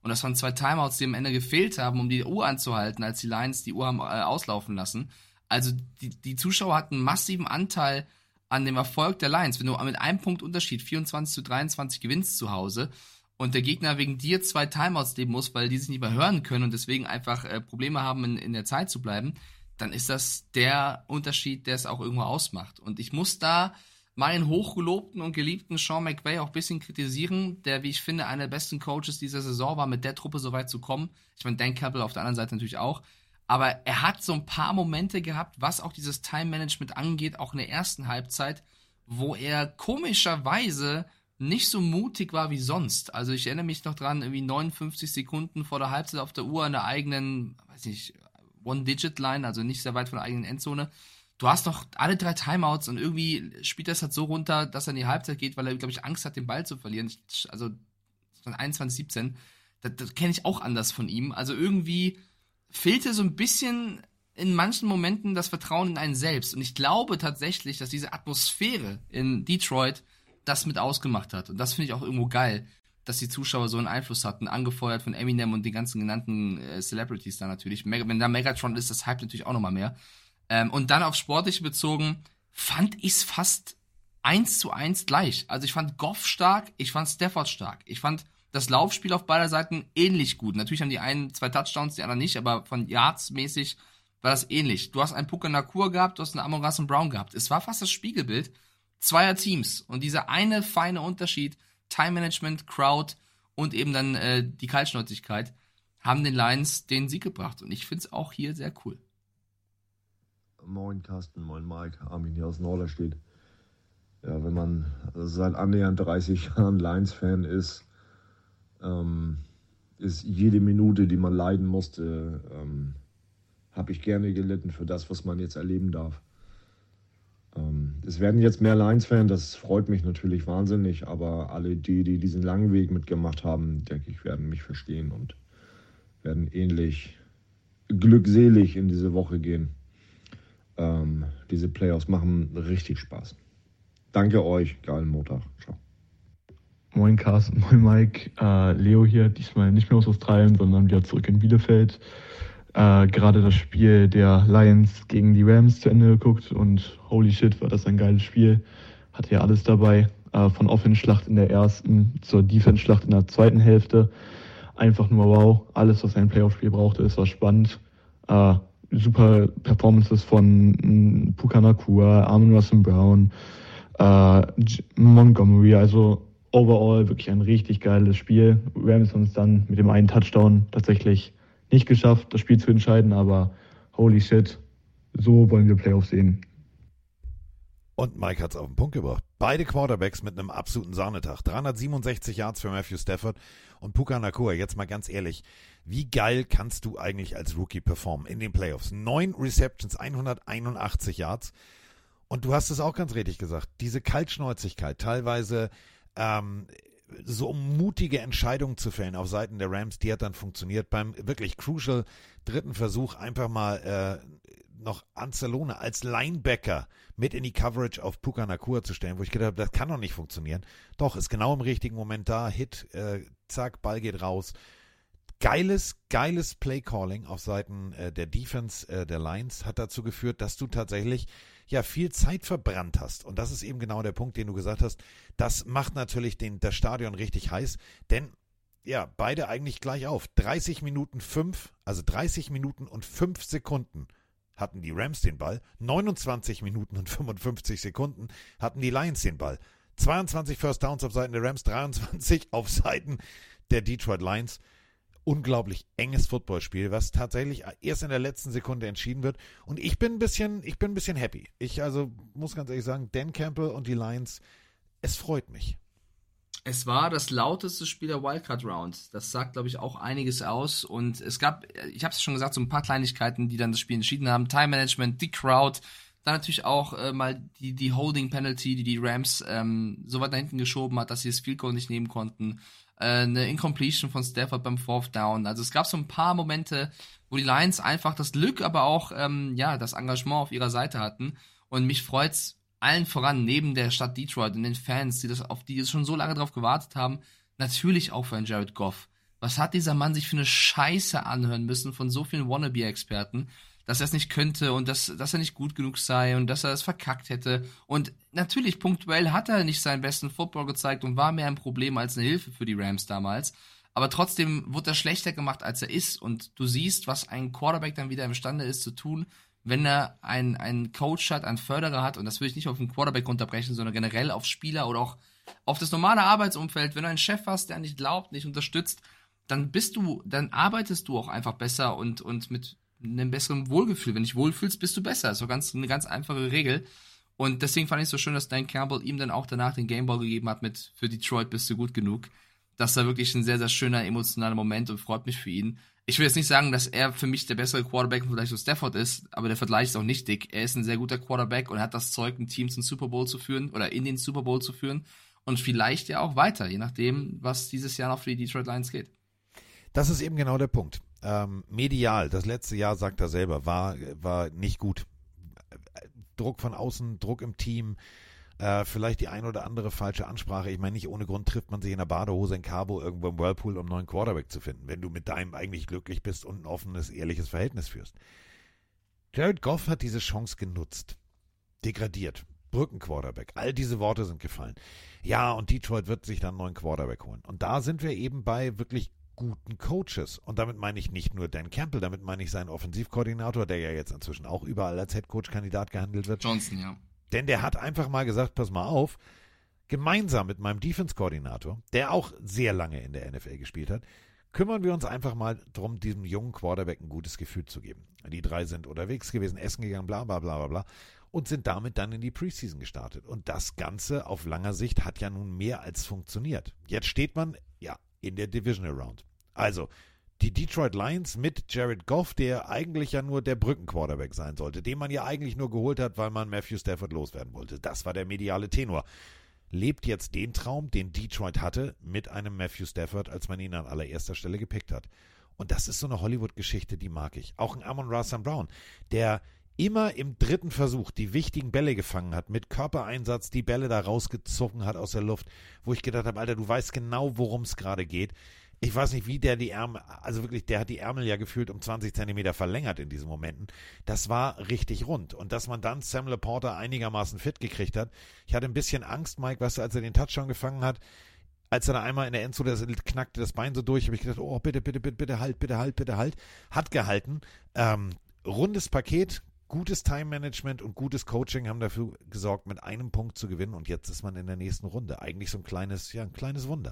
Und das waren zwei Timeouts, die am Ende gefehlt haben, um die Uhr anzuhalten, als die Lions die Uhr haben äh, auslaufen lassen. Also die, die Zuschauer hatten einen massiven Anteil an dem Erfolg der Lions. Wenn du mit einem Punkt Unterschied vierundzwanzig zu dreiundzwanzig gewinnst zu Hause und der Gegner wegen dir zwei Timeouts nehmen muss, weil die sich nicht mehr hören können und deswegen einfach äh, Probleme haben, in, in der Zeit zu bleiben, dann ist das der Unterschied, der es auch irgendwo ausmacht. Und ich muss da meinen hochgelobten und geliebten Sean McVay auch ein bisschen kritisieren, der, wie ich finde, einer der besten Coaches dieser Saison war, mit der Truppe so weit zu kommen. Ich meine, Dan Campbell auf der anderen Seite natürlich auch. Aber er hat so ein paar Momente gehabt, was auch dieses Time-Management angeht, auch in der ersten Halbzeit, wo er komischerweise nicht so mutig war wie sonst. Also ich erinnere mich noch dran, irgendwie neunundfünfzig Sekunden vor der Halbzeit auf der Uhr in der eigenen, weiß nicht, One-Digit-Line, also nicht sehr weit von der eigenen Endzone. Du hast noch alle drei Timeouts und irgendwie spielt das halt so runter, dass er in die Halbzeit geht, weil er, glaube ich, Angst hat, den Ball zu verlieren. Also von einundzwanzig siebzehn, das, das kenne ich auch anders von ihm. Also irgendwie fehlte so ein bisschen in manchen Momenten das Vertrauen in einen selbst. Und ich glaube tatsächlich, dass diese Atmosphäre in Detroit das mit ausgemacht hat. Und das finde ich auch irgendwo geil, dass die Zuschauer so einen Einfluss hatten, angefeuert von Eminem und den ganzen genannten äh, Celebrities da natürlich. Meg- wenn da Megatron ist, das hype natürlich auch nochmal mehr. Ähm, und dann auf Sportliche bezogen, fand ich es fast eins zu eins gleich. Also ich fand Goff stark, ich fand Stafford stark. Ich fand das Laufspiel auf beider Seiten ähnlich gut. Natürlich haben die einen zwei Touchdowns, die anderen nicht, aber von Yards mäßig war das ähnlich. Du hast einen Puka Nacua gehabt, du hast einen Amon-Ra Saint Brown gehabt. Es war fast das Spiegelbild zweier Teams. Und dieser eine feine Unterschied, Time Management, Crowd und eben dann äh, die Kaltschnäuzigkeit, haben den Lions den Sieg gebracht. Und ich finde es auch hier sehr cool. Moin Carsten, moin Mike, Armin hier aus Norderstedt. Ja, wenn man seit annähernd dreißig Jahren Lions-Fan ist, ähm, ist jede Minute, die man leiden musste, ähm, habe ich gerne gelitten für das, was man jetzt erleben darf. Ähm, es werden jetzt mehr Lions-Fans, das freut mich natürlich wahnsinnig, aber alle die, die diesen langen Weg mitgemacht haben, denke ich, werden mich verstehen und werden ähnlich glückselig in diese Woche gehen. Ähm, diese Playoffs machen richtig Spaß. Danke euch, geilen Montag. Ciao. Moin Carsten, moin Mike. Äh, Leo hier, diesmal nicht mehr aus Australien, sondern wieder zurück in Bielefeld. Äh, gerade das Spiel der Lions gegen die Rams zu Ende geguckt und holy shit, war das ein geiles Spiel. Hatte ja alles dabei, äh, von Offense-Schlacht in der ersten zur Defense-Schlacht in der zweiten Hälfte. Einfach nur wow, alles, was ein Playoff-Spiel brauchte, es war spannend. Äh, super Performances von Puka Nacua, Amon-Ra Saint Brown, äh, Montgomery, also overall wirklich ein richtig geiles Spiel. Rams haben es dann mit dem einen Touchdown tatsächlich nicht geschafft, das Spiel zu entscheiden, aber holy shit, so wollen wir Playoffs sehen. Und Mike hat es auf den Punkt gebracht. Beide Quarterbacks mit einem absoluten Sahnetag. dreihundertsiebenundsechzig Yards für Matthew Stafford und Puka Nacua. Jetzt mal ganz ehrlich, wie geil kannst du eigentlich als Rookie performen in den Playoffs? Neun Receptions, hunderteinundachtzig Yards. Und du hast es auch ganz richtig gesagt, diese Kaltschnäuzigkeit, teilweise ähm, so mutige Entscheidungen zu fällen auf Seiten der Rams, die hat dann funktioniert. Beim wirklich crucial dritten Versuch einfach mal äh, noch Anzalone als Linebacker mit in die Coverage auf Puka Nacua zu stellen, wo ich gedacht habe, das kann doch nicht funktionieren. Doch, ist genau im richtigen Moment da, Hit, äh, zack, Ball geht raus. Geiles, geiles Play-Calling auf Seiten äh, der Defense äh, der Lions hat dazu geführt, dass du tatsächlich ja viel Zeit verbrannt hast. Und das ist eben genau der Punkt, den du gesagt hast. Das macht natürlich den, das Stadion richtig heiß, denn ja, beide eigentlich gleich auf. dreißig Minuten fünf, also dreißig Minuten und fünf Sekunden hatten die Rams den Ball. neunundzwanzig Minuten und fünfundfünfzig Sekunden hatten die Lions den Ball. zweiundzwanzig First Downs auf Seiten der Rams, dreiundzwanzig auf Seiten der Detroit Lions. Unglaublich enges Footballspiel, was tatsächlich erst in der letzten Sekunde entschieden wird. Und ich bin ein bisschen, ich bin ein bisschen happy. Ich also muss ganz ehrlich sagen, Dan Campbell und die Lions, es freut mich. Es war das lauteste Spiel der Wildcard Round. Das sagt, glaube ich, auch einiges aus. Und es gab, ich habe es schon gesagt, so ein paar Kleinigkeiten, die dann das Spiel entschieden haben. Time Management, die Crowd, dann natürlich auch äh, mal die, die Holding Penalty, die die Rams ähm, so weit nach hinten geschoben hat, dass sie das Field Goal nicht nehmen konnten. Äh, eine Incompletion von Stafford beim Fourth Down. Also es gab so ein paar Momente, wo die Lions einfach das Glück, aber auch ähm, ja das Engagement auf ihrer Seite hatten. Und mich freut's allen voran, neben der Stadt Detroit und den Fans, die das auf die schon so lange drauf gewartet haben, natürlich auch für einen Jared Goff. was hat dieser Mann sich für eine Scheiße anhören müssen von so vielen Wannabe-Experten, dass er es nicht könnte und dass, dass er nicht gut genug sei und dass er es verkackt hätte. Und natürlich, punktuell hat er nicht seinen besten Football gezeigt und war mehr ein Problem als eine Hilfe für die Rams damals. Aber trotzdem wurde er schlechter gemacht, als er ist. Und du siehst, was ein Quarterback dann wieder imstande ist zu tun, wenn er einen, einen Coach hat, einen Förderer hat. Und das will ich nicht auf den Quarterback runterbrechen, sondern generell auf Spieler oder auch auf das normale Arbeitsumfeld. Wenn du einen Chef hast, der nicht glaubt, nicht unterstützt, dann bist du, dann arbeitest du auch einfach besser und, und mit einem besseren Wohlgefühl. Wenn du dich wohlfühlst, bist du besser. Das ist so ganz, eine ganz einfache Regel. Und deswegen fand ich es so schön, dass Dan Campbell ihm dann auch danach den Gameball gegeben hat mit für Detroit bist du gut genug. Das war wirklich ein sehr, sehr schöner, emotionaler Moment und freut mich für ihn. Ich will jetzt nicht sagen, dass er für mich der bessere Quarterback im Vergleich zu Stafford ist, aber der Vergleich ist auch nicht dick. Er ist ein sehr guter Quarterback und hat das Zeug, ein Team zum Super Bowl zu führen oder in den Super Bowl zu führen und vielleicht ja auch weiter, je nachdem, was dieses Jahr noch für die Detroit Lions geht. Das ist eben genau der Punkt. Ähm, medial, das letzte Jahr, sagt er selber, war, war nicht gut. Druck von außen, Druck im Team, äh, vielleicht die ein oder andere falsche Ansprache. Ich meine, nicht ohne Grund trifft man sich in der Badehose in Cabo irgendwo im Whirlpool, um einen neuen Quarterback zu finden, wenn du mit deinem eigentlich glücklich bist und ein offenes, ehrliches Verhältnis führst. Jared Goff hat diese Chance genutzt. Degradiert. Brückenquarterback. All diese Worte sind gefallen. Ja, und Detroit wird sich dann einen neuen Quarterback holen. Und da sind wir eben bei wirklich guten Coaches. Und damit meine ich nicht nur Dan Campbell, damit meine ich seinen Offensivkoordinator, der ja jetzt inzwischen auch überall als Headcoach-Kandidat gehandelt wird. Johnson, ja. Denn der hat einfach mal gesagt, pass mal auf, gemeinsam mit meinem Defense-Koordinator, der auch sehr lange in der N F L gespielt hat, kümmern wir uns einfach mal darum, diesem jungen Quarterback ein gutes Gefühl zu geben. Die drei sind unterwegs gewesen, essen gegangen, bla bla bla bla bla und sind damit dann in die Preseason gestartet. Und das Ganze auf langer Sicht hat ja nun mehr als funktioniert. Jetzt steht man, ja, in der Divisional Round. Also, die Detroit Lions mit Jared Goff, der eigentlich ja nur der Brückenquarterback sein sollte, den man ja eigentlich nur geholt hat, weil man Matthew Stafford loswerden wollte. Das war der mediale Tenor. Lebt jetzt den Traum, den Detroit hatte, mit einem Matthew Stafford, als man ihn an allererster Stelle gepickt hat. Und das ist so eine Hollywood-Geschichte, die mag ich. Auch ein Amon-Ra Saint Brown, der immer im dritten Versuch die wichtigen Bälle gefangen hat, mit Körpereinsatz die Bälle da rausgezogen hat aus der Luft, wo ich gedacht habe, Alter, du weißt genau, worum es gerade geht. Ich weiß nicht, wie der die Ärmel, also wirklich, der hat die Ärmel ja gefühlt um zwanzig Zentimeter verlängert in diesen Momenten. Das war richtig rund. Und dass man dann Sam Laporta einigermaßen fit gekriegt hat. Ich hatte ein bisschen Angst, Mike, weißt du, als er den Touchdown gefangen hat, als er da einmal in der Endzone, das knackte das Bein so durch, habe ich gedacht, oh, bitte, bitte, bitte, bitte, halt, bitte, halt, bitte, halt. Hat gehalten. Ähm, rundes Paket, gutes Time-Management und gutes Coaching haben dafür gesorgt, mit einem Punkt zu gewinnen. Und jetzt ist man in der nächsten Runde. Eigentlich so ein kleines, ja, ein kleines Wunder.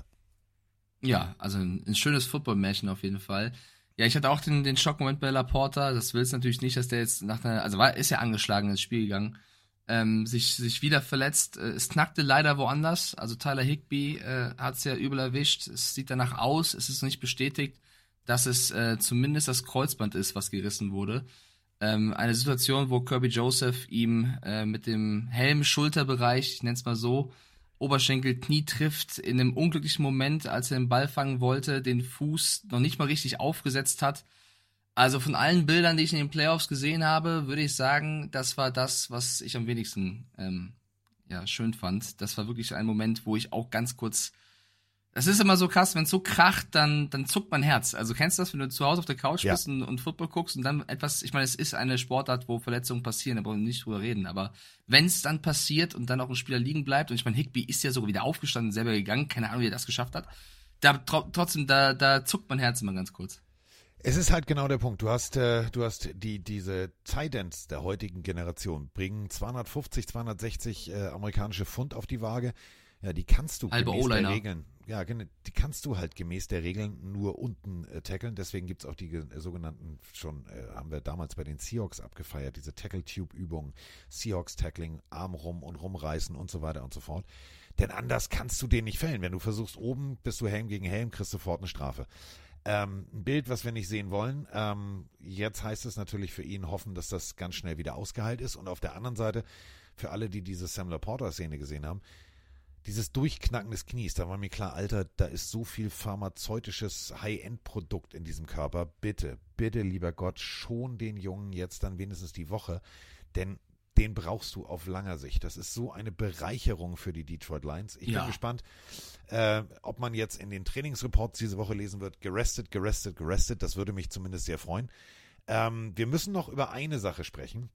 Ja, also ein, ein schönes Football-Märchen auf jeden Fall. Ja, ich hatte auch den, den Schockmoment bei Laporta. Das will es natürlich nicht, dass der jetzt nach einer, also war, ist ja angeschlagen ins Spiel gegangen, ähm, sich, sich wieder verletzt. Äh, es knackte leider woanders. Also Tyler Higbee äh, hat es ja übel erwischt. Es sieht danach aus, es ist nicht bestätigt, dass es äh, zumindest das Kreuzband ist, was gerissen wurde. Ähm, eine Situation, wo Kirby Joseph ihm äh, mit dem Helm-Schulterbereich, ich nenne es mal so, Oberschenkel, Knie trifft, in einem unglücklichen Moment, als er den Ball fangen wollte, den Fuß noch nicht mal richtig aufgesetzt hat. Also von allen Bildern, die ich in den Playoffs gesehen habe, würde ich sagen, das war das, was ich am wenigsten ähm, ja, schön fand. Das war wirklich ein Moment, wo ich auch ganz kurz... Das ist immer so krass, wenn es so kracht, dann, dann zuckt mein Herz. Also kennst du das, wenn du zu Hause auf der Couch Ja. bist und, und Football guckst und dann etwas, ich meine, es ist eine Sportart, wo Verletzungen passieren, da brauchen wir nicht drüber reden, aber wenn es dann passiert und dann auch ein Spieler liegen bleibt, und ich meine, Higbee ist ja sogar wieder aufgestanden, selber gegangen, keine Ahnung, wie er das geschafft hat, da tro- trotzdem, da, da zuckt mein Herz immer ganz kurz. Es ist halt genau der Punkt. Du hast, äh, du hast die, diese Tight Ends der heutigen Generation bringen zweihundertfünfzig, zweihundertsechzig äh, amerikanische Pfund auf die Waage. Ja, die kannst du Halbe gemäß der O-Liner. Regeln, ja, gen- die kannst du halt gemäß der Regeln nur unten äh, tackeln. Deswegen gibt's auch die ge- sogenannten, schon äh, haben wir damals bei den Seahawks abgefeiert, diese Tackle-Tube-Übungen, Seahawks-Tackling, Arm rum und rumreißen und so weiter und so fort. Denn anders kannst du den nicht fällen. Wenn du versuchst, oben bist du Helm gegen Helm, kriegst du sofort eine Strafe. Ähm, ein Bild, was wir nicht sehen wollen. Ähm, jetzt heißt es natürlich für ihn hoffen, dass das ganz schnell wieder ausgeheilt ist. Und auf der anderen Seite, für alle, die diese Sam Laporta-Szene gesehen haben, dieses Durchknacken des Knies, da war mir klar, Alter, da ist so viel pharmazeutisches High-End-Produkt in diesem Körper. Bitte, bitte, lieber Gott, schon den Jungen jetzt dann wenigstens die Woche. Denn den brauchst du auf langer Sicht. Das ist so eine Bereicherung für die Detroit Lions. Ich Ja. bin gespannt, äh, ob man jetzt in den Trainingsreports diese Woche lesen wird, gerestet, gerestet, gerestet. Das würde mich zumindest sehr freuen. Ähm, wir müssen noch über eine Sache sprechen,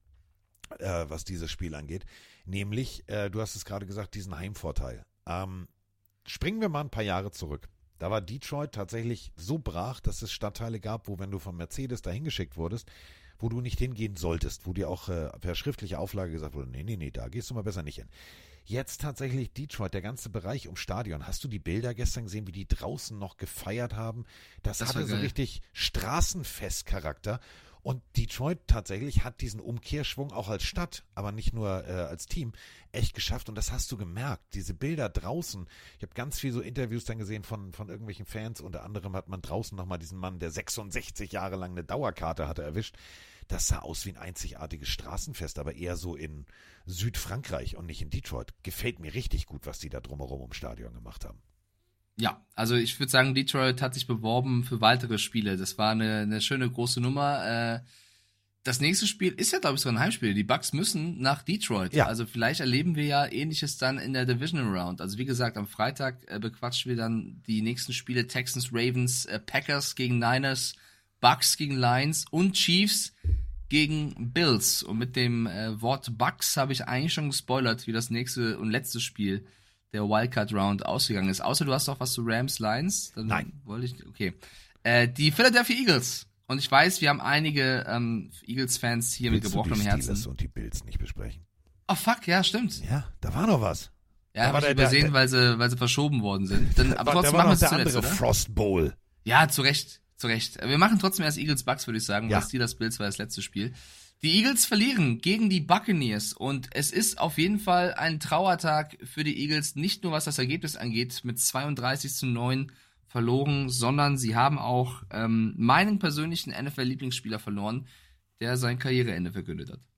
äh, was dieses Spiel angeht. Nämlich, äh, du hast es gerade gesagt, diesen Heimvorteil. Ähm, springen wir mal ein paar Jahre zurück. Da war Detroit tatsächlich so brach, dass es Stadtteile gab, wo, wenn du von Mercedes dahin geschickt wurdest, wo du nicht hingehen solltest, wo dir auch äh, per schriftliche Auflage gesagt wurde, nee, nee, nee, da gehst du mal besser nicht hin. Jetzt tatsächlich Detroit, der ganze Bereich um Stadion. Hast du die Bilder gestern gesehen, wie die draußen noch gefeiert haben? Das, Das war hatte so geil. richtig Straßenfestcharakter. Und Detroit tatsächlich hat diesen Umkehrschwung auch als Stadt, aber nicht nur äh, als Team, echt geschafft. Und das hast du gemerkt. Diese Bilder draußen. Ich habe ganz viel so Interviews dann gesehen von, von irgendwelchen Fans. Unter anderem hat man draußen nochmal diesen Mann, der sechsundsechzig Jahre lang eine Dauerkarte hatte, erwischt. Das sah aus wie ein einzigartiges Straßenfest, aber eher so in Südfrankreich und nicht in Detroit. Gefällt mir richtig gut, was die da drumherum im Stadion gemacht haben. Ja, also ich würde sagen, Detroit hat sich beworben für weitere Spiele. Das war eine, eine schöne große Nummer. Äh, das nächste Spiel ist ja, glaube ich, so ein Heimspiel. Die Bucks müssen nach Detroit. Ja. Also vielleicht erleben wir ja Ähnliches dann in der Divisional Round. Also wie gesagt, am Freitag äh, bequatschen wir dann die nächsten Spiele. Texans, Ravens, äh, Packers gegen Niners, Bucks gegen Lions und Chiefs gegen Bills. Und mit dem äh, Wort Bucks habe ich eigentlich schon gespoilert, wie das nächste und letzte Spiel der Wildcard-Round ausgegangen ist. Außer du hast noch was zu Rams, Lions? Dann Nein. Wollte ich, okay. Äh, die Philadelphia Eagles. Und ich weiß, wir haben einige ähm, Eagles-Fans hier Willst mit du gebrochenem die Herzen. Steelers und die Bills nicht besprechen? Oh fuck, ja, stimmt. Ja, da war noch was. Ja, Da hab war ich der- übersehen, der- weil sie, weil sie verschoben worden sind. Dann, aber Da trotzdem war machen wir noch es der zuletzt, andere oder? Frost Bowl. Ja, zu Recht, zu Recht. Wir machen trotzdem erst Eagles Bucks, würde ich sagen, Ja. weil Steelers Bills war das letzte Spiel. Die Eagles verlieren gegen die Buccaneers und es ist auf jeden Fall ein Trauertag für die Eagles, nicht nur was das Ergebnis angeht, mit zweiunddreißig zu neun verloren, sondern sie haben auch ähm, meinen persönlichen N F L-Lieblingsspieler verloren, der sein Karriereende verkündet hat.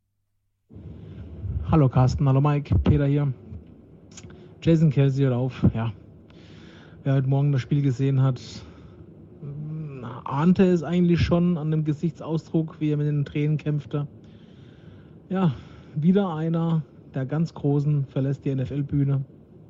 Hallo Carsten, hallo Mike, Peter hier. Jason Kelsey hört auf, ja. Wer heute Morgen das Spiel gesehen hat, mh, ahnte es eigentlich schon an dem Gesichtsausdruck, wie er mit den Tränen kämpfte. Ja, wieder einer der ganz Großen verlässt die N F L-Bühne.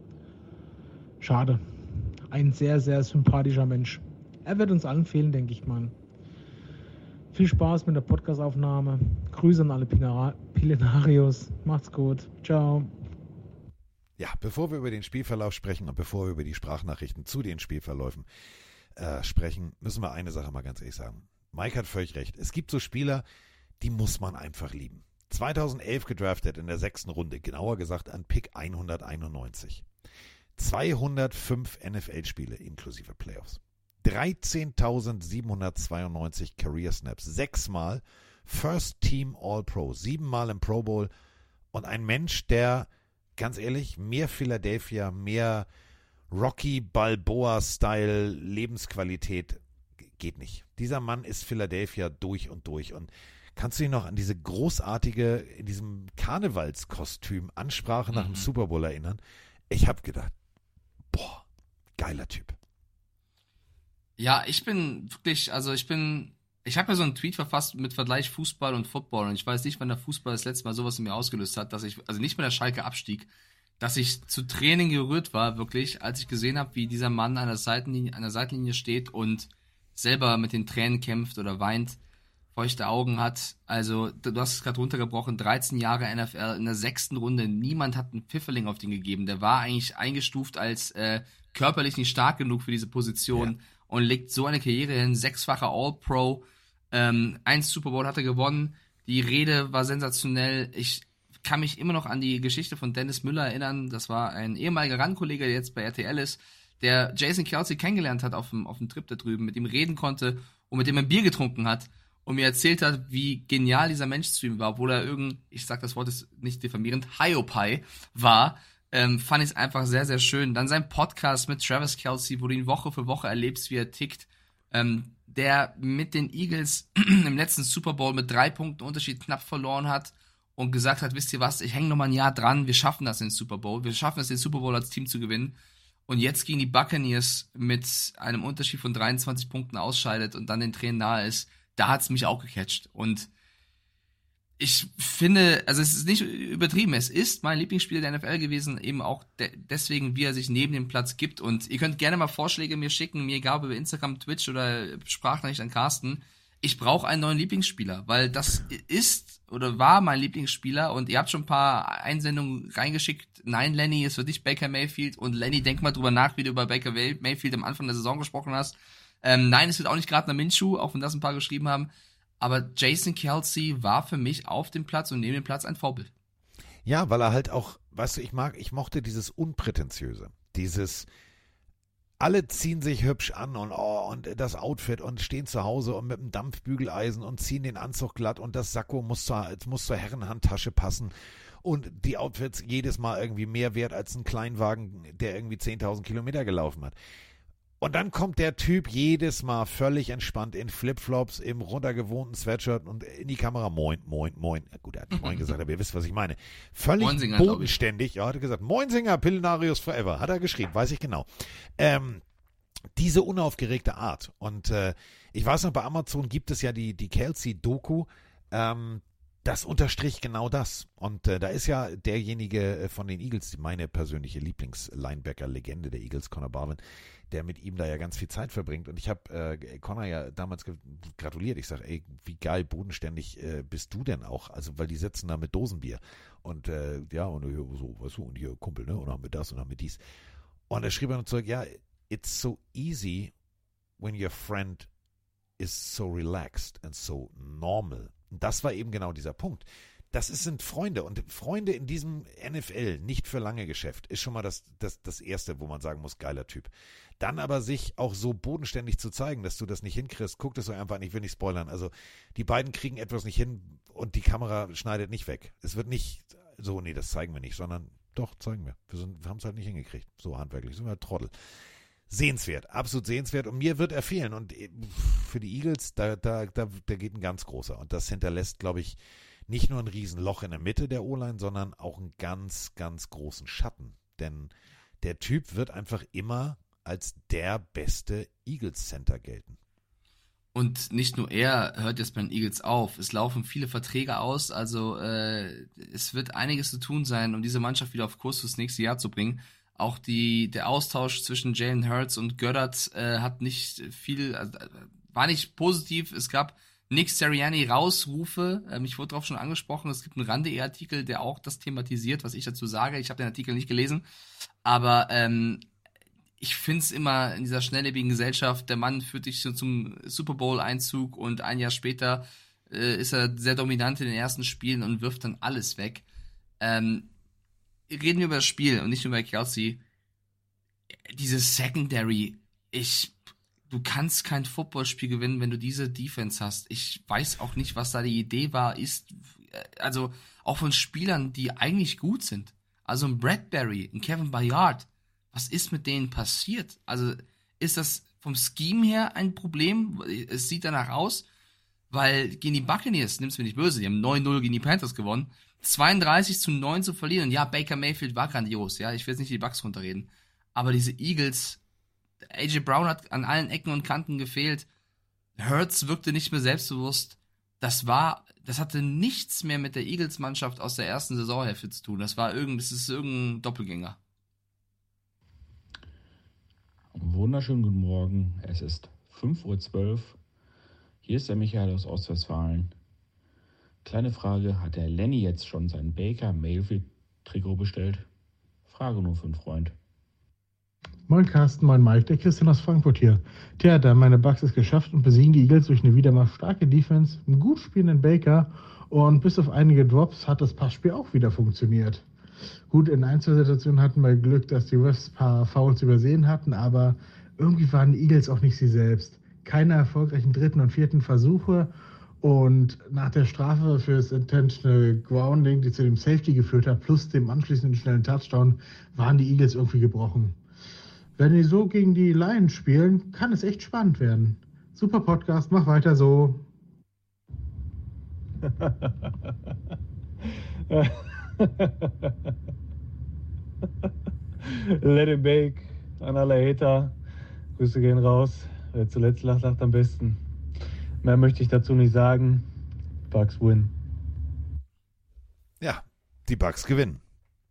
Schade. Ein sehr, sehr sympathischer Mensch. Er wird uns allen fehlen, denke ich mal. Viel Spaß mit der Podcast-Aufnahme. Grüße an alle Pinara- Pillenarios. Macht's gut. Ciao. Ja, bevor wir über den Spielverlauf sprechen und bevor wir über die Sprachnachrichten zu den Spielverläufen äh, sprechen, müssen wir eine Sache mal ganz ehrlich sagen. Mike hat völlig recht. Es gibt so Spieler, die muss man einfach lieben. zweitausendelf gedraftet in der sechsten Runde, genauer gesagt an Pick hunderteinundneunzig. zweihundertfünf N F L-Spiele inklusive Playoffs. dreizehntausendsiebenhundertzweiundneunzig Career Snaps. Sechsmal First Team All-Pro. Siebenmal im Pro Bowl. Und ein Mensch, der, ganz ehrlich, mehr Philadelphia, mehr Rocky Balboa-Style Lebensqualität geht nicht. Dieser Mann ist Philadelphia durch und durch. Und kannst du dich noch an diese großartige, in diesem Karnevalskostüm Ansprache nach dem Super Bowl erinnern? Ich habe gedacht, boah, geiler Typ. Ja, ich bin wirklich, also ich bin, ich habe ja so einen Tweet verfasst mit Vergleich Fußball und Football und ich weiß nicht, wann der Fußball das letzte Mal sowas in mir ausgelöst hat, dass ich, also nicht mehr der Schalke Abstieg, dass ich zu Tränen gerührt war, wirklich, als ich gesehen habe, wie dieser Mann an der Seitenlinie, an der Seitenlinie steht und selber mit den Tränen kämpft oder weint, feuchte Augen hat. Also, du hast es gerade runtergebrochen, dreizehn Jahre N F L in der sechsten Runde, niemand hat einen Pfifferling auf den gegeben. Der war eigentlich eingestuft als äh, körperlich nicht stark genug für diese Position. Ja. Und legt so eine Karriere hin, sechsfacher All-Pro, ähm, ein Super Bowl hat er gewonnen, die Rede war sensationell, ich kann mich immer noch an die Geschichte von Dennis Müller erinnern, das war ein ehemaliger Randkollege, der jetzt bei R T L ist, der Jason Kelsey kennengelernt hat auf dem, auf dem Trip da drüben, mit ihm reden konnte und mit dem ein Bier getrunken hat und mir erzählt hat, wie genial dieser Mensch zu ihm war, obwohl er irgend, ich sag das Wort ist nicht diffamierend, Hiopai war. Ähm, fand ich es einfach sehr, sehr schön. Dann sein Podcast mit Travis Kelce, wo du ihn Woche für Woche erlebst, wie er tickt. Ähm, der mit den Eagles im letzten Super Bowl mit drei Punkten Unterschied knapp verloren hat und gesagt hat, wisst ihr was, ich hänge noch mal ein Jahr dran, wir schaffen das in den Super Bowl. Wir schaffen es, den Super Bowl als Team zu gewinnen. Und jetzt gegen die Buccaneers mit einem Unterschied von dreiundzwanzig Punkten ausscheidet und dann den Tränen nahe ist, da hat es mich auch gecatcht. Und Ich finde, also es ist nicht übertrieben, es ist mein Lieblingsspieler der N F L gewesen, eben auch de- deswegen, wie er sich neben dem Platz gibt. Und ihr könnt gerne mal Vorschläge mir schicken, mir egal über Instagram, Twitch oder Sprachnachricht an Carsten. Ich brauche einen neuen Lieblingsspieler, weil das ist oder war mein Lieblingsspieler und ihr habt schon ein paar Einsendungen reingeschickt. Nein, Lenny, es wird nicht Baker Mayfield und Lenny, denk mal drüber nach, wie du über Baker Mayfield am Anfang der Saison gesprochen hast. Ähm, nein, es wird auch nicht Gardner Minshew, auch wenn das ein paar geschrieben haben. Aber Jason Kelce war für mich auf dem Platz und neben dem Platz ein Vorbild. Ja, weil er halt auch, weißt du, ich mag, ich mochte dieses Unprätentiöse, dieses, alle ziehen sich hübsch an und oh, und das Outfit und stehen zu Hause und mit dem Dampfbügeleisen und ziehen den Anzug glatt und das Sakko muss zur, muss zur Herrenhandtasche passen und die Outfits jedes Mal irgendwie mehr wert als ein Kleinwagen, der irgendwie zehntausend Kilometer gelaufen hat. Und dann kommt der Typ jedes Mal völlig entspannt in Flipflops, im runtergewohnten Sweatshirt und in die Kamera, moin, moin, moin. Ja, gut, er hat nicht moin gesagt, aber ihr wisst, was ich meine. Völlig Moinsinger, bodenständig. Ja, hat er gesagt, Moinsinger, Pillenarius forever. Hat er geschrieben, weiß ich genau. Ähm, diese unaufgeregte Art. Und äh, ich weiß noch, bei Amazon gibt es ja die, die Kelce-Doku, ähm, das unterstrich genau das. Und äh, da ist ja derjenige von den Eagles, meine persönliche Lieblings-Linebacker-Legende der Eagles, Connor Barwin, der mit ihm da ja ganz viel Zeit verbringt. Und ich habe äh, Connor ja damals ge- gratuliert. Ich sage, ey, wie geil bodenständig äh, bist du denn auch? Also, weil die sitzen da mit Dosenbier. Und äh, ja, und hier, so, weißt du, und hier Kumpel, ne? Und haben wir das und haben wir dies. Und er schrieb dann zurück, ja, it's so easy when your friend is so relaxed and so normal. Und das war eben genau dieser Punkt. Das ist, sind Freunde und Freunde in diesem N F L, nicht für lange Geschäft, ist schon mal das, das, das Erste, wo man sagen muss, geiler Typ. Dann aber sich auch so bodenständig zu zeigen, dass du das nicht hinkriegst, guck das so einfach an, ich will nicht spoilern. Also die beiden kriegen etwas nicht hin und die Kamera schneidet nicht weg. Es wird nicht so, nee, das zeigen wir nicht, sondern doch, zeigen wir. Wir, sind, wir haben es halt nicht hingekriegt, so handwerklich, sind wir halt Trottel. Sehenswert, absolut sehenswert und mir wird er fehlen und für die Eagles, da, da, da, da geht ein ganz großer und das hinterlässt, glaube ich, nicht nur ein Riesenloch in der Mitte der O-Line, sondern auch einen ganz, ganz großen Schatten. Denn der Typ wird einfach immer als der beste Eagles-Center gelten. Und nicht nur er hört jetzt bei den Eagles auf. Es laufen viele Verträge aus. Also äh, es wird einiges zu tun sein, um diese Mannschaft wieder auf Kurs fürs nächste Jahr zu bringen. Auch die, der Austausch zwischen Jalen Hurts und Goddard äh, hat nicht viel, also, war nicht positiv. Es gab Nick Sirianni Rausrufe, ähm, ich wurde darauf schon angesprochen, es gibt einen Rande-Artikel, der auch das thematisiert, was ich dazu sage. Ich habe den Artikel nicht gelesen, aber ähm, ich finde es immer in dieser schnelllebigen Gesellschaft, der Mann führt dich so zum Super Bowl-Einzug und ein Jahr später äh, ist er sehr dominant in den ersten Spielen und wirft dann alles weg. Ähm, reden wir über das Spiel und nicht nur über Kelce. Dieses Secondary, ich... Du kannst kein Footballspiel gewinnen, wenn du diese Defense hast. Ich weiß auch nicht, was da die Idee war, ist, also auch von Spielern, die eigentlich gut sind. Also ein Bradbury, ein Kevin Byard. Was ist mit denen passiert? Also ist das vom Scheme her ein Problem? Es sieht danach aus, weil gegen die Buccaneers, nimm's mir nicht böse, die haben neun null gegen die Panthers gewonnen, zweiunddreißig zu neun zu verlieren. Und ja, Baker Mayfield war grandios, ja, ich will jetzt nicht die Bucs runterreden. Aber diese Eagles, A J Brown hat an allen Ecken und Kanten gefehlt. Hurts wirkte nicht mehr selbstbewusst. Das war, das hatte nichts mehr mit der Eagles-Mannschaft aus der ersten Saisonhälfte zu tun. Das war irgend, das ist irgendein Doppelgänger. Wunderschönen guten Morgen. Es ist fünf Uhr zwölf. Hier ist der Michael aus Ostwestfalen. Kleine Frage, hat der Lenny jetzt schon sein Baker Mayfield-Trikot bestellt? Frage nur für einen Freund. Moin Carsten, moin Mike, der Christian aus Frankfurt hier. Tja, da haben meine Bucks es geschafft und besiegen die Eagles durch eine wieder mal starke Defense, einen gut spielenden Baker und bis auf einige Drops hat das Passspiel auch wieder funktioniert. Gut, in ein, zwei Situationen hatten wir Glück, dass die Refs ein paar Fouls übersehen hatten, aber irgendwie waren die Eagles auch nicht sie selbst. Keine erfolgreichen dritten und vierten Versuche und nach der Strafe für das Intentional Grounding, die zu dem Safety geführt hat, plus dem anschließenden schnellen Touchdown, waren die Eagles irgendwie gebrochen. Wenn die so gegen die Lions spielen, kann es echt spannend werden. Super Podcast, mach weiter so. Let it bake an alle Hater. Grüße gehen raus. Wer zuletzt lacht, lacht am besten. Mehr möchte ich dazu nicht sagen. Bucks win. Ja, die Bucks gewinnen.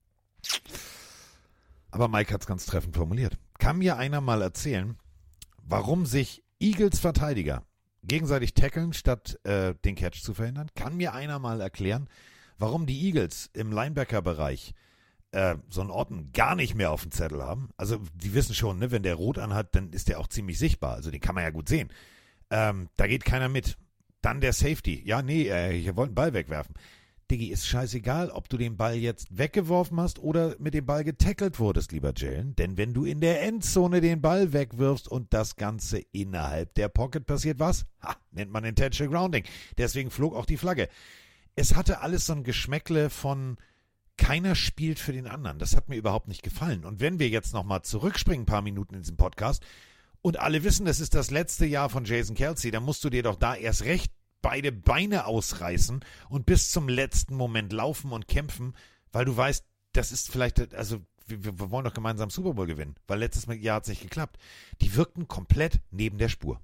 Aber Mike hat es ganz treffend formuliert. Kann mir einer mal erzählen, warum sich Eagles Verteidiger gegenseitig tackeln, statt äh, den Catch zu verhindern? Kann mir einer mal erklären, warum die Eagles im Linebacker-Bereich äh, so einen Orten gar nicht mehr auf dem Zettel haben? Also die wissen schon, ne, wenn der rot anhat, dann ist der auch ziemlich sichtbar. Also den kann man ja gut sehen. Ähm, da geht keiner mit. Dann der Safety. Ja, nee, äh, ich wollte einen Ball wegwerfen. Diggi, ist scheißegal, ob du den Ball jetzt weggeworfen hast oder mit dem Ball getackelt wurdest, lieber Jalen. Denn wenn du in der Endzone den Ball wegwirfst und das Ganze innerhalb der Pocket passiert, was? Ha, nennt man Intentional Grounding. Deswegen flog auch die Flagge. Es hatte alles so ein Geschmäckle von keiner spielt für den anderen. Das hat mir überhaupt nicht gefallen. Und wenn wir jetzt nochmal zurückspringen, ein paar Minuten in diesem Podcast, und alle wissen, das ist das letzte Jahr von Jason Kelce, dann musst du dir doch da erst recht beide Beine ausreißen und bis zum letzten Moment laufen und kämpfen, weil du weißt, das ist vielleicht, also wir, wir wollen doch gemeinsam Super Bowl gewinnen, weil letztes Jahr hat es nicht geklappt. Die wirkten komplett neben der Spur.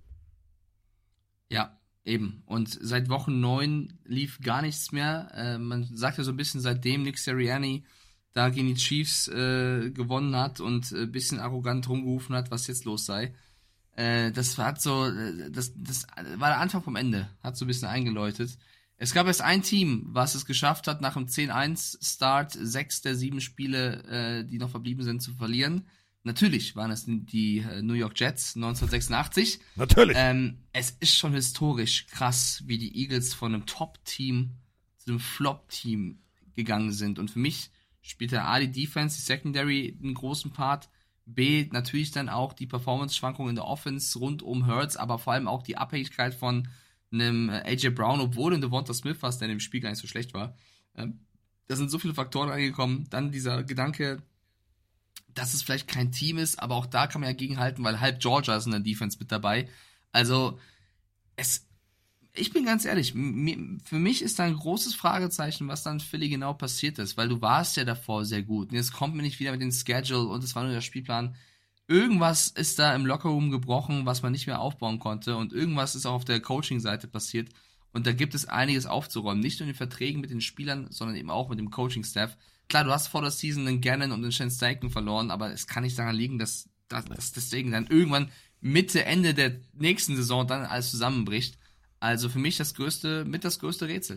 Ja, eben. Und seit Woche neun lief gar nichts mehr. Äh, man sagt ja so ein bisschen, seitdem Nick Sirianni da gegen die Chiefs äh, gewonnen hat und ein äh, bisschen arrogant rumgerufen hat, was jetzt los sei. Äh, das hat so, das, das war der Anfang vom Ende, hat so ein bisschen eingeläutet. Es gab erst ein Team, was es geschafft hat, nach dem zehn eins Start sechs der sieben Spiele, äh, die noch verblieben sind, zu verlieren. Natürlich waren es die äh, New York Jets neunzehnhundertsechsundachtzig. Natürlich. Ähm, es ist schon historisch krass, wie die Eagles von einem Top-Team zu einem Flop-Team gegangen sind. Und für mich spielt A, die Defense, die Secondary einen großen Part. B, natürlich dann auch die Performance-Schwankungen in der Offense rund um Hurts, aber vor allem auch die Abhängigkeit von einem A J Brown, obwohl in Devonta Smith was, der in dem Spiel gar nicht so schlecht war. Ähm, da sind so viele Faktoren reingekommen. Dann dieser Gedanke, dass es vielleicht kein Team ist, aber auch da kann man ja gegenhalten, weil halb Georgia ist in der Defense mit dabei. Also, es, ich bin ganz ehrlich, mir, für mich ist da ein großes Fragezeichen, was dann Philly genau passiert ist, weil du warst ja davor sehr gut. Und jetzt kommt mir nicht wieder mit dem Schedule und es war nur der Spielplan. Irgendwas ist da im Lockerroom gebrochen, was man nicht mehr aufbauen konnte, und irgendwas ist auch auf der Coaching-Seite passiert. Und da gibt es einiges aufzuräumen. Nicht nur in den Verträgen mit den Spielern, sondern eben auch mit dem Coaching-Staff. Klar, du hast vor der Season den Gannon und den Shane Steichen verloren, aber es kann nicht daran liegen, dass, dass, dass deswegen dann irgendwann Mitte, Ende der nächsten Saison dann alles zusammenbricht. Also für mich das größte, mit das größte Rätsel.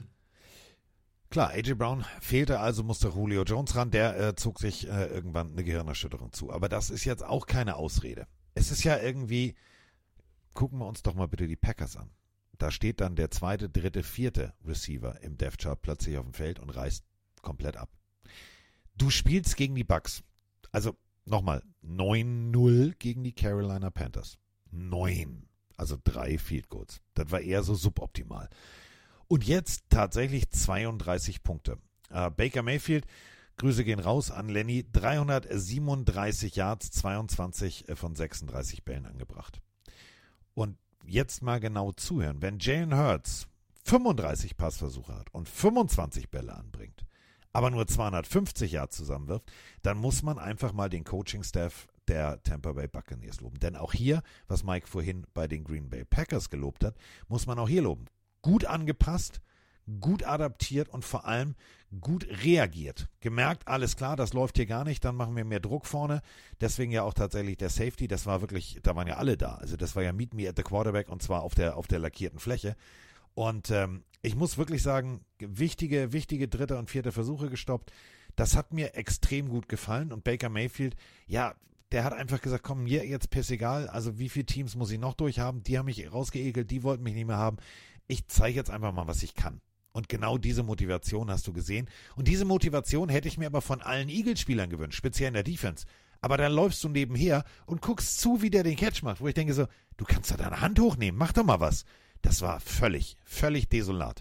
Klar, A J Brown fehlte, also musste Julio Jones ran, der äh, zog sich äh, irgendwann eine Gehirnerschütterung zu. Aber das ist jetzt auch keine Ausrede. Es ist ja irgendwie, gucken wir uns doch mal bitte die Packers an. Da steht dann der zweite, dritte, vierte Receiver im Depth Chart plötzlich auf dem Feld und reißt komplett ab. Du spielst gegen die Bucks. Also nochmal, neun null gegen die Carolina Panthers. neun. Also drei Field Goals. Das war eher so suboptimal. Und jetzt tatsächlich zweiunddreißig Punkte. Uh, Baker Mayfield, Grüße gehen raus an Lenny, dreihundertsiebenunddreißig Yards, zweiundzwanzig von sechsunddreißig Bällen angebracht. Und jetzt mal genau zuhören. Wenn Jalen Hurts fünfunddreißig Passversuche hat und fünfundzwanzig Bälle anbringt, aber nur zweihundertfünfzig Yards zusammenwirft, dann muss man einfach mal den Coaching-Staff der Tampa Bay Buccaneers loben. Denn auch hier, was Mike vorhin bei den Green Bay Packers gelobt hat, muss man auch hier loben. Gut angepasst, gut adaptiert und vor allem gut reagiert. Gemerkt, alles klar, das läuft hier gar nicht, dann machen wir mehr Druck vorne. Deswegen ja auch tatsächlich der Safety, das war wirklich, da waren ja alle da. Also das war ja Meet Me at the Quarterback und zwar auf der, auf der lackierten Fläche. Und ähm, ich muss wirklich sagen, wichtige, wichtige dritte und vierte Versuche gestoppt. Das hat mir extrem gut gefallen. Und Baker Mayfield, ja, der hat einfach gesagt, komm, mir jetzt piss egal, also wie viele Teams muss ich noch durchhaben? Die haben mich rausgeekelt, die wollten mich nicht mehr haben. Ich zeige jetzt einfach mal, was ich kann. Und genau diese Motivation hast du gesehen. Und diese Motivation hätte ich mir aber von allen Eagles-Spielern gewünscht, speziell in der Defense. Aber dann läufst du nebenher und guckst zu, wie der den Catch macht, wo ich denke so, du kannst da deine Hand hochnehmen, mach doch mal was. Das war völlig, völlig desolat.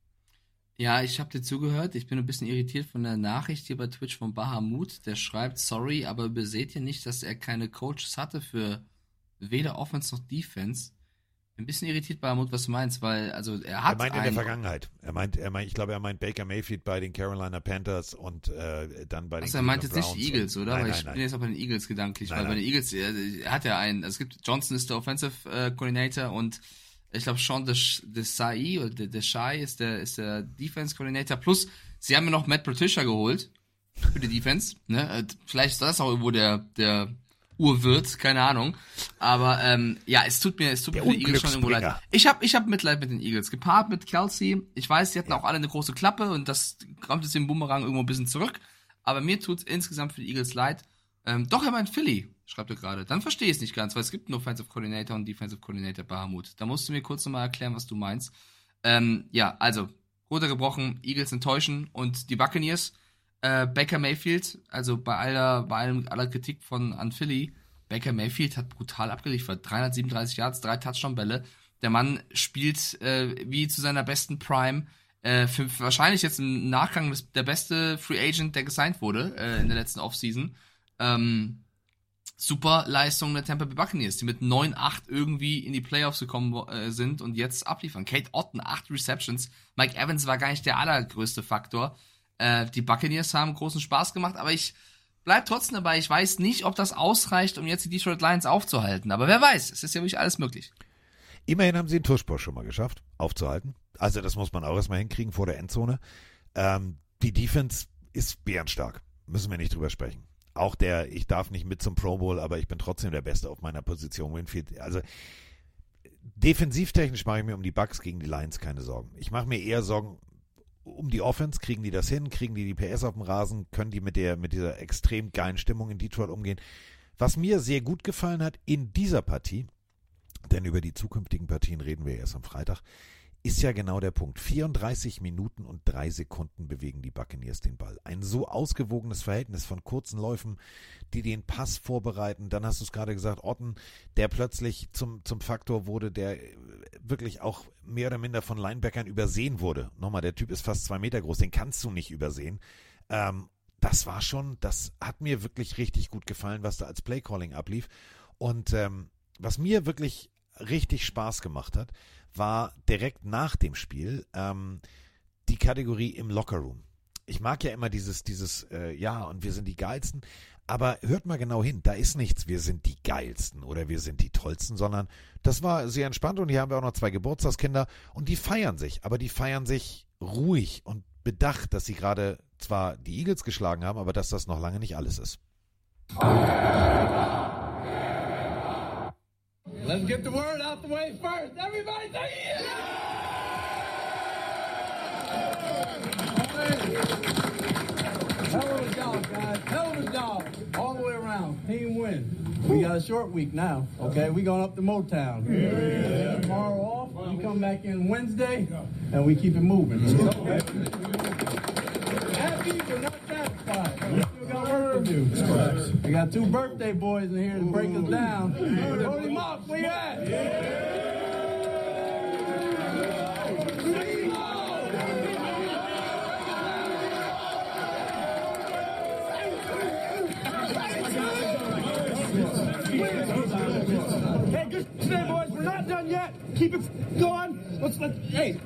Ja, ich habe dir zugehört. Ich bin ein bisschen irritiert von der Nachricht hier bei Twitch von Bahamut. Der schreibt, sorry, aber überseht ihr nicht, dass er keine Coaches hatte für weder Offense noch Defense. Ein bisschen irritiert, Bahamut, was du meinst, weil, also er hat Er meint in einen, der Vergangenheit. Er meint, er meint, ich glaube, er meint Baker Mayfield bei den Carolina Panthers und äh, dann bei den Also er meint jetzt Browns nicht die Eagles, und, oder? Nein, weil nein, ich nein. bin jetzt auch bei den Eagles gedanklich, Nein, weil nein. bei den Eagles, er, er hat ja einen, also es gibt, Johnson ist der Offensive äh, Coordinator und Ich glaube, Sean Desai oder Desai ist der, ist der Defense Coordinator. Plus, sie haben ja noch Matt Patricia geholt für die Defense. Ne? Vielleicht ist das auch irgendwo der, der Urwirt, keine Ahnung. Aber ähm, ja, es tut mir, es tut mir für die Eagles schon irgendwo leid. Ich habe ich hab Mitleid mit den Eagles. Gepaart mit Kelsey. Ich weiß, sie hatten ja. auch alle eine große Klappe und das kommt jetzt im Boomerang irgendwo ein bisschen zurück. Aber mir tut's insgesamt für die Eagles leid. Ähm, doch, er meint Philly, schreibt er gerade. Dann verstehe ich es nicht ganz, weil es gibt einen Offensive Coordinator und Defensive Coordinator Bahamut. Da musst du mir kurz nochmal erklären, was du meinst. Ähm, ja, also, runtergebrochen, Eagles enttäuschen und die Buccaneers, äh, Baker Mayfield, also bei aller, bei allem, aller Kritik von an Philly, Baker Mayfield hat brutal abgeliefert. dreihundertsiebenunddreißig Yards, drei Touchdown-Bälle. Der Mann spielt äh, wie zu seiner besten Prime. Äh, für, für wahrscheinlich jetzt im Nachgang des, der beste Free Agent, der gesigned wurde äh, in der letzten Offseason. Ähm, super Leistung der Tampa Bay Buccaneers, die mit neun acht irgendwie in die Playoffs gekommen äh, sind und jetzt abliefern. Kate Otten, acht Receptions. Mike Evans war gar nicht der allergrößte Faktor. Äh, die Buccaneers haben großen Spaß gemacht, aber ich bleib trotzdem dabei. Ich weiß nicht, ob das ausreicht, um jetzt die Detroit Lions aufzuhalten. Aber wer weiß, es ist ja wirklich alles möglich. Immerhin haben sie den Tuschboss schon mal geschafft, aufzuhalten. Also das muss man auch erstmal hinkriegen vor der Endzone. Ähm, die Defense ist bärenstark. Müssen wir nicht drüber sprechen. Auch der, ich darf nicht mit zum Pro Bowl, aber ich bin trotzdem der Beste auf meiner Position. Winfield, also defensivtechnisch mache ich mir um die Bucks gegen die Lions keine Sorgen. Ich mache mir eher Sorgen um die Offense. Kriegen die das hin? Kriegen die die P S auf dem Rasen? Können die mit der mit dieser extrem geilen Stimmung in Detroit umgehen? Was mir sehr gut gefallen hat in dieser Partie, denn über die zukünftigen Partien reden wir erst am Freitag, ist ja genau der Punkt. vierunddreißig Minuten und drei Sekunden bewegen die Buccaneers den Ball. Ein so ausgewogenes Verhältnis von kurzen Läufen, die den Pass vorbereiten. Dann hast du es gerade gesagt, Otten, der plötzlich zum, zum Faktor wurde, der wirklich auch mehr oder minder von Linebackern übersehen wurde. Nochmal, der Typ ist fast zwei Meter groß, den kannst du nicht übersehen. Ähm, das war schon, das hat mir wirklich richtig gut gefallen, was da als Playcalling ablief. Und ähm, was mir wirklich richtig Spaß gemacht hat, war direkt nach dem Spiel ähm, die Kategorie im Lockerroom. Ich mag ja immer dieses, dieses, äh, ja, und wir sind die Geilsten, aber hört mal genau hin, da ist nichts, wir sind die Geilsten oder wir sind die Tollsten, sondern das war sehr entspannt und hier haben wir auch noch zwei Geburtstagskinder und die feiern sich, aber die feiern sich ruhig und bedacht, dass sie gerade zwar die Eagles geschlagen haben, aber dass das noch lange nicht alles ist. Let's get the word out the way first. Everybody say yeah! Hell of a job, guys. Hell of a job. All the way around. Team win. We got a short week now, okay? We going up to Motown. Yeah. Tomorrow off. We come back in Wednesday, and we keep it moving. Happy but not satisfied. We still got work to do. We got two birthday boys in here to break us down. Cody Mock, where you at? Hey, good today, boys. We're not done yet. Keep it going. Let's let. Hey.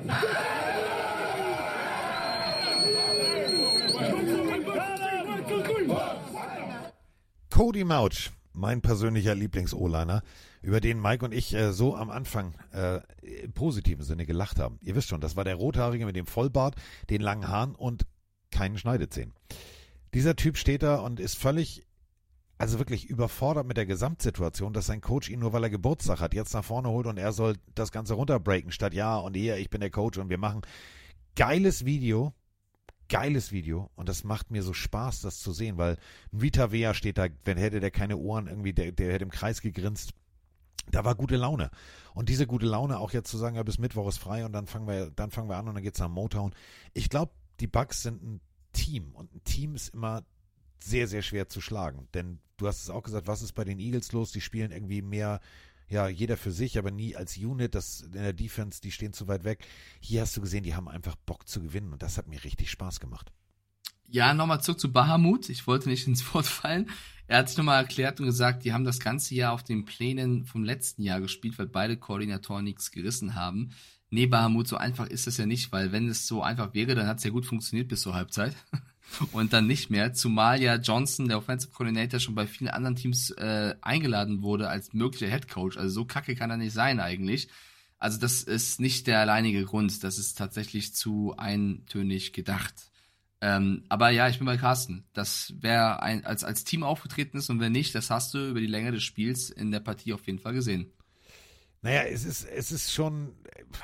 Cody Mauch, mein persönlicher Lieblings-O-Liner, über den Mike und ich äh, so am Anfang äh, im positiven Sinne gelacht haben. Ihr wisst schon, das war der Rothaarige mit dem Vollbart, den langen Haaren und keinen Schneidezähnen. Dieser Typ steht da und ist völlig, also wirklich überfordert mit der Gesamtsituation, dass sein Coach ihn nur, weil er Geburtstag hat, jetzt nach vorne holt und er soll das Ganze runterbreaken, statt ja und hier, ich bin der Coach und wir machen geiles Video. Geiles Video und das macht mir so Spaß, das zu sehen, weil Vita Vea steht da, wenn hätte der keine Ohren, irgendwie, der, der hätte im Kreis gegrinst. Da war gute Laune. Und diese gute Laune auch jetzt zu sagen, ja, bis Mittwoch ist frei und dann fangen wir, dann fangen wir an und dann geht's nach Motown. Ich glaube, die Bucks sind ein Team und ein Team ist immer sehr, sehr schwer zu schlagen. Denn du hast es auch gesagt, was ist bei den Eagles los? Die spielen irgendwie mehr, ja, jeder für sich, aber nie als Unit, das in der Defense, die stehen zu weit weg. Hier hast du gesehen, die haben einfach Bock zu gewinnen und das hat mir richtig Spaß gemacht. Ja, nochmal zurück zu Bahamut. Ich wollte nicht ins Wort fallen. Er hat sich nochmal erklärt und gesagt, die haben das ganze Jahr auf den Plänen vom letzten Jahr gespielt, weil beide Koordinatoren nichts gerissen haben. Nee, Bahamut, so einfach ist das ja nicht, weil wenn es so einfach wäre, dann hat es ja gut funktioniert bis zur Halbzeit. Und dann nicht mehr, zumal ja Johnson, der Offensive Coordinator, schon bei vielen anderen Teams äh, eingeladen wurde als möglicher Head Coach. Also so kacke kann er nicht sein eigentlich. Also das ist nicht der alleinige Grund. Das ist tatsächlich zu eintönig gedacht. Ähm, aber ja, ich bin bei Carsten. Das wer ein, als, als Team aufgetreten ist und wer nicht, das hast du über die Länge des Spiels in der Partie auf jeden Fall gesehen. Naja, es ist, es ist schon,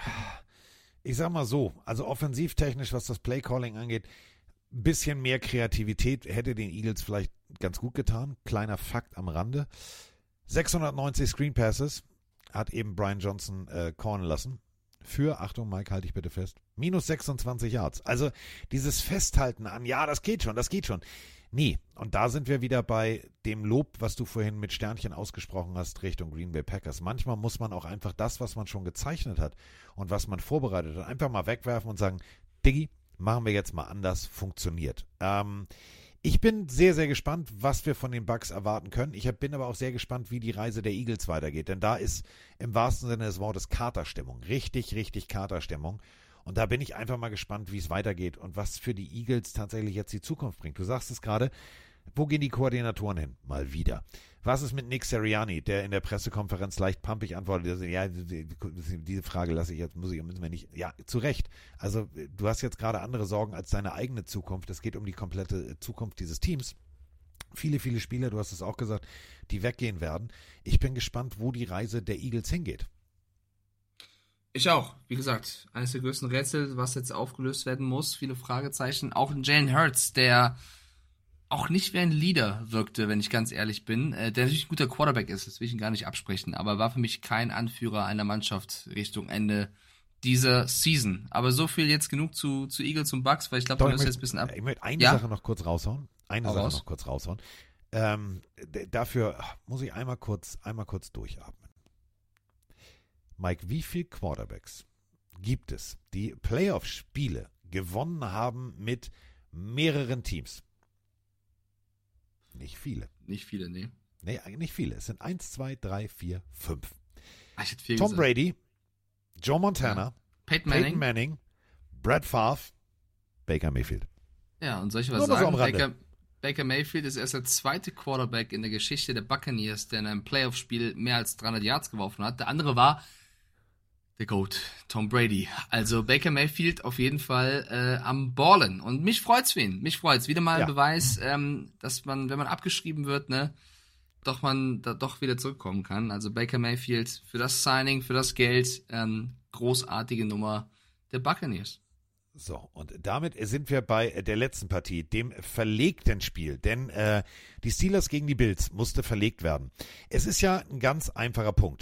ich sag mal so, also offensivtechnisch, was das Playcalling angeht, ein bisschen mehr Kreativität hätte den Eagles vielleicht ganz gut getan. Kleiner Fakt am Rande. sechshundertneunzig Screen Passes hat eben Brian Johnson äh, callen lassen. Für, Achtung, Mike, halte ich bitte fest, minus sechsundzwanzig Yards. Also dieses Festhalten an, ja, das geht schon, das geht schon. Nee, und da sind wir wieder bei dem Lob, was du vorhin mit Sternchen ausgesprochen hast, Richtung Green Bay Packers. Manchmal muss man auch einfach das, was man schon gezeichnet hat und was man vorbereitet hat, einfach mal wegwerfen und sagen, Diggi, machen wir jetzt mal anders, funktioniert. Ähm, ich bin sehr, sehr gespannt, was wir von den Bucks erwarten können. Ich bin aber auch sehr gespannt, wie die Reise der Eagles weitergeht, denn da ist im wahrsten Sinne des Wortes Katerstimmung. Richtig, richtig Katerstimmung. Und da bin ich einfach mal gespannt, wie es weitergeht und was für die Eagles tatsächlich jetzt die Zukunft bringt. Du sagst es gerade, wo gehen die Koordinatoren hin? Mal wieder. Was ist mit Nick Sirianni, der in der Pressekonferenz leicht pumpig antwortet? Ja, diese Frage lasse ich jetzt, muss ich, müssen wir nicht. Ja, zu Recht. Also du hast jetzt gerade andere Sorgen als deine eigene Zukunft. Es geht um die komplette Zukunft dieses Teams. Viele, viele Spieler, du hast es auch gesagt, die weggehen werden. Ich bin gespannt, wo die Reise der Eagles hingeht. Ich auch. Wie gesagt, eines der größten Rätsel, was jetzt aufgelöst werden muss. Viele Fragezeichen. Auch ein Jalen Hurts, der auch nicht wie ein Leader wirkte, wenn ich ganz ehrlich bin. Der natürlich ein guter Quarterback ist, das will ich ihn gar nicht absprechen. Aber war für mich kein Anführer einer Mannschaft Richtung Ende dieser Season. Aber so viel jetzt genug zu, zu Eagles und Bucks, weil ich glaube, wir müssen jetzt ein bisschen ab. Ich möchte eine ja? Sache noch kurz raushauen. Eine Hau Sache raus. noch kurz raushauen. Ähm, d- dafür muss ich einmal kurz, einmal kurz durchatmen. Mike, wie viele Quarterbacks gibt es, die Playoff-Spiele gewonnen haben mit mehreren Teams? Nicht viele. Nicht viele, nee. Nee, nicht viele. Es sind eins, zwei, drei, vier, fünf. Ah, ich hätte viel Tom gesagt. Brady, Joe Montana, Ja. Peyton Manning. Peyton Manning, Brett Favre, Baker Mayfield. Ja, und soll ich was Nur mal so sagen? am Rande. Baker, Baker Mayfield ist erst der zweite Quarterback in der Geschichte der Buccaneers, der in einem Playoff-Spiel mehr als dreihundert Yards geworfen hat. Der andere war der GOAT, Tom Brady. Also Baker Mayfield auf jeden Fall äh, am Ballen. Und mich freut's für ihn. Mich freut's. Wieder mal ein Ja. Beweis, ähm, dass man, wenn man abgeschrieben wird, ne, doch man da doch wieder zurückkommen kann. Also Baker Mayfield für das Signing, für das Geld, ähm, großartige Nummer der Buccaneers. So, und damit sind wir bei der letzten Partie, dem verlegten Spiel. Denn äh, die Steelers gegen die Bills musste verlegt werden. Es ist ja ein ganz einfacher Punkt.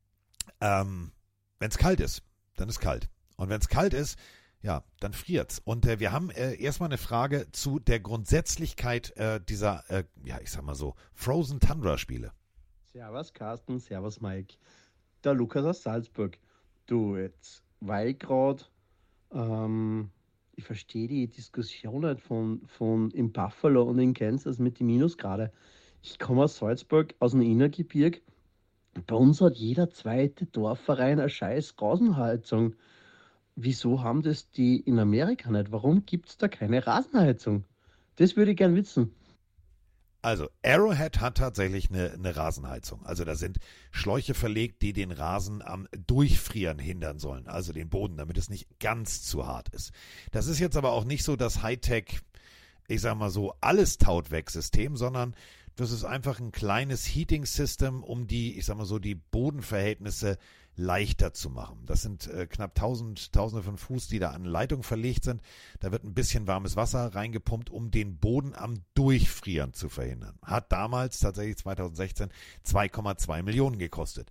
Ähm, wenn es kalt ist, dann ist kalt. Und wenn es kalt ist, ja, dann friert's. Und äh, wir haben äh, erstmal eine Frage zu der Grundsätzlichkeit äh, dieser, äh, ja, ich sag mal so, Frozen Tundra Spiele. Servus Carsten, servus Mike. Der Lukas aus Salzburg. Du, jetzt, weil gerade, ähm, ich verstehe die Diskussion halt von, von in Buffalo und in Kansas mit den Minusgrade. Ich komme aus Salzburg, aus dem Innergebirg. Bei uns hat jeder zweite Dorfverein eine scheiß Rasenheizung. Wieso haben das die in Amerika nicht? Warum gibt es da keine Rasenheizung? Das würde ich gern wissen. Also, Arrowhead hat tatsächlich eine, eine Rasenheizung. Also da sind Schläuche verlegt, die den Rasen am Durchfrieren hindern sollen. Also den Boden, damit es nicht ganz zu hart ist. Das ist jetzt aber auch nicht so das Hightech, ich sag mal so, alles taut weg System, sondern das ist einfach ein kleines Heating-System, um die, ich sag mal so, die Bodenverhältnisse leichter zu machen. Das sind äh, knapp tausend, tausende von Fuß, die da an Leitung verlegt sind. Da wird ein bisschen warmes Wasser reingepumpt, um den Boden am Durchfrieren zu verhindern. Hat damals tatsächlich zwanzig sechzehn zwei Komma zwei Millionen gekostet.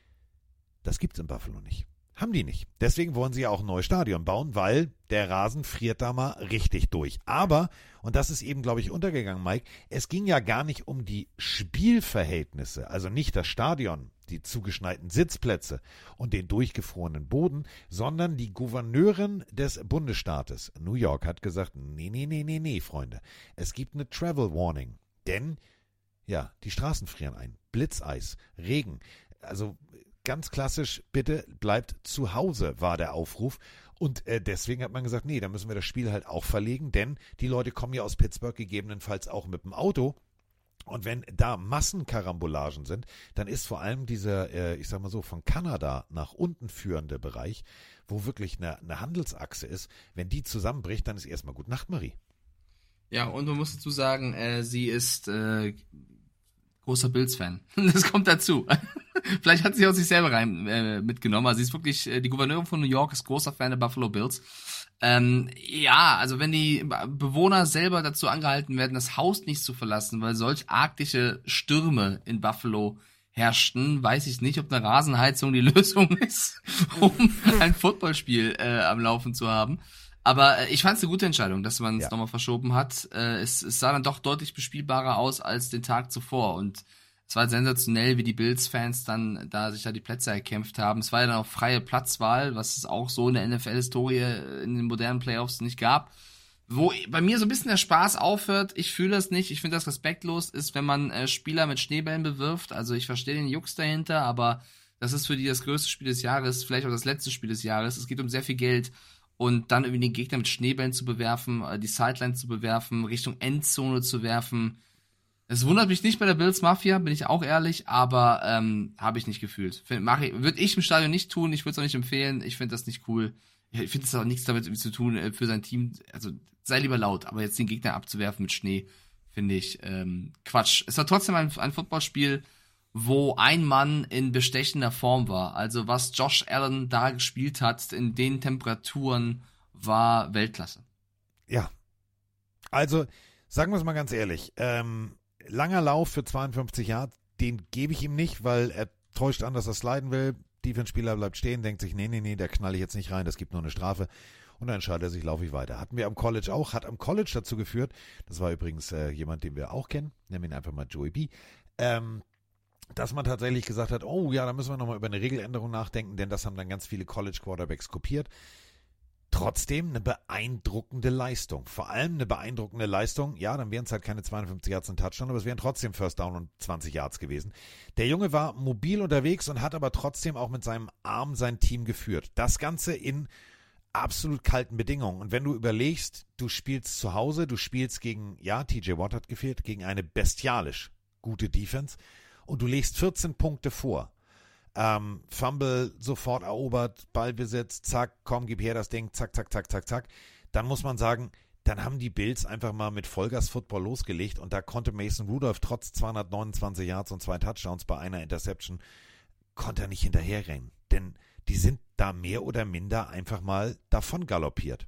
Das gibt's in Buffalo nicht. Haben die nicht. Deswegen wollen sie ja auch ein neues Stadion bauen, weil der Rasen friert da mal richtig durch. Aber, und das ist eben, glaube ich, untergegangen, Mike, es ging ja gar nicht um die Spielverhältnisse, also nicht das Stadion, die zugeschneiten Sitzplätze und den durchgefrorenen Boden, sondern die Gouverneurin des Bundesstaates New York hat gesagt, nee, nee, nee, nee, nee, Freunde, es gibt eine Travel Warning, denn, ja, die Straßen frieren ein, Blitzeis, Regen, also ganz klassisch, bitte bleibt zu Hause, war der Aufruf. Und äh, deswegen hat man gesagt, nee, da müssen wir das Spiel halt auch verlegen, denn die Leute kommen ja aus Pittsburgh gegebenenfalls auch mit dem Auto. Und wenn da Massenkarambolagen sind, dann ist vor allem dieser, äh, ich sag mal so, von Kanada nach unten führende Bereich, wo wirklich eine, eine Handelsachse ist, wenn die zusammenbricht, dann ist erstmal gut Nacht, Marie. Ja, und man muss dazu sagen, äh, sie ist äh, großer Bills-Fan. Das kommt dazu. Vielleicht hat sie auch sich selber rein äh, mitgenommen. Also sie ist wirklich, äh, die Gouverneurin von New York ist großer Fan der Buffalo Bills. Ähm, ja, also wenn die Bewohner selber dazu angehalten werden, das Haus nicht zu verlassen, weil solch arktische Stürme in Buffalo herrschten, weiß ich nicht, ob eine Rasenheizung die Lösung ist, um ein Footballspiel äh, am Laufen zu haben. Aber äh, ich fand es eine gute Entscheidung, dass man es ja. nochmal verschoben hat. Äh, es, es sah dann doch deutlich bespielbarer aus als den Tag zuvor und es war sensationell, wie die Bills-Fans dann da sich da die Plätze erkämpft haben. Es war ja dann auch freie Platzwahl, was es auch so in der N F L-Historie in den modernen Playoffs nicht gab. Wo bei mir so ein bisschen der Spaß aufhört, ich fühle das nicht, ich finde das respektlos, ist, wenn man äh, Spieler mit Schneebällen bewirft. Also ich verstehe den Jux dahinter, aber das ist für die das größte Spiel des Jahres, vielleicht auch das letzte Spiel des Jahres. Es geht um sehr viel Geld. Und dann irgendwie den Gegner mit Schneebällen zu bewerfen, äh, die Sideline zu bewerfen, Richtung Endzone zu werfen. Es wundert mich nicht bei der Bills Mafia, bin ich auch ehrlich, aber ähm, habe ich nicht gefühlt. Würde ich im Stadion nicht tun, ich würde es auch nicht empfehlen, ich finde das nicht cool. Ich finde es auch nichts damit zu tun äh, für sein Team, also sei lieber laut, aber jetzt den Gegner abzuwerfen mit Schnee, finde ich ähm, Quatsch. Es war trotzdem ein, ein Footballspiel, wo ein Mann in bestechender Form war. Also was Josh Allen da gespielt hat in den Temperaturen, war Weltklasse. Ja, also sagen wir es mal ganz ehrlich, ähm, langer Lauf für zweiundfünfzig Yards, den gebe ich ihm nicht, weil er täuscht an, dass er sliden will. Defense-Spieler bleibt stehen, denkt sich, nee, nee, nee, da knall ich jetzt nicht rein, das gibt nur eine Strafe. Und dann entscheidet er sich, laufe ich weiter. Hatten wir am College auch, hat am College dazu geführt, das war übrigens äh, jemand, den wir auch kennen, nennen wir ihn einfach mal Joey B., ähm, dass man tatsächlich gesagt hat, oh ja, da müssen wir nochmal über eine Regeländerung nachdenken, denn das haben dann ganz viele College-Quarterbacks kopiert. Trotzdem eine beeindruckende Leistung. Vor allem eine beeindruckende Leistung. Ja, dann wären es halt keine zweiundfünfzig Yards und Touchdown, aber es wären trotzdem First Down und zwanzig Yards gewesen. Der Junge war mobil unterwegs und hat aber trotzdem auch mit seinem Arm sein Team geführt. Das Ganze in absolut kalten Bedingungen. Und wenn du überlegst, du spielst zu Hause, du spielst gegen, ja, T J Watt hat gefehlt, gegen eine bestialisch gute Defense und du legst vierzehn Punkte vor. Ähm, Fumble sofort erobert, Ballbesitz, zack, komm, gib her das Ding, zack, zack, zack, zack, zack. Dann muss man sagen, dann haben die Bills einfach mal mit Vollgas-Football losgelegt und da konnte Mason Rudolph trotz zweihundertneunundzwanzig Yards und zwei Touchdowns bei einer Interception, konnte er nicht hinterherrennen. Denn die sind da mehr oder minder einfach mal davon galoppiert.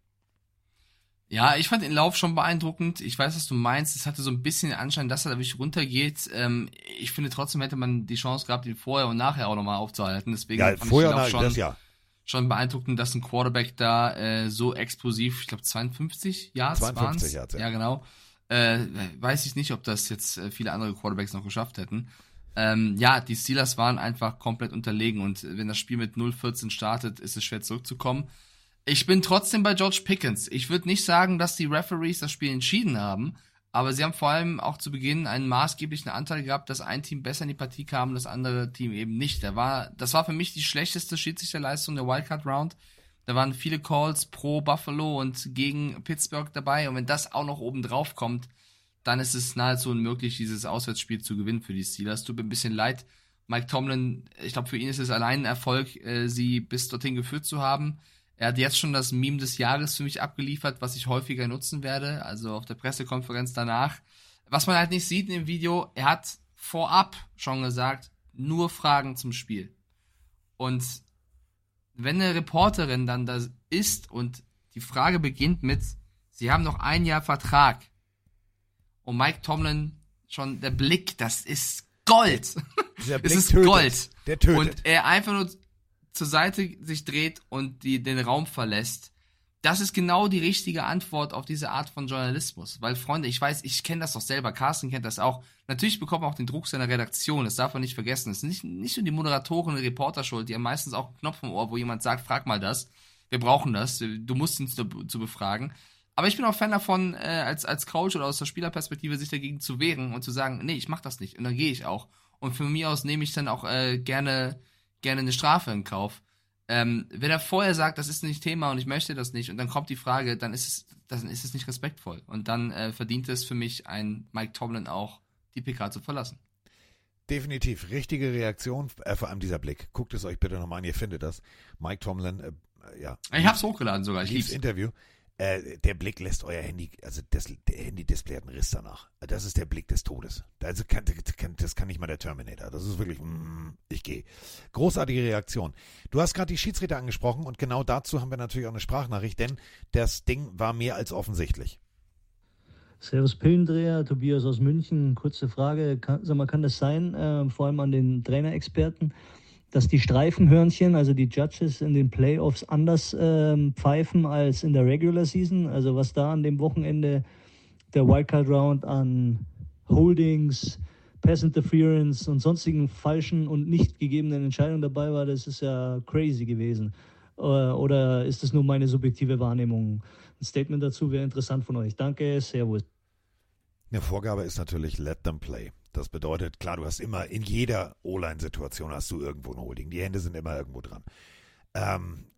Ja, ich fand den Lauf schon beeindruckend. Ich weiß, was du meinst. Es hatte so ein bisschen den Anschein, dass er da wirklich runtergeht. Ähm, ich finde trotzdem hätte man die Chance gehabt, ihn vorher und nachher auch nochmal aufzuhalten. Deswegen ja, fand vorher ich den Lauf nach, schon, das ja. schon beeindruckend, dass ein Quarterback da äh, so explosiv, ich glaube zweiundfünfzig Yards waren zweiundfünfzig Yards, ja. ja. Ja, genau. Äh, weiß ich nicht, ob das jetzt äh, viele andere Quarterbacks noch geschafft hätten. Ähm, ja, die Steelers waren einfach komplett unterlegen und wenn das Spiel mit null vierzehn startet, ist es schwer zurückzukommen. Ich bin trotzdem bei George Pickens. Ich würde nicht sagen, dass die Referees das Spiel entschieden haben, aber sie haben vor allem auch zu Beginn einen maßgeblichen Anteil gehabt, dass ein Team besser in die Partie kam und das andere Team eben nicht. Da war, das war für mich die schlechteste Schiedsrichterleistung der Wildcard Round. Da waren viele Calls pro Buffalo und gegen Pittsburgh dabei und wenn das auch noch oben drauf kommt, dann ist es nahezu unmöglich, dieses Auswärtsspiel zu gewinnen für die Steelers. Tut mir ein bisschen leid. Mike Tomlin, ich glaube, für ihn ist es allein ein Erfolg, äh, sie bis dorthin geführt zu haben. Er hat jetzt schon das Meme des Jahres für mich abgeliefert, was ich häufiger nutzen werde, also auf der Pressekonferenz danach. Was man halt nicht sieht in dem Video, er hat vorab schon gesagt, nur Fragen zum Spiel. Und wenn eine Reporterin dann da ist und die Frage beginnt mit, sie haben noch ein Jahr Vertrag und Mike Tomlin schon, der Blick, das ist Gold. Der Blick es ist tötet. Gold. Der tötet. Und er einfach nur zur Seite sich dreht und die, den Raum verlässt. Das ist genau die richtige Antwort auf diese Art von Journalismus. Weil, Freunde, ich weiß, ich kenne das doch selber, Carsten kennt das auch. Natürlich bekommt man auch den Druck seiner Redaktion, das darf man nicht vergessen. Es ist nicht, nicht nur die Moderatoren und Reporter schuld, die haben meistens auch einen Knopf im Ohr, wo jemand sagt, frag mal das, wir brauchen das, du musst ihn zu, zu befragen. Aber ich bin auch Fan davon, äh, als, als Coach oder aus der Spielerperspektive sich dagegen zu wehren und zu sagen, nee, ich mach das nicht. Und dann gehe ich auch. Und von mir aus nehme ich dann auch äh, gerne gerne eine Strafe in Kauf. Ähm, wenn er vorher sagt, das ist nicht Thema und ich möchte das nicht und dann kommt die Frage, dann ist es, dann ist es nicht respektvoll. Und dann äh, verdient es für mich ein Mike Tomlin auch die P K zu verlassen. Definitiv, richtige Reaktion, äh, vor allem dieser Blick. Guckt es euch bitte nochmal an, ihr findet das. Mike Tomlin, äh, ja. Ich hab's hochgeladen sogar, ich lieb's. Interview. Äh, der Blick lässt euer Handy, also das der Handy-Display hat einen Riss danach. Das ist der Blick des Todes. Also kann, kann, das kann nicht mal der Terminator. Das ist wirklich, mm, ich gehe. Großartige Reaktion. Du hast gerade die Schiedsrichter angesprochen und genau dazu haben wir natürlich auch eine Sprachnachricht, denn das Ding war mehr als offensichtlich. Servus Pillendreher, Tobias aus München. Kurze Frage, kann, sag mal, kann das sein, äh, vor allem an den Trainerexperten, dass die Streifenhörnchen, also die Judges in den Playoffs anders ähm, pfeifen als in der Regular Season? Also was da an dem Wochenende der Wildcard Round an Holdings, Pass Interference und sonstigen falschen und nicht gegebenen Entscheidungen dabei war, das ist ja crazy gewesen. Oder ist das nur meine subjektive Wahrnehmung? Ein Statement dazu wäre interessant von euch. Danke, servus. Eine Vorgabe ist natürlich let them play. Das bedeutet, klar, du hast immer, in jeder O-Line-Situation hast du irgendwo ein Holding. Die Hände sind immer irgendwo dran. Ähm,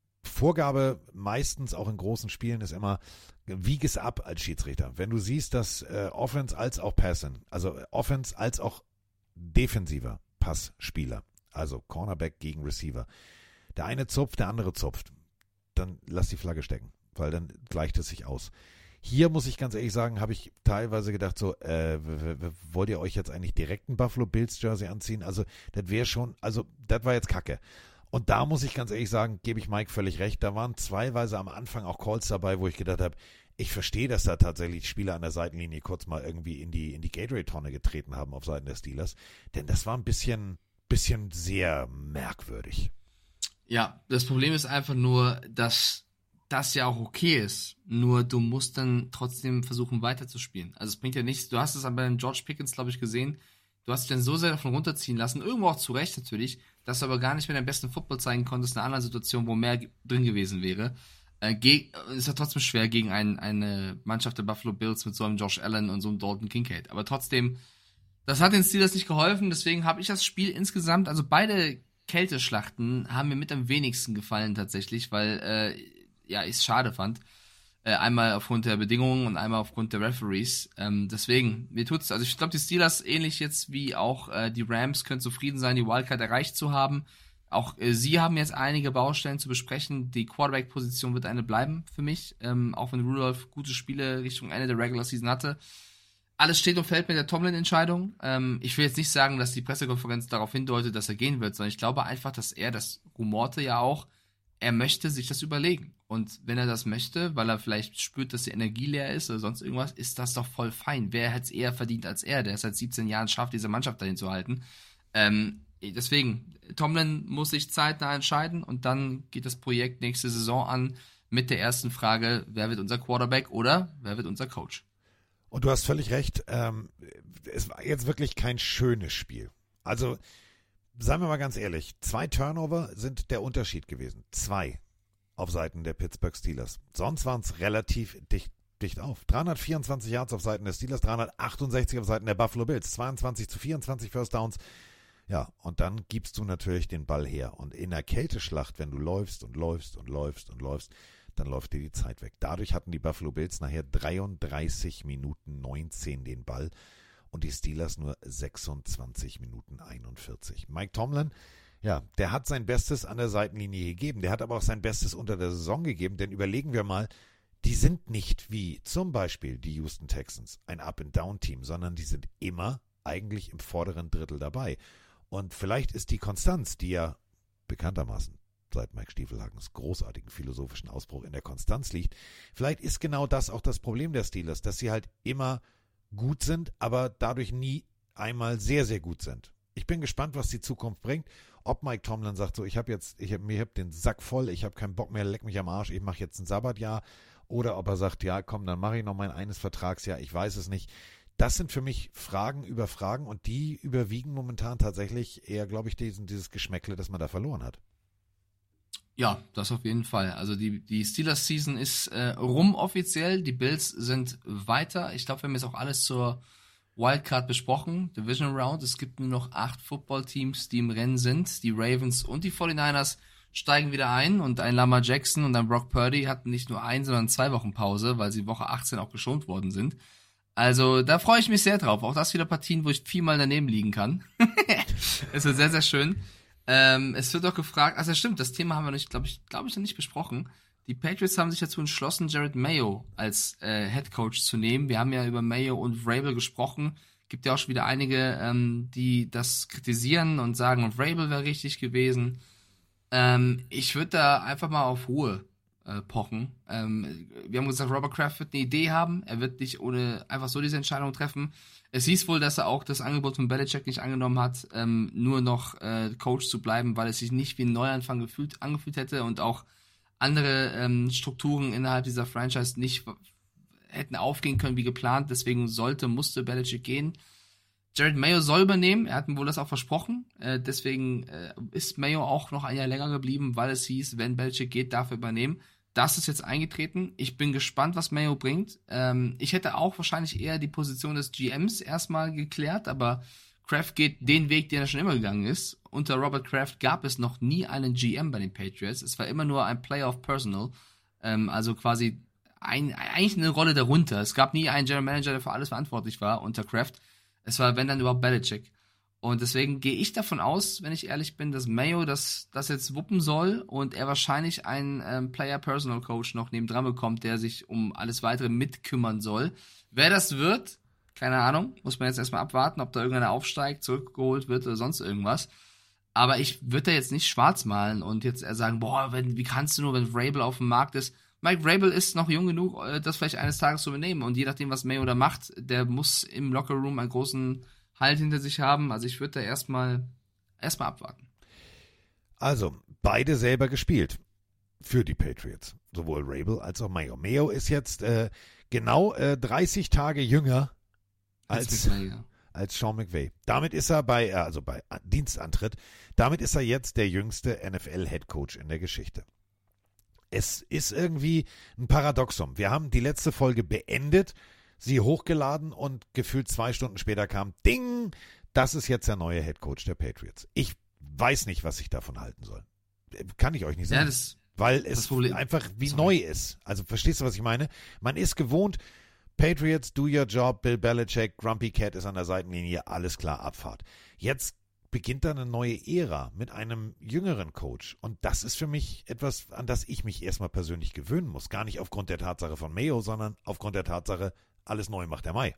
Vorgabe meistens auch in großen Spielen ist immer, wieg es ab als Schiedsrichter. Wenn du siehst, dass äh, Offense als auch Passen, also Offense als auch defensiver Passspieler, also Cornerback gegen Receiver, der eine zupft, der andere zupft, dann lass die Flagge stecken, weil dann gleicht es sich aus. Hier muss ich ganz ehrlich sagen, habe ich teilweise gedacht, so, äh, w- w- wollt ihr euch jetzt eigentlich direkt ein Buffalo Bills Jersey anziehen? Also, das wäre schon, also, das war jetzt Kacke. Und da muss ich ganz ehrlich sagen, gebe ich Mike völlig recht, da waren zweiweise am Anfang auch Calls dabei, wo ich gedacht habe, ich verstehe, dass da tatsächlich Spieler an der Seitenlinie kurz mal irgendwie in die, in die Gatorade-Tonne getreten haben auf Seiten der Steelers, denn das war ein bisschen, bisschen sehr merkwürdig. Ja, das Problem ist einfach nur, dass das ja auch okay ist. Nur du musst dann trotzdem versuchen weiterzuspielen. Also es bringt ja nichts. Du hast es aber bei George Pickens, glaube ich, gesehen. Du hast dich dann so sehr davon runterziehen lassen, irgendwo auch zu Recht natürlich, dass du aber gar nicht mehr deinen besten Football zeigen konntest in einer anderen Situation, wo mehr drin gewesen wäre. Äh, ge- ist ja trotzdem schwer gegen ein, eine Mannschaft der Buffalo Bills mit so einem Josh Allen und so einem Dalton Kincaid. Aber trotzdem, das hat den Steelers nicht geholfen. Deswegen habe ich das Spiel insgesamt, also beide Kälteschlachten haben mir mit am wenigsten gefallen tatsächlich, weil äh, ja, ich es schade fand. Äh, einmal aufgrund der Bedingungen und einmal aufgrund der Referees. Ähm, deswegen, mir tut's, also ich glaube, die Steelers ähnlich jetzt wie auch äh, die Rams können zufrieden sein, die Wildcard erreicht zu haben. Auch äh, sie haben jetzt einige Baustellen zu besprechen. Die Quarterback-Position wird eine bleiben für mich, ähm, auch wenn Rudolph gute Spiele Richtung Ende der Regular Season hatte. Alles steht und fällt mit der Tomlin-Entscheidung. Ähm, ich will jetzt nicht sagen, dass die Pressekonferenz darauf hindeutet, dass er gehen wird, sondern ich glaube einfach, dass er, das rumorte ja auch, er möchte sich das überlegen. Und wenn er das möchte, weil er vielleicht spürt, dass die Energie leer ist oder sonst irgendwas, ist das doch voll fein. Wer hätte es eher verdient als er, der es seit siebzehn Jahren schafft, diese Mannschaft dahin zu halten. Ähm, deswegen, Tomlin muss sich zeitnah entscheiden und dann geht das Projekt nächste Saison an mit der ersten Frage, wer wird unser Quarterback oder wer wird unser Coach? Und du hast völlig recht, ähm, es war jetzt wirklich kein schönes Spiel. Also, seien wir mal ganz ehrlich, zwei Turnover sind der Unterschied gewesen. Zwei auf Seiten der Pittsburgh Steelers. Sonst waren es relativ dicht, dicht auf. dreihundertvierundzwanzig Yards auf Seiten der Steelers, dreihundertachtundsechzig auf Seiten der Buffalo Bills, zweiundzwanzig zu vierundzwanzig First Downs. Ja, und dann gibst du natürlich den Ball her. Und in der Kälteschlacht, wenn du läufst und läufst und läufst und läufst, dann läuft dir die Zeit weg. Dadurch hatten die Buffalo Bills nachher dreiunddreißig Minuten neunzehn den Ball und die Steelers nur sechsundzwanzig Minuten einundvierzig. Mike Tomlin, ja, der hat sein Bestes an der Seitenlinie gegeben. Der hat aber auch sein Bestes unter der Saison gegeben, denn überlegen wir mal, die sind nicht wie zum Beispiel die Houston Texans, ein Up-and-Down-Team, sondern die sind immer eigentlich im vorderen Drittel dabei. Und vielleicht ist die Konstanz, die ja bekanntermaßen seit Mike Stiefelhagens großartigen philosophischen Ausbruch in der Konstanz liegt, vielleicht ist genau das auch das Problem der Steelers, dass sie halt immer gut sind, aber dadurch nie einmal sehr, sehr gut sind. Ich bin gespannt, was die Zukunft bringt. Ob Mike Tomlin sagt, so, ich habe jetzt, ich habe mir hab den Sack voll, ich habe keinen Bock mehr, leck mich am Arsch, ich mache jetzt ein Sabbatjahr. Oder ob er sagt, ja, komm, dann mache ich noch mein eines Vertragsjahr, ich weiß es nicht. Das sind für mich Fragen über Fragen und die überwiegen momentan tatsächlich eher, glaube ich, diesen, dieses Geschmäckle, das man da verloren hat. Ja, das auf jeden Fall. Also die, die Steelers-Season ist äh, rum offiziell, die Bills sind weiter. Ich glaube, wir haben jetzt auch alles zur Wildcard besprochen, Division Round. Es gibt nur noch acht Football-Teams, die im Rennen sind. Die Ravens und die forty-niners steigen wieder ein und ein Lamar Jackson und ein Brock Purdy hatten nicht nur ein, sondern zwei Wochen Pause, weil sie Woche achtzehn auch geschont worden sind. Also da freue ich mich sehr drauf. Auch das wieder Partien, wo ich viermal daneben liegen kann. Es wird sehr, sehr schön. Ähm, es wird auch gefragt, also stimmt, das Thema haben wir nicht, glaube ich, glaube ich, noch nicht besprochen. Die Patriots haben sich dazu entschlossen, Jared Mayo als äh, Head Coach zu nehmen. Wir haben ja über Mayo und Vrabel gesprochen. Gibt ja auch schon wieder einige, ähm, die das kritisieren und sagen, Vrabel wäre richtig gewesen. Ähm, ich würde da einfach mal auf Ruhe äh, pochen. Ähm, wir haben gesagt, Robert Kraft wird eine Idee haben. Er wird nicht ohne einfach so diese Entscheidung treffen. Es hieß wohl, dass er auch das Angebot von Belichick nicht angenommen hat, ähm, nur noch äh, Coach zu bleiben, weil es sich nicht wie ein Neuanfang gefühlt, angefühlt hätte und auch andere ähm, Strukturen innerhalb dieser Franchise nicht hätten aufgehen können wie geplant. Deswegen sollte, musste Belichick gehen. Jared Mayo soll übernehmen. Er hat ihm wohl das auch versprochen. Äh, deswegen äh, ist Mayo auch noch ein Jahr länger geblieben, weil es hieß, wenn Belichick geht, darf er übernehmen. Das ist jetzt eingetreten. Ich bin gespannt, was Mayo bringt. Ähm, ich hätte auch wahrscheinlich eher die Position des G Ms erstmal geklärt, aber Kraft geht den Weg, den er schon immer gegangen ist. Unter Robert Kraft gab es noch nie einen G M bei den Patriots. Es war immer nur ein Player of Personnel. Ähm, also quasi ein, eigentlich eine Rolle darunter. Es gab nie einen General Manager, der für alles verantwortlich war unter Kraft. Es war, wenn dann überhaupt, Belichick. Und deswegen gehe ich davon aus, wenn ich ehrlich bin, dass Mayo das, das jetzt wuppen soll und er wahrscheinlich einen ähm, Player-Personal-Coach noch nebendran bekommt, der sich um alles Weitere mitkümmern soll. Wer das wird, keine Ahnung, muss man jetzt erstmal abwarten, ob da irgendeiner aufsteigt, zurückgeholt wird oder sonst irgendwas. Aber ich würde da jetzt nicht schwarz malen und jetzt eher sagen, boah, wenn, wie kannst du nur, wenn Vrabel auf dem Markt ist. Mike Vrabel ist noch jung genug, das vielleicht eines Tages zu übernehmen. Und je nachdem, was Mayo da macht, der muss im Lockerroom einen großen Halt hinter sich haben. Also ich würde da erstmal erstmal abwarten. Also, beide selber gespielt für die Patriots. Sowohl Vrabel als auch Mayo. Mayo ist jetzt äh, genau äh, dreißig Tage jünger als, als, als Sean McVay. Damit ist er bei, also bei Dienstantritt, damit ist er jetzt der jüngste N F L-Headcoach in der Geschichte. Es ist irgendwie ein Paradoxum. Wir haben die letzte Folge beendet, sie hochgeladen und gefühlt zwei Stunden später kam, ding, das ist jetzt der neue Headcoach der Patriots. Ich weiß nicht, was ich davon halten soll. Kann ich euch nicht sagen. Ja, das, weil es einfach wie Sorry. neu ist. Also verstehst du, was ich meine? Man ist gewohnt, Patriots, do your job, Bill Belichick, Grumpy Cat ist an der Seitenlinie, alles klar, Abfahrt. Jetzt beginnt dann eine neue Ära mit einem jüngeren Coach. Und das ist für mich etwas, an das ich mich erstmal persönlich gewöhnen muss. Gar nicht aufgrund der Tatsache von Mayo, sondern aufgrund der Tatsache, alles neu macht der Mai.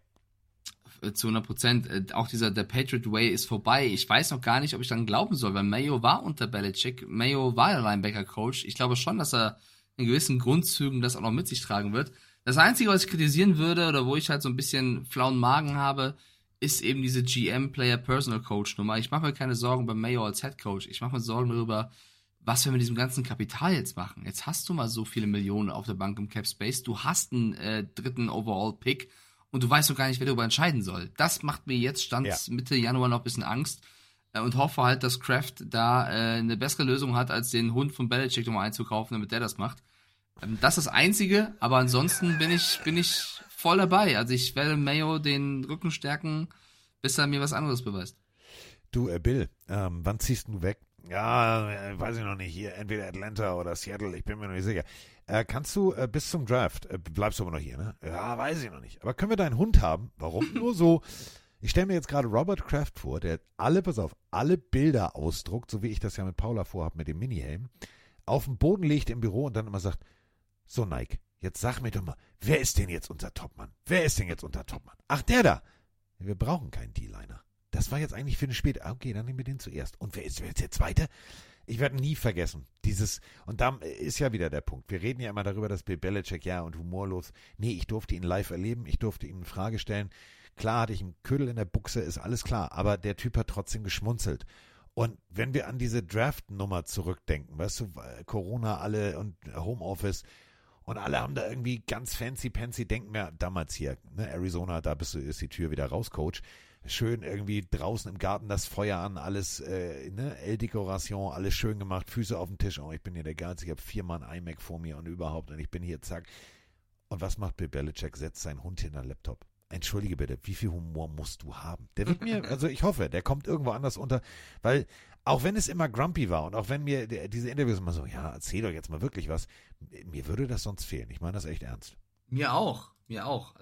Zu hundert Prozent. Auch dieser, der Patriot Way ist vorbei. Ich weiß noch gar nicht, ob ich dann glauben soll, weil Mayo war unter Belichick. Mayo war der Linebacker-Coach. Ich glaube schon, dass er in gewissen Grundzügen das auch noch mit sich tragen wird. Das Einzige, was ich kritisieren würde, oder wo ich halt so ein bisschen flauen Magen habe, ist eben diese G M-Player-Personal-Coach-Nummer. Ich mache mir keine Sorgen bei Mayo als Head-Coach. Ich mache mir Sorgen darüber, was wir mit diesem ganzen Kapital jetzt machen. Jetzt hast du mal so viele Millionen auf der Bank im Cap-Space. Du hast einen äh, dritten Overall-Pick und du weißt noch gar nicht, wer darüber entscheiden soll. Das macht mir jetzt, Stand ja. Mitte Januar, noch ein bisschen Angst äh, und hoffe halt, dass Kraft da äh, eine bessere Lösung hat, als den Hund von Belichick nochmal einzukaufen, damit der das macht. Ähm, das ist das Einzige, aber ansonsten bin ich, bin ich voll dabei. Also ich werde Mayo den Rücken stärken, bis er mir was anderes beweist. Du, äh, Bill, ähm, wann ziehst du weg? Ja, äh, weiß ich noch nicht. Hier entweder Atlanta oder Seattle, ich bin mir noch nicht sicher. Äh, kannst du äh, bis zum Draft, äh, bleibst du aber noch hier, ne? Ja, weiß ich noch nicht. Aber können wir deinen Hund haben? Warum? Nur so. Ich stelle mir jetzt gerade Robert Kraft vor, der alle, pass auf, alle Bilder ausdruckt, so wie ich das ja mit Paula vorhabe, mit dem Mini-Helm, auf den Boden legt im Büro und dann immer sagt, so Nike, jetzt sag mir doch mal, wer ist denn jetzt unser Topmann? Wer ist denn jetzt unser Topmann? Ach, der da. Wir brauchen keinen D-Liner. Das war jetzt eigentlich für eine späte. Okay, dann nehmen wir den zuerst. Und wer ist jetzt der Zweite? Ich werde nie vergessen, dieses, und da ist ja wieder der Punkt. Wir reden ja immer darüber, dass Bill Belichick, ja, und humorlos. Nee, ich durfte ihn live erleben, ich durfte ihm eine Frage stellen. Klar hatte ich einen Ködel in der Buchse, ist alles klar, aber der Typ hat trotzdem geschmunzelt. Und wenn wir an diese Draft-Nummer zurückdenken, weißt du, Corona alle und Homeoffice, und alle haben da irgendwie ganz fancy-pansy, denken wir damals hier, ne, Arizona, da bist du, ist die Tür wieder raus, Coach. Schön irgendwie draußen im Garten das Feuer an, alles, äh, ne, L-Dekoration, alles schön gemacht, Füße auf dem Tisch. Oh, ich bin hier der Geilste, ich habe viermal ein iMac vor mir und überhaupt und ich bin hier, zack. Und was macht Bill Belichick? Setzt seinen Hund hinter den Laptop. Entschuldige bitte, wie viel Humor musst du haben? Der wird mir, also ich hoffe, der kommt irgendwo anders unter, weil auch wenn es immer grumpy war und auch wenn mir der, diese Interviews immer so, ja, erzähl doch jetzt mal wirklich was, mir würde das sonst fehlen. Ich meine das echt ernst. Mir auch, mir auch. Also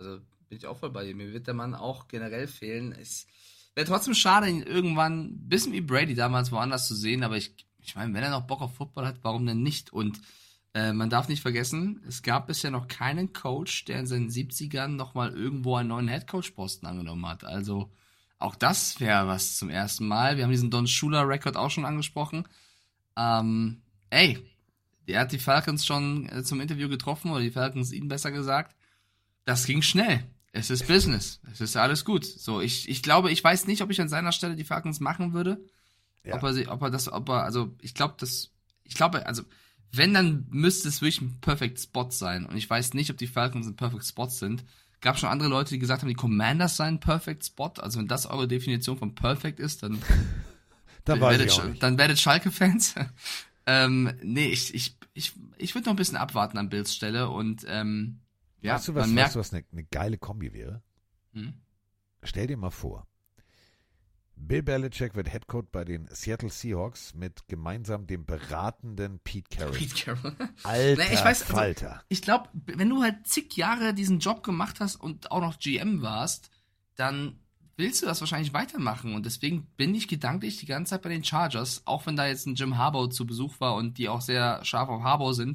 bin ich auch voll bei dir. Mir wird der Mann auch generell fehlen. Es wäre trotzdem schade, ihn irgendwann ein bisschen wie Brady damals woanders zu sehen, aber ich, ich meine, wenn er noch Bock auf Football hat, warum denn nicht? Und äh, man darf nicht vergessen, es gab bisher noch keinen Coach, der in seinen siebzigern nochmal irgendwo einen neuen Headcoach-Posten angenommen hat. Also auch das wäre was zum ersten Mal. Wir haben diesen Don Shula-Record auch schon angesprochen. Ähm, ey, der hat die Falcons schon äh, zum Interview getroffen, oder die Falcons ihn besser gesagt. Das ging schnell. Es ist Business. Es ist alles gut. So, ich, ich glaube, ich weiß nicht, ob ich an seiner Stelle die Falcons machen würde. Ja. Ob er sie, ob er das, ob er, also ich glaube, das, ich glaube, also wenn, dann müsste es wirklich ein Perfect Spot sein. Und ich weiß nicht, ob die Falcons ein Perfect Spot sind. Gab schon andere Leute, die gesagt haben, die Commanders seien ein Perfect Spot. Also wenn das eure Definition von Perfect ist, dann dann, weiß werdet, ich auch nicht. dann werdet Schalke-Fans. ähm, nee, ich, ich, ich, ich würde noch ein bisschen abwarten an Bills Stelle und ähm, ja, weißt du, was, man merkt, weißt du, was eine, eine geile Kombi wäre? Hm? Stell dir mal vor, Bill Belichick wird Headcoach bei den Seattle Seahawks mit gemeinsam dem beratenden Pete Carroll. Pete Carroll. Alter naja, ich weiß, Falter. Also, ich glaube, wenn du halt zig Jahre diesen Job gemacht hast und auch noch G M warst, dann willst du das wahrscheinlich weitermachen. Und deswegen bin ich gedanklich die ganze Zeit bei den Chargers, auch wenn da jetzt ein Jim Harbaugh zu Besuch war und die auch sehr scharf auf Harbaugh sind.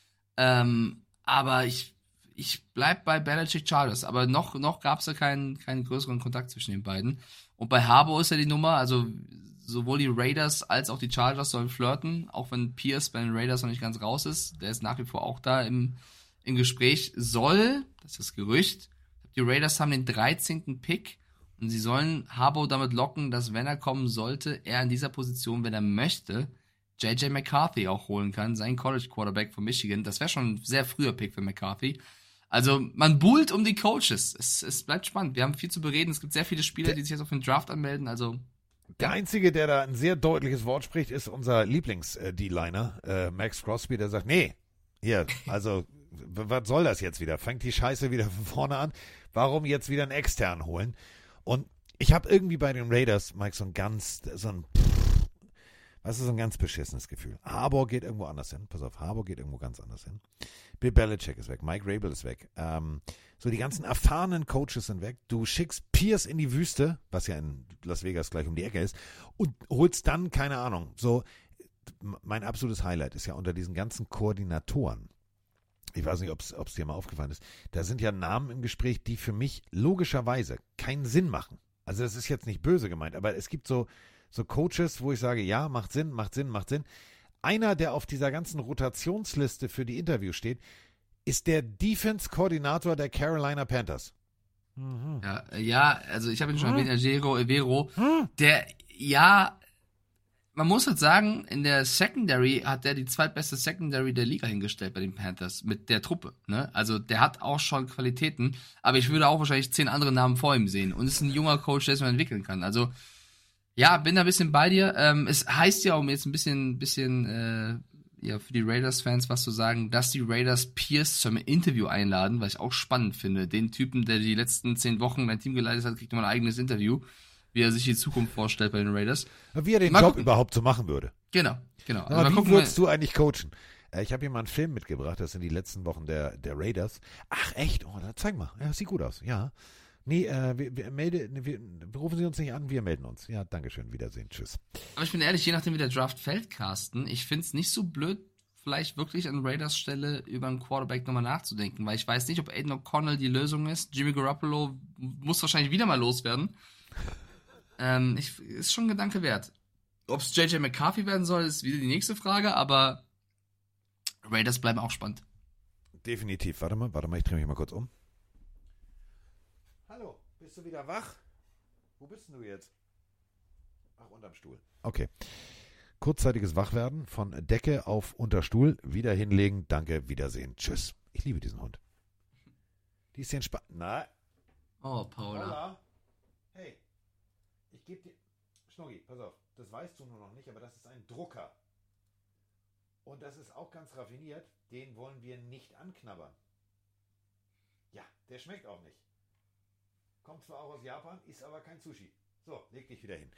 Ähm, aber ich, ich bleib bei Belichick Chargers. Aber noch, noch gab es ja keinen, keinen größeren Kontakt zwischen den beiden. Und bei Harbaugh ist ja die Nummer, also sowohl die Raiders als auch die Chargers sollen flirten, auch wenn Pierce bei den Raiders noch nicht ganz raus ist. Der ist nach wie vor auch da im, im Gespräch. Soll, das ist das Gerücht, die Raiders haben den dreizehnten Pick und sie sollen Harbaugh damit locken, dass, wenn er kommen sollte, er in dieser Position, wenn er möchte, J J McCarthy auch holen kann, sein College Quarterback von Michigan. Das wäre schon ein sehr früher Pick für McCarthy. Also man buhlt um die Coaches. Es, es bleibt spannend. Wir haben viel zu bereden. Es gibt sehr viele Spieler, die sich jetzt auf den Draft anmelden. Also der Einzige, der da ein sehr deutliches Wort spricht, ist unser Lieblings-D-Liner, äh, Max Crosby, der sagt, nee, hier, also was soll das jetzt wieder? Fängt die Scheiße wieder von vorne an? Warum jetzt wieder einen externen holen? Und ich habe irgendwie bei den Raiders, Mike, so ein ganz, so ein Das ist ein ganz beschissenes Gefühl. Harbaugh geht irgendwo anders hin. Pass auf, Harbaugh geht irgendwo ganz anders hin. Bill Belichick ist weg. Mike Rabel ist weg. Ähm, so die ganzen erfahrenen Coaches sind weg. Du schickst Pierce in die Wüste, was ja in Las Vegas gleich um die Ecke ist, und holst dann, keine Ahnung, so, mein absolutes Highlight ist ja unter diesen ganzen Koordinatoren. Ich weiß nicht, ob es dir mal aufgefallen ist. Da sind ja Namen im Gespräch, die für mich logischerweise keinen Sinn machen. Also das ist jetzt nicht böse gemeint, aber es gibt so So Coaches, wo ich sage, ja, macht Sinn, macht Sinn, macht Sinn. Einer, der auf dieser ganzen Rotationsliste für die Interviews steht, ist der Defense-Koordinator der Carolina Panthers. Mhm. Ja, ja, also ich habe ihn schon erwähnt, Ejiro Evero, der, ja, man muss halt sagen, in der Secondary hat der die zweitbeste Secondary der Liga hingestellt bei den Panthers mit der Truppe. Ne? Also der hat auch schon Qualitäten, aber ich würde auch wahrscheinlich zehn andere Namen vor ihm sehen. Und ist ein junger Coach, der es mal entwickeln kann. Also ja, bin da ein bisschen bei dir. Ähm, es heißt ja, um jetzt ein bisschen, bisschen äh, ja, für die Raiders-Fans was zu sagen, dass die Raiders Pierce zum Interview einladen, was ich auch spannend finde. Den Typen, der die letzten zehn Wochen mein Team geleitet hat, kriegt nochmal ein eigenes Interview, wie er sich die Zukunft vorstellt bei den Raiders. Wie er den mal Job gucken. überhaupt so machen würde. Genau, genau. Aber also wie gucken, würdest du eigentlich coachen? Äh, ich habe hier mal einen Film mitgebracht, das sind die letzten Wochen der, der Raiders. Ach echt? Oh, zeig mal. Ja, sieht gut aus. Ja. Nee, äh, wir, wir, melde, wir, rufen Sie uns nicht an, wir melden uns. Ja, dankeschön, Wiedersehen, tschüss. Aber ich bin ehrlich, je nachdem wie der Draft fällt, Carsten, ich finde es nicht so blöd, vielleicht wirklich an Raiders Stelle über einen Quarterback nochmal nachzudenken, weil ich weiß nicht, ob Aiden O'Connell die Lösung ist. Jimmy Garoppolo muss wahrscheinlich wieder mal loswerden. ähm, ich, ist schon ein Gedanke wert. Ob es J J McCarthy werden soll, ist wieder die nächste Frage, aber Raiders bleiben auch spannend. Definitiv. Warte mal, warte mal, ich drehe mich mal kurz um. Hallo, bist du wieder wach? Wo bist du jetzt? Ach, unterm Stuhl. Okay. Kurzzeitiges Wachwerden von Decke auf Unterstuhl. Wieder hinlegen. Danke, Wiedersehen. Tschüss. Ich liebe diesen Hund. Die ist hier entspannt. Na? Oh, Paula. Paula. Hey. Ich gebe dir... Schnoggi, pass auf. Das weißt du nur noch nicht, aber das ist ein Drucker. Und das ist auch ganz raffiniert. Den wollen wir nicht anknabbern. Ja, der schmeckt auch nicht. Kommt zwar auch aus Japan, ist aber kein Sushi. So, leg dich wieder hin.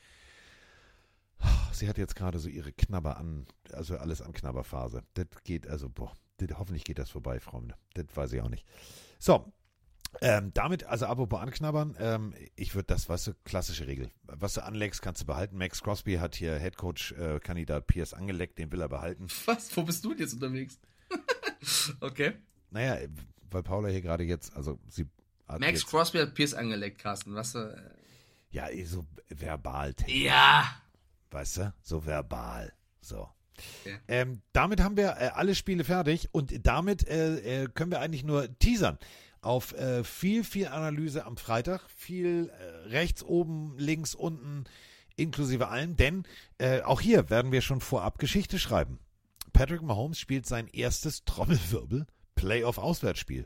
Sie hat jetzt gerade so ihre Knabber an, also alles an Knabberphase. Das geht, also, boah, das, hoffentlich geht das vorbei, Freunde. Das weiß ich auch nicht. So, Ähm, damit, also apropos anknabbern, ähm, ich würde das, weißt du, klassische Regel. Was du anlegst, kannst du behalten. Max Crosby hat hier Headcoach-Kandidat äh, Pierce angeleckt, den will er behalten. Was? Wo bist du denn jetzt unterwegs? Okay. Naja, weil Paula hier gerade jetzt, also sie hat Max jetzt, Crosby hat Pierce angeleckt, Carsten, was du... Äh ja, so verbal. Ja. Weißt du, so verbal. So. Okay. Ähm, damit haben wir äh, alle Spiele fertig und damit äh, äh, können wir eigentlich nur teasern auf äh, viel, viel Analyse am Freitag, viel äh, rechts, oben, links, unten, inklusive allem, denn äh, auch hier werden wir schon vorab Geschichte schreiben. Patrick Mahomes spielt sein erstes Trommelwirbel Playoff-Auswärtsspiel.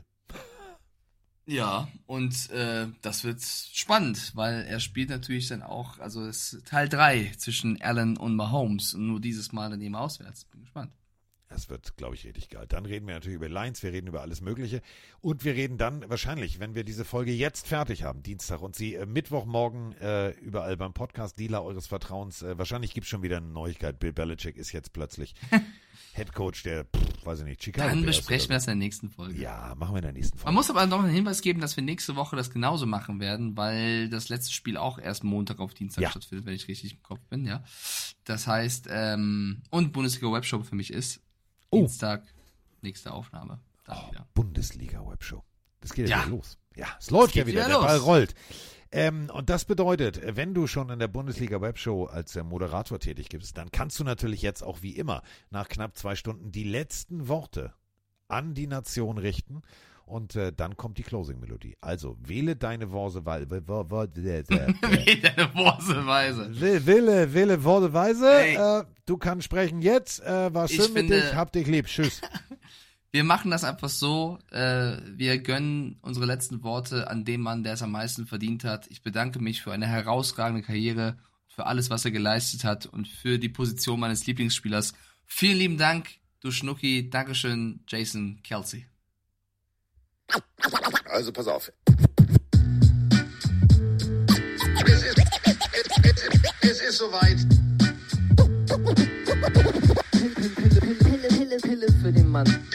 Ja, und äh, das wird spannend, weil er spielt natürlich dann auch, also es ist Teil drei zwischen Allen und Mahomes und nur dieses Mal dann eben auswärts. Bin gespannt. Das wird, glaube ich, richtig geil. Dann reden wir natürlich über Lions, wir reden über alles Mögliche und wir reden dann wahrscheinlich, wenn wir diese Folge jetzt fertig haben, Dienstag und sie äh, Mittwochmorgen äh, überall beim Podcast Dealer eures Vertrauens, äh, wahrscheinlich gibt es schon wieder eine Neuigkeit. Bill Belichick ist jetzt plötzlich Headcoach der, pff, weiß ich nicht, Chicago Dann Bears besprechen wir oder es in der nächsten Folge. Ja, machen wir in der nächsten Folge. Man muss aber noch einen Hinweis geben, dass wir nächste Woche das genauso machen werden, weil das letzte Spiel auch erst Montag auf Dienstag Ja. stattfindet, wenn ich richtig im Kopf bin, ja. Das heißt, ähm, und Bundesliga Webshop für mich ist Dienstag, nächste Aufnahme. Dann Oh, wieder. Bundesliga Webshow. Das geht ja, Ja. wieder los. Ja, es läuft geht ja wieder, wieder der los. Ball rollt. Ähm, und das bedeutet, wenn du schon in der Bundesliga Webshow als äh, Moderator tätig bist, dann kannst du natürlich jetzt auch wie immer nach knapp zwei Stunden die letzten Worte an die Nation richten und äh, dann kommt die Closing-Melodie. Also wähle deine Worseweise. Wähle deine Worseweise. Wähle, wähle Worseweise. Hey. Äh, du kannst sprechen jetzt. Äh, war Ich schön mit finde- dich. Hab dich lieb. Tschüss. Wir machen das einfach so, äh, wir gönnen unsere letzten Worte an den Mann, der es am meisten verdient hat. Ich bedanke mich für eine herausragende Karriere, für alles, was er geleistet hat und für die Position meines Lieblingsspielers. Vielen lieben Dank, du Schnucki. Dankeschön, Jason Kelsey. Also pass auf. Es ist, es ist soweit. Pille, Pille, Pille, Pille für den Mann.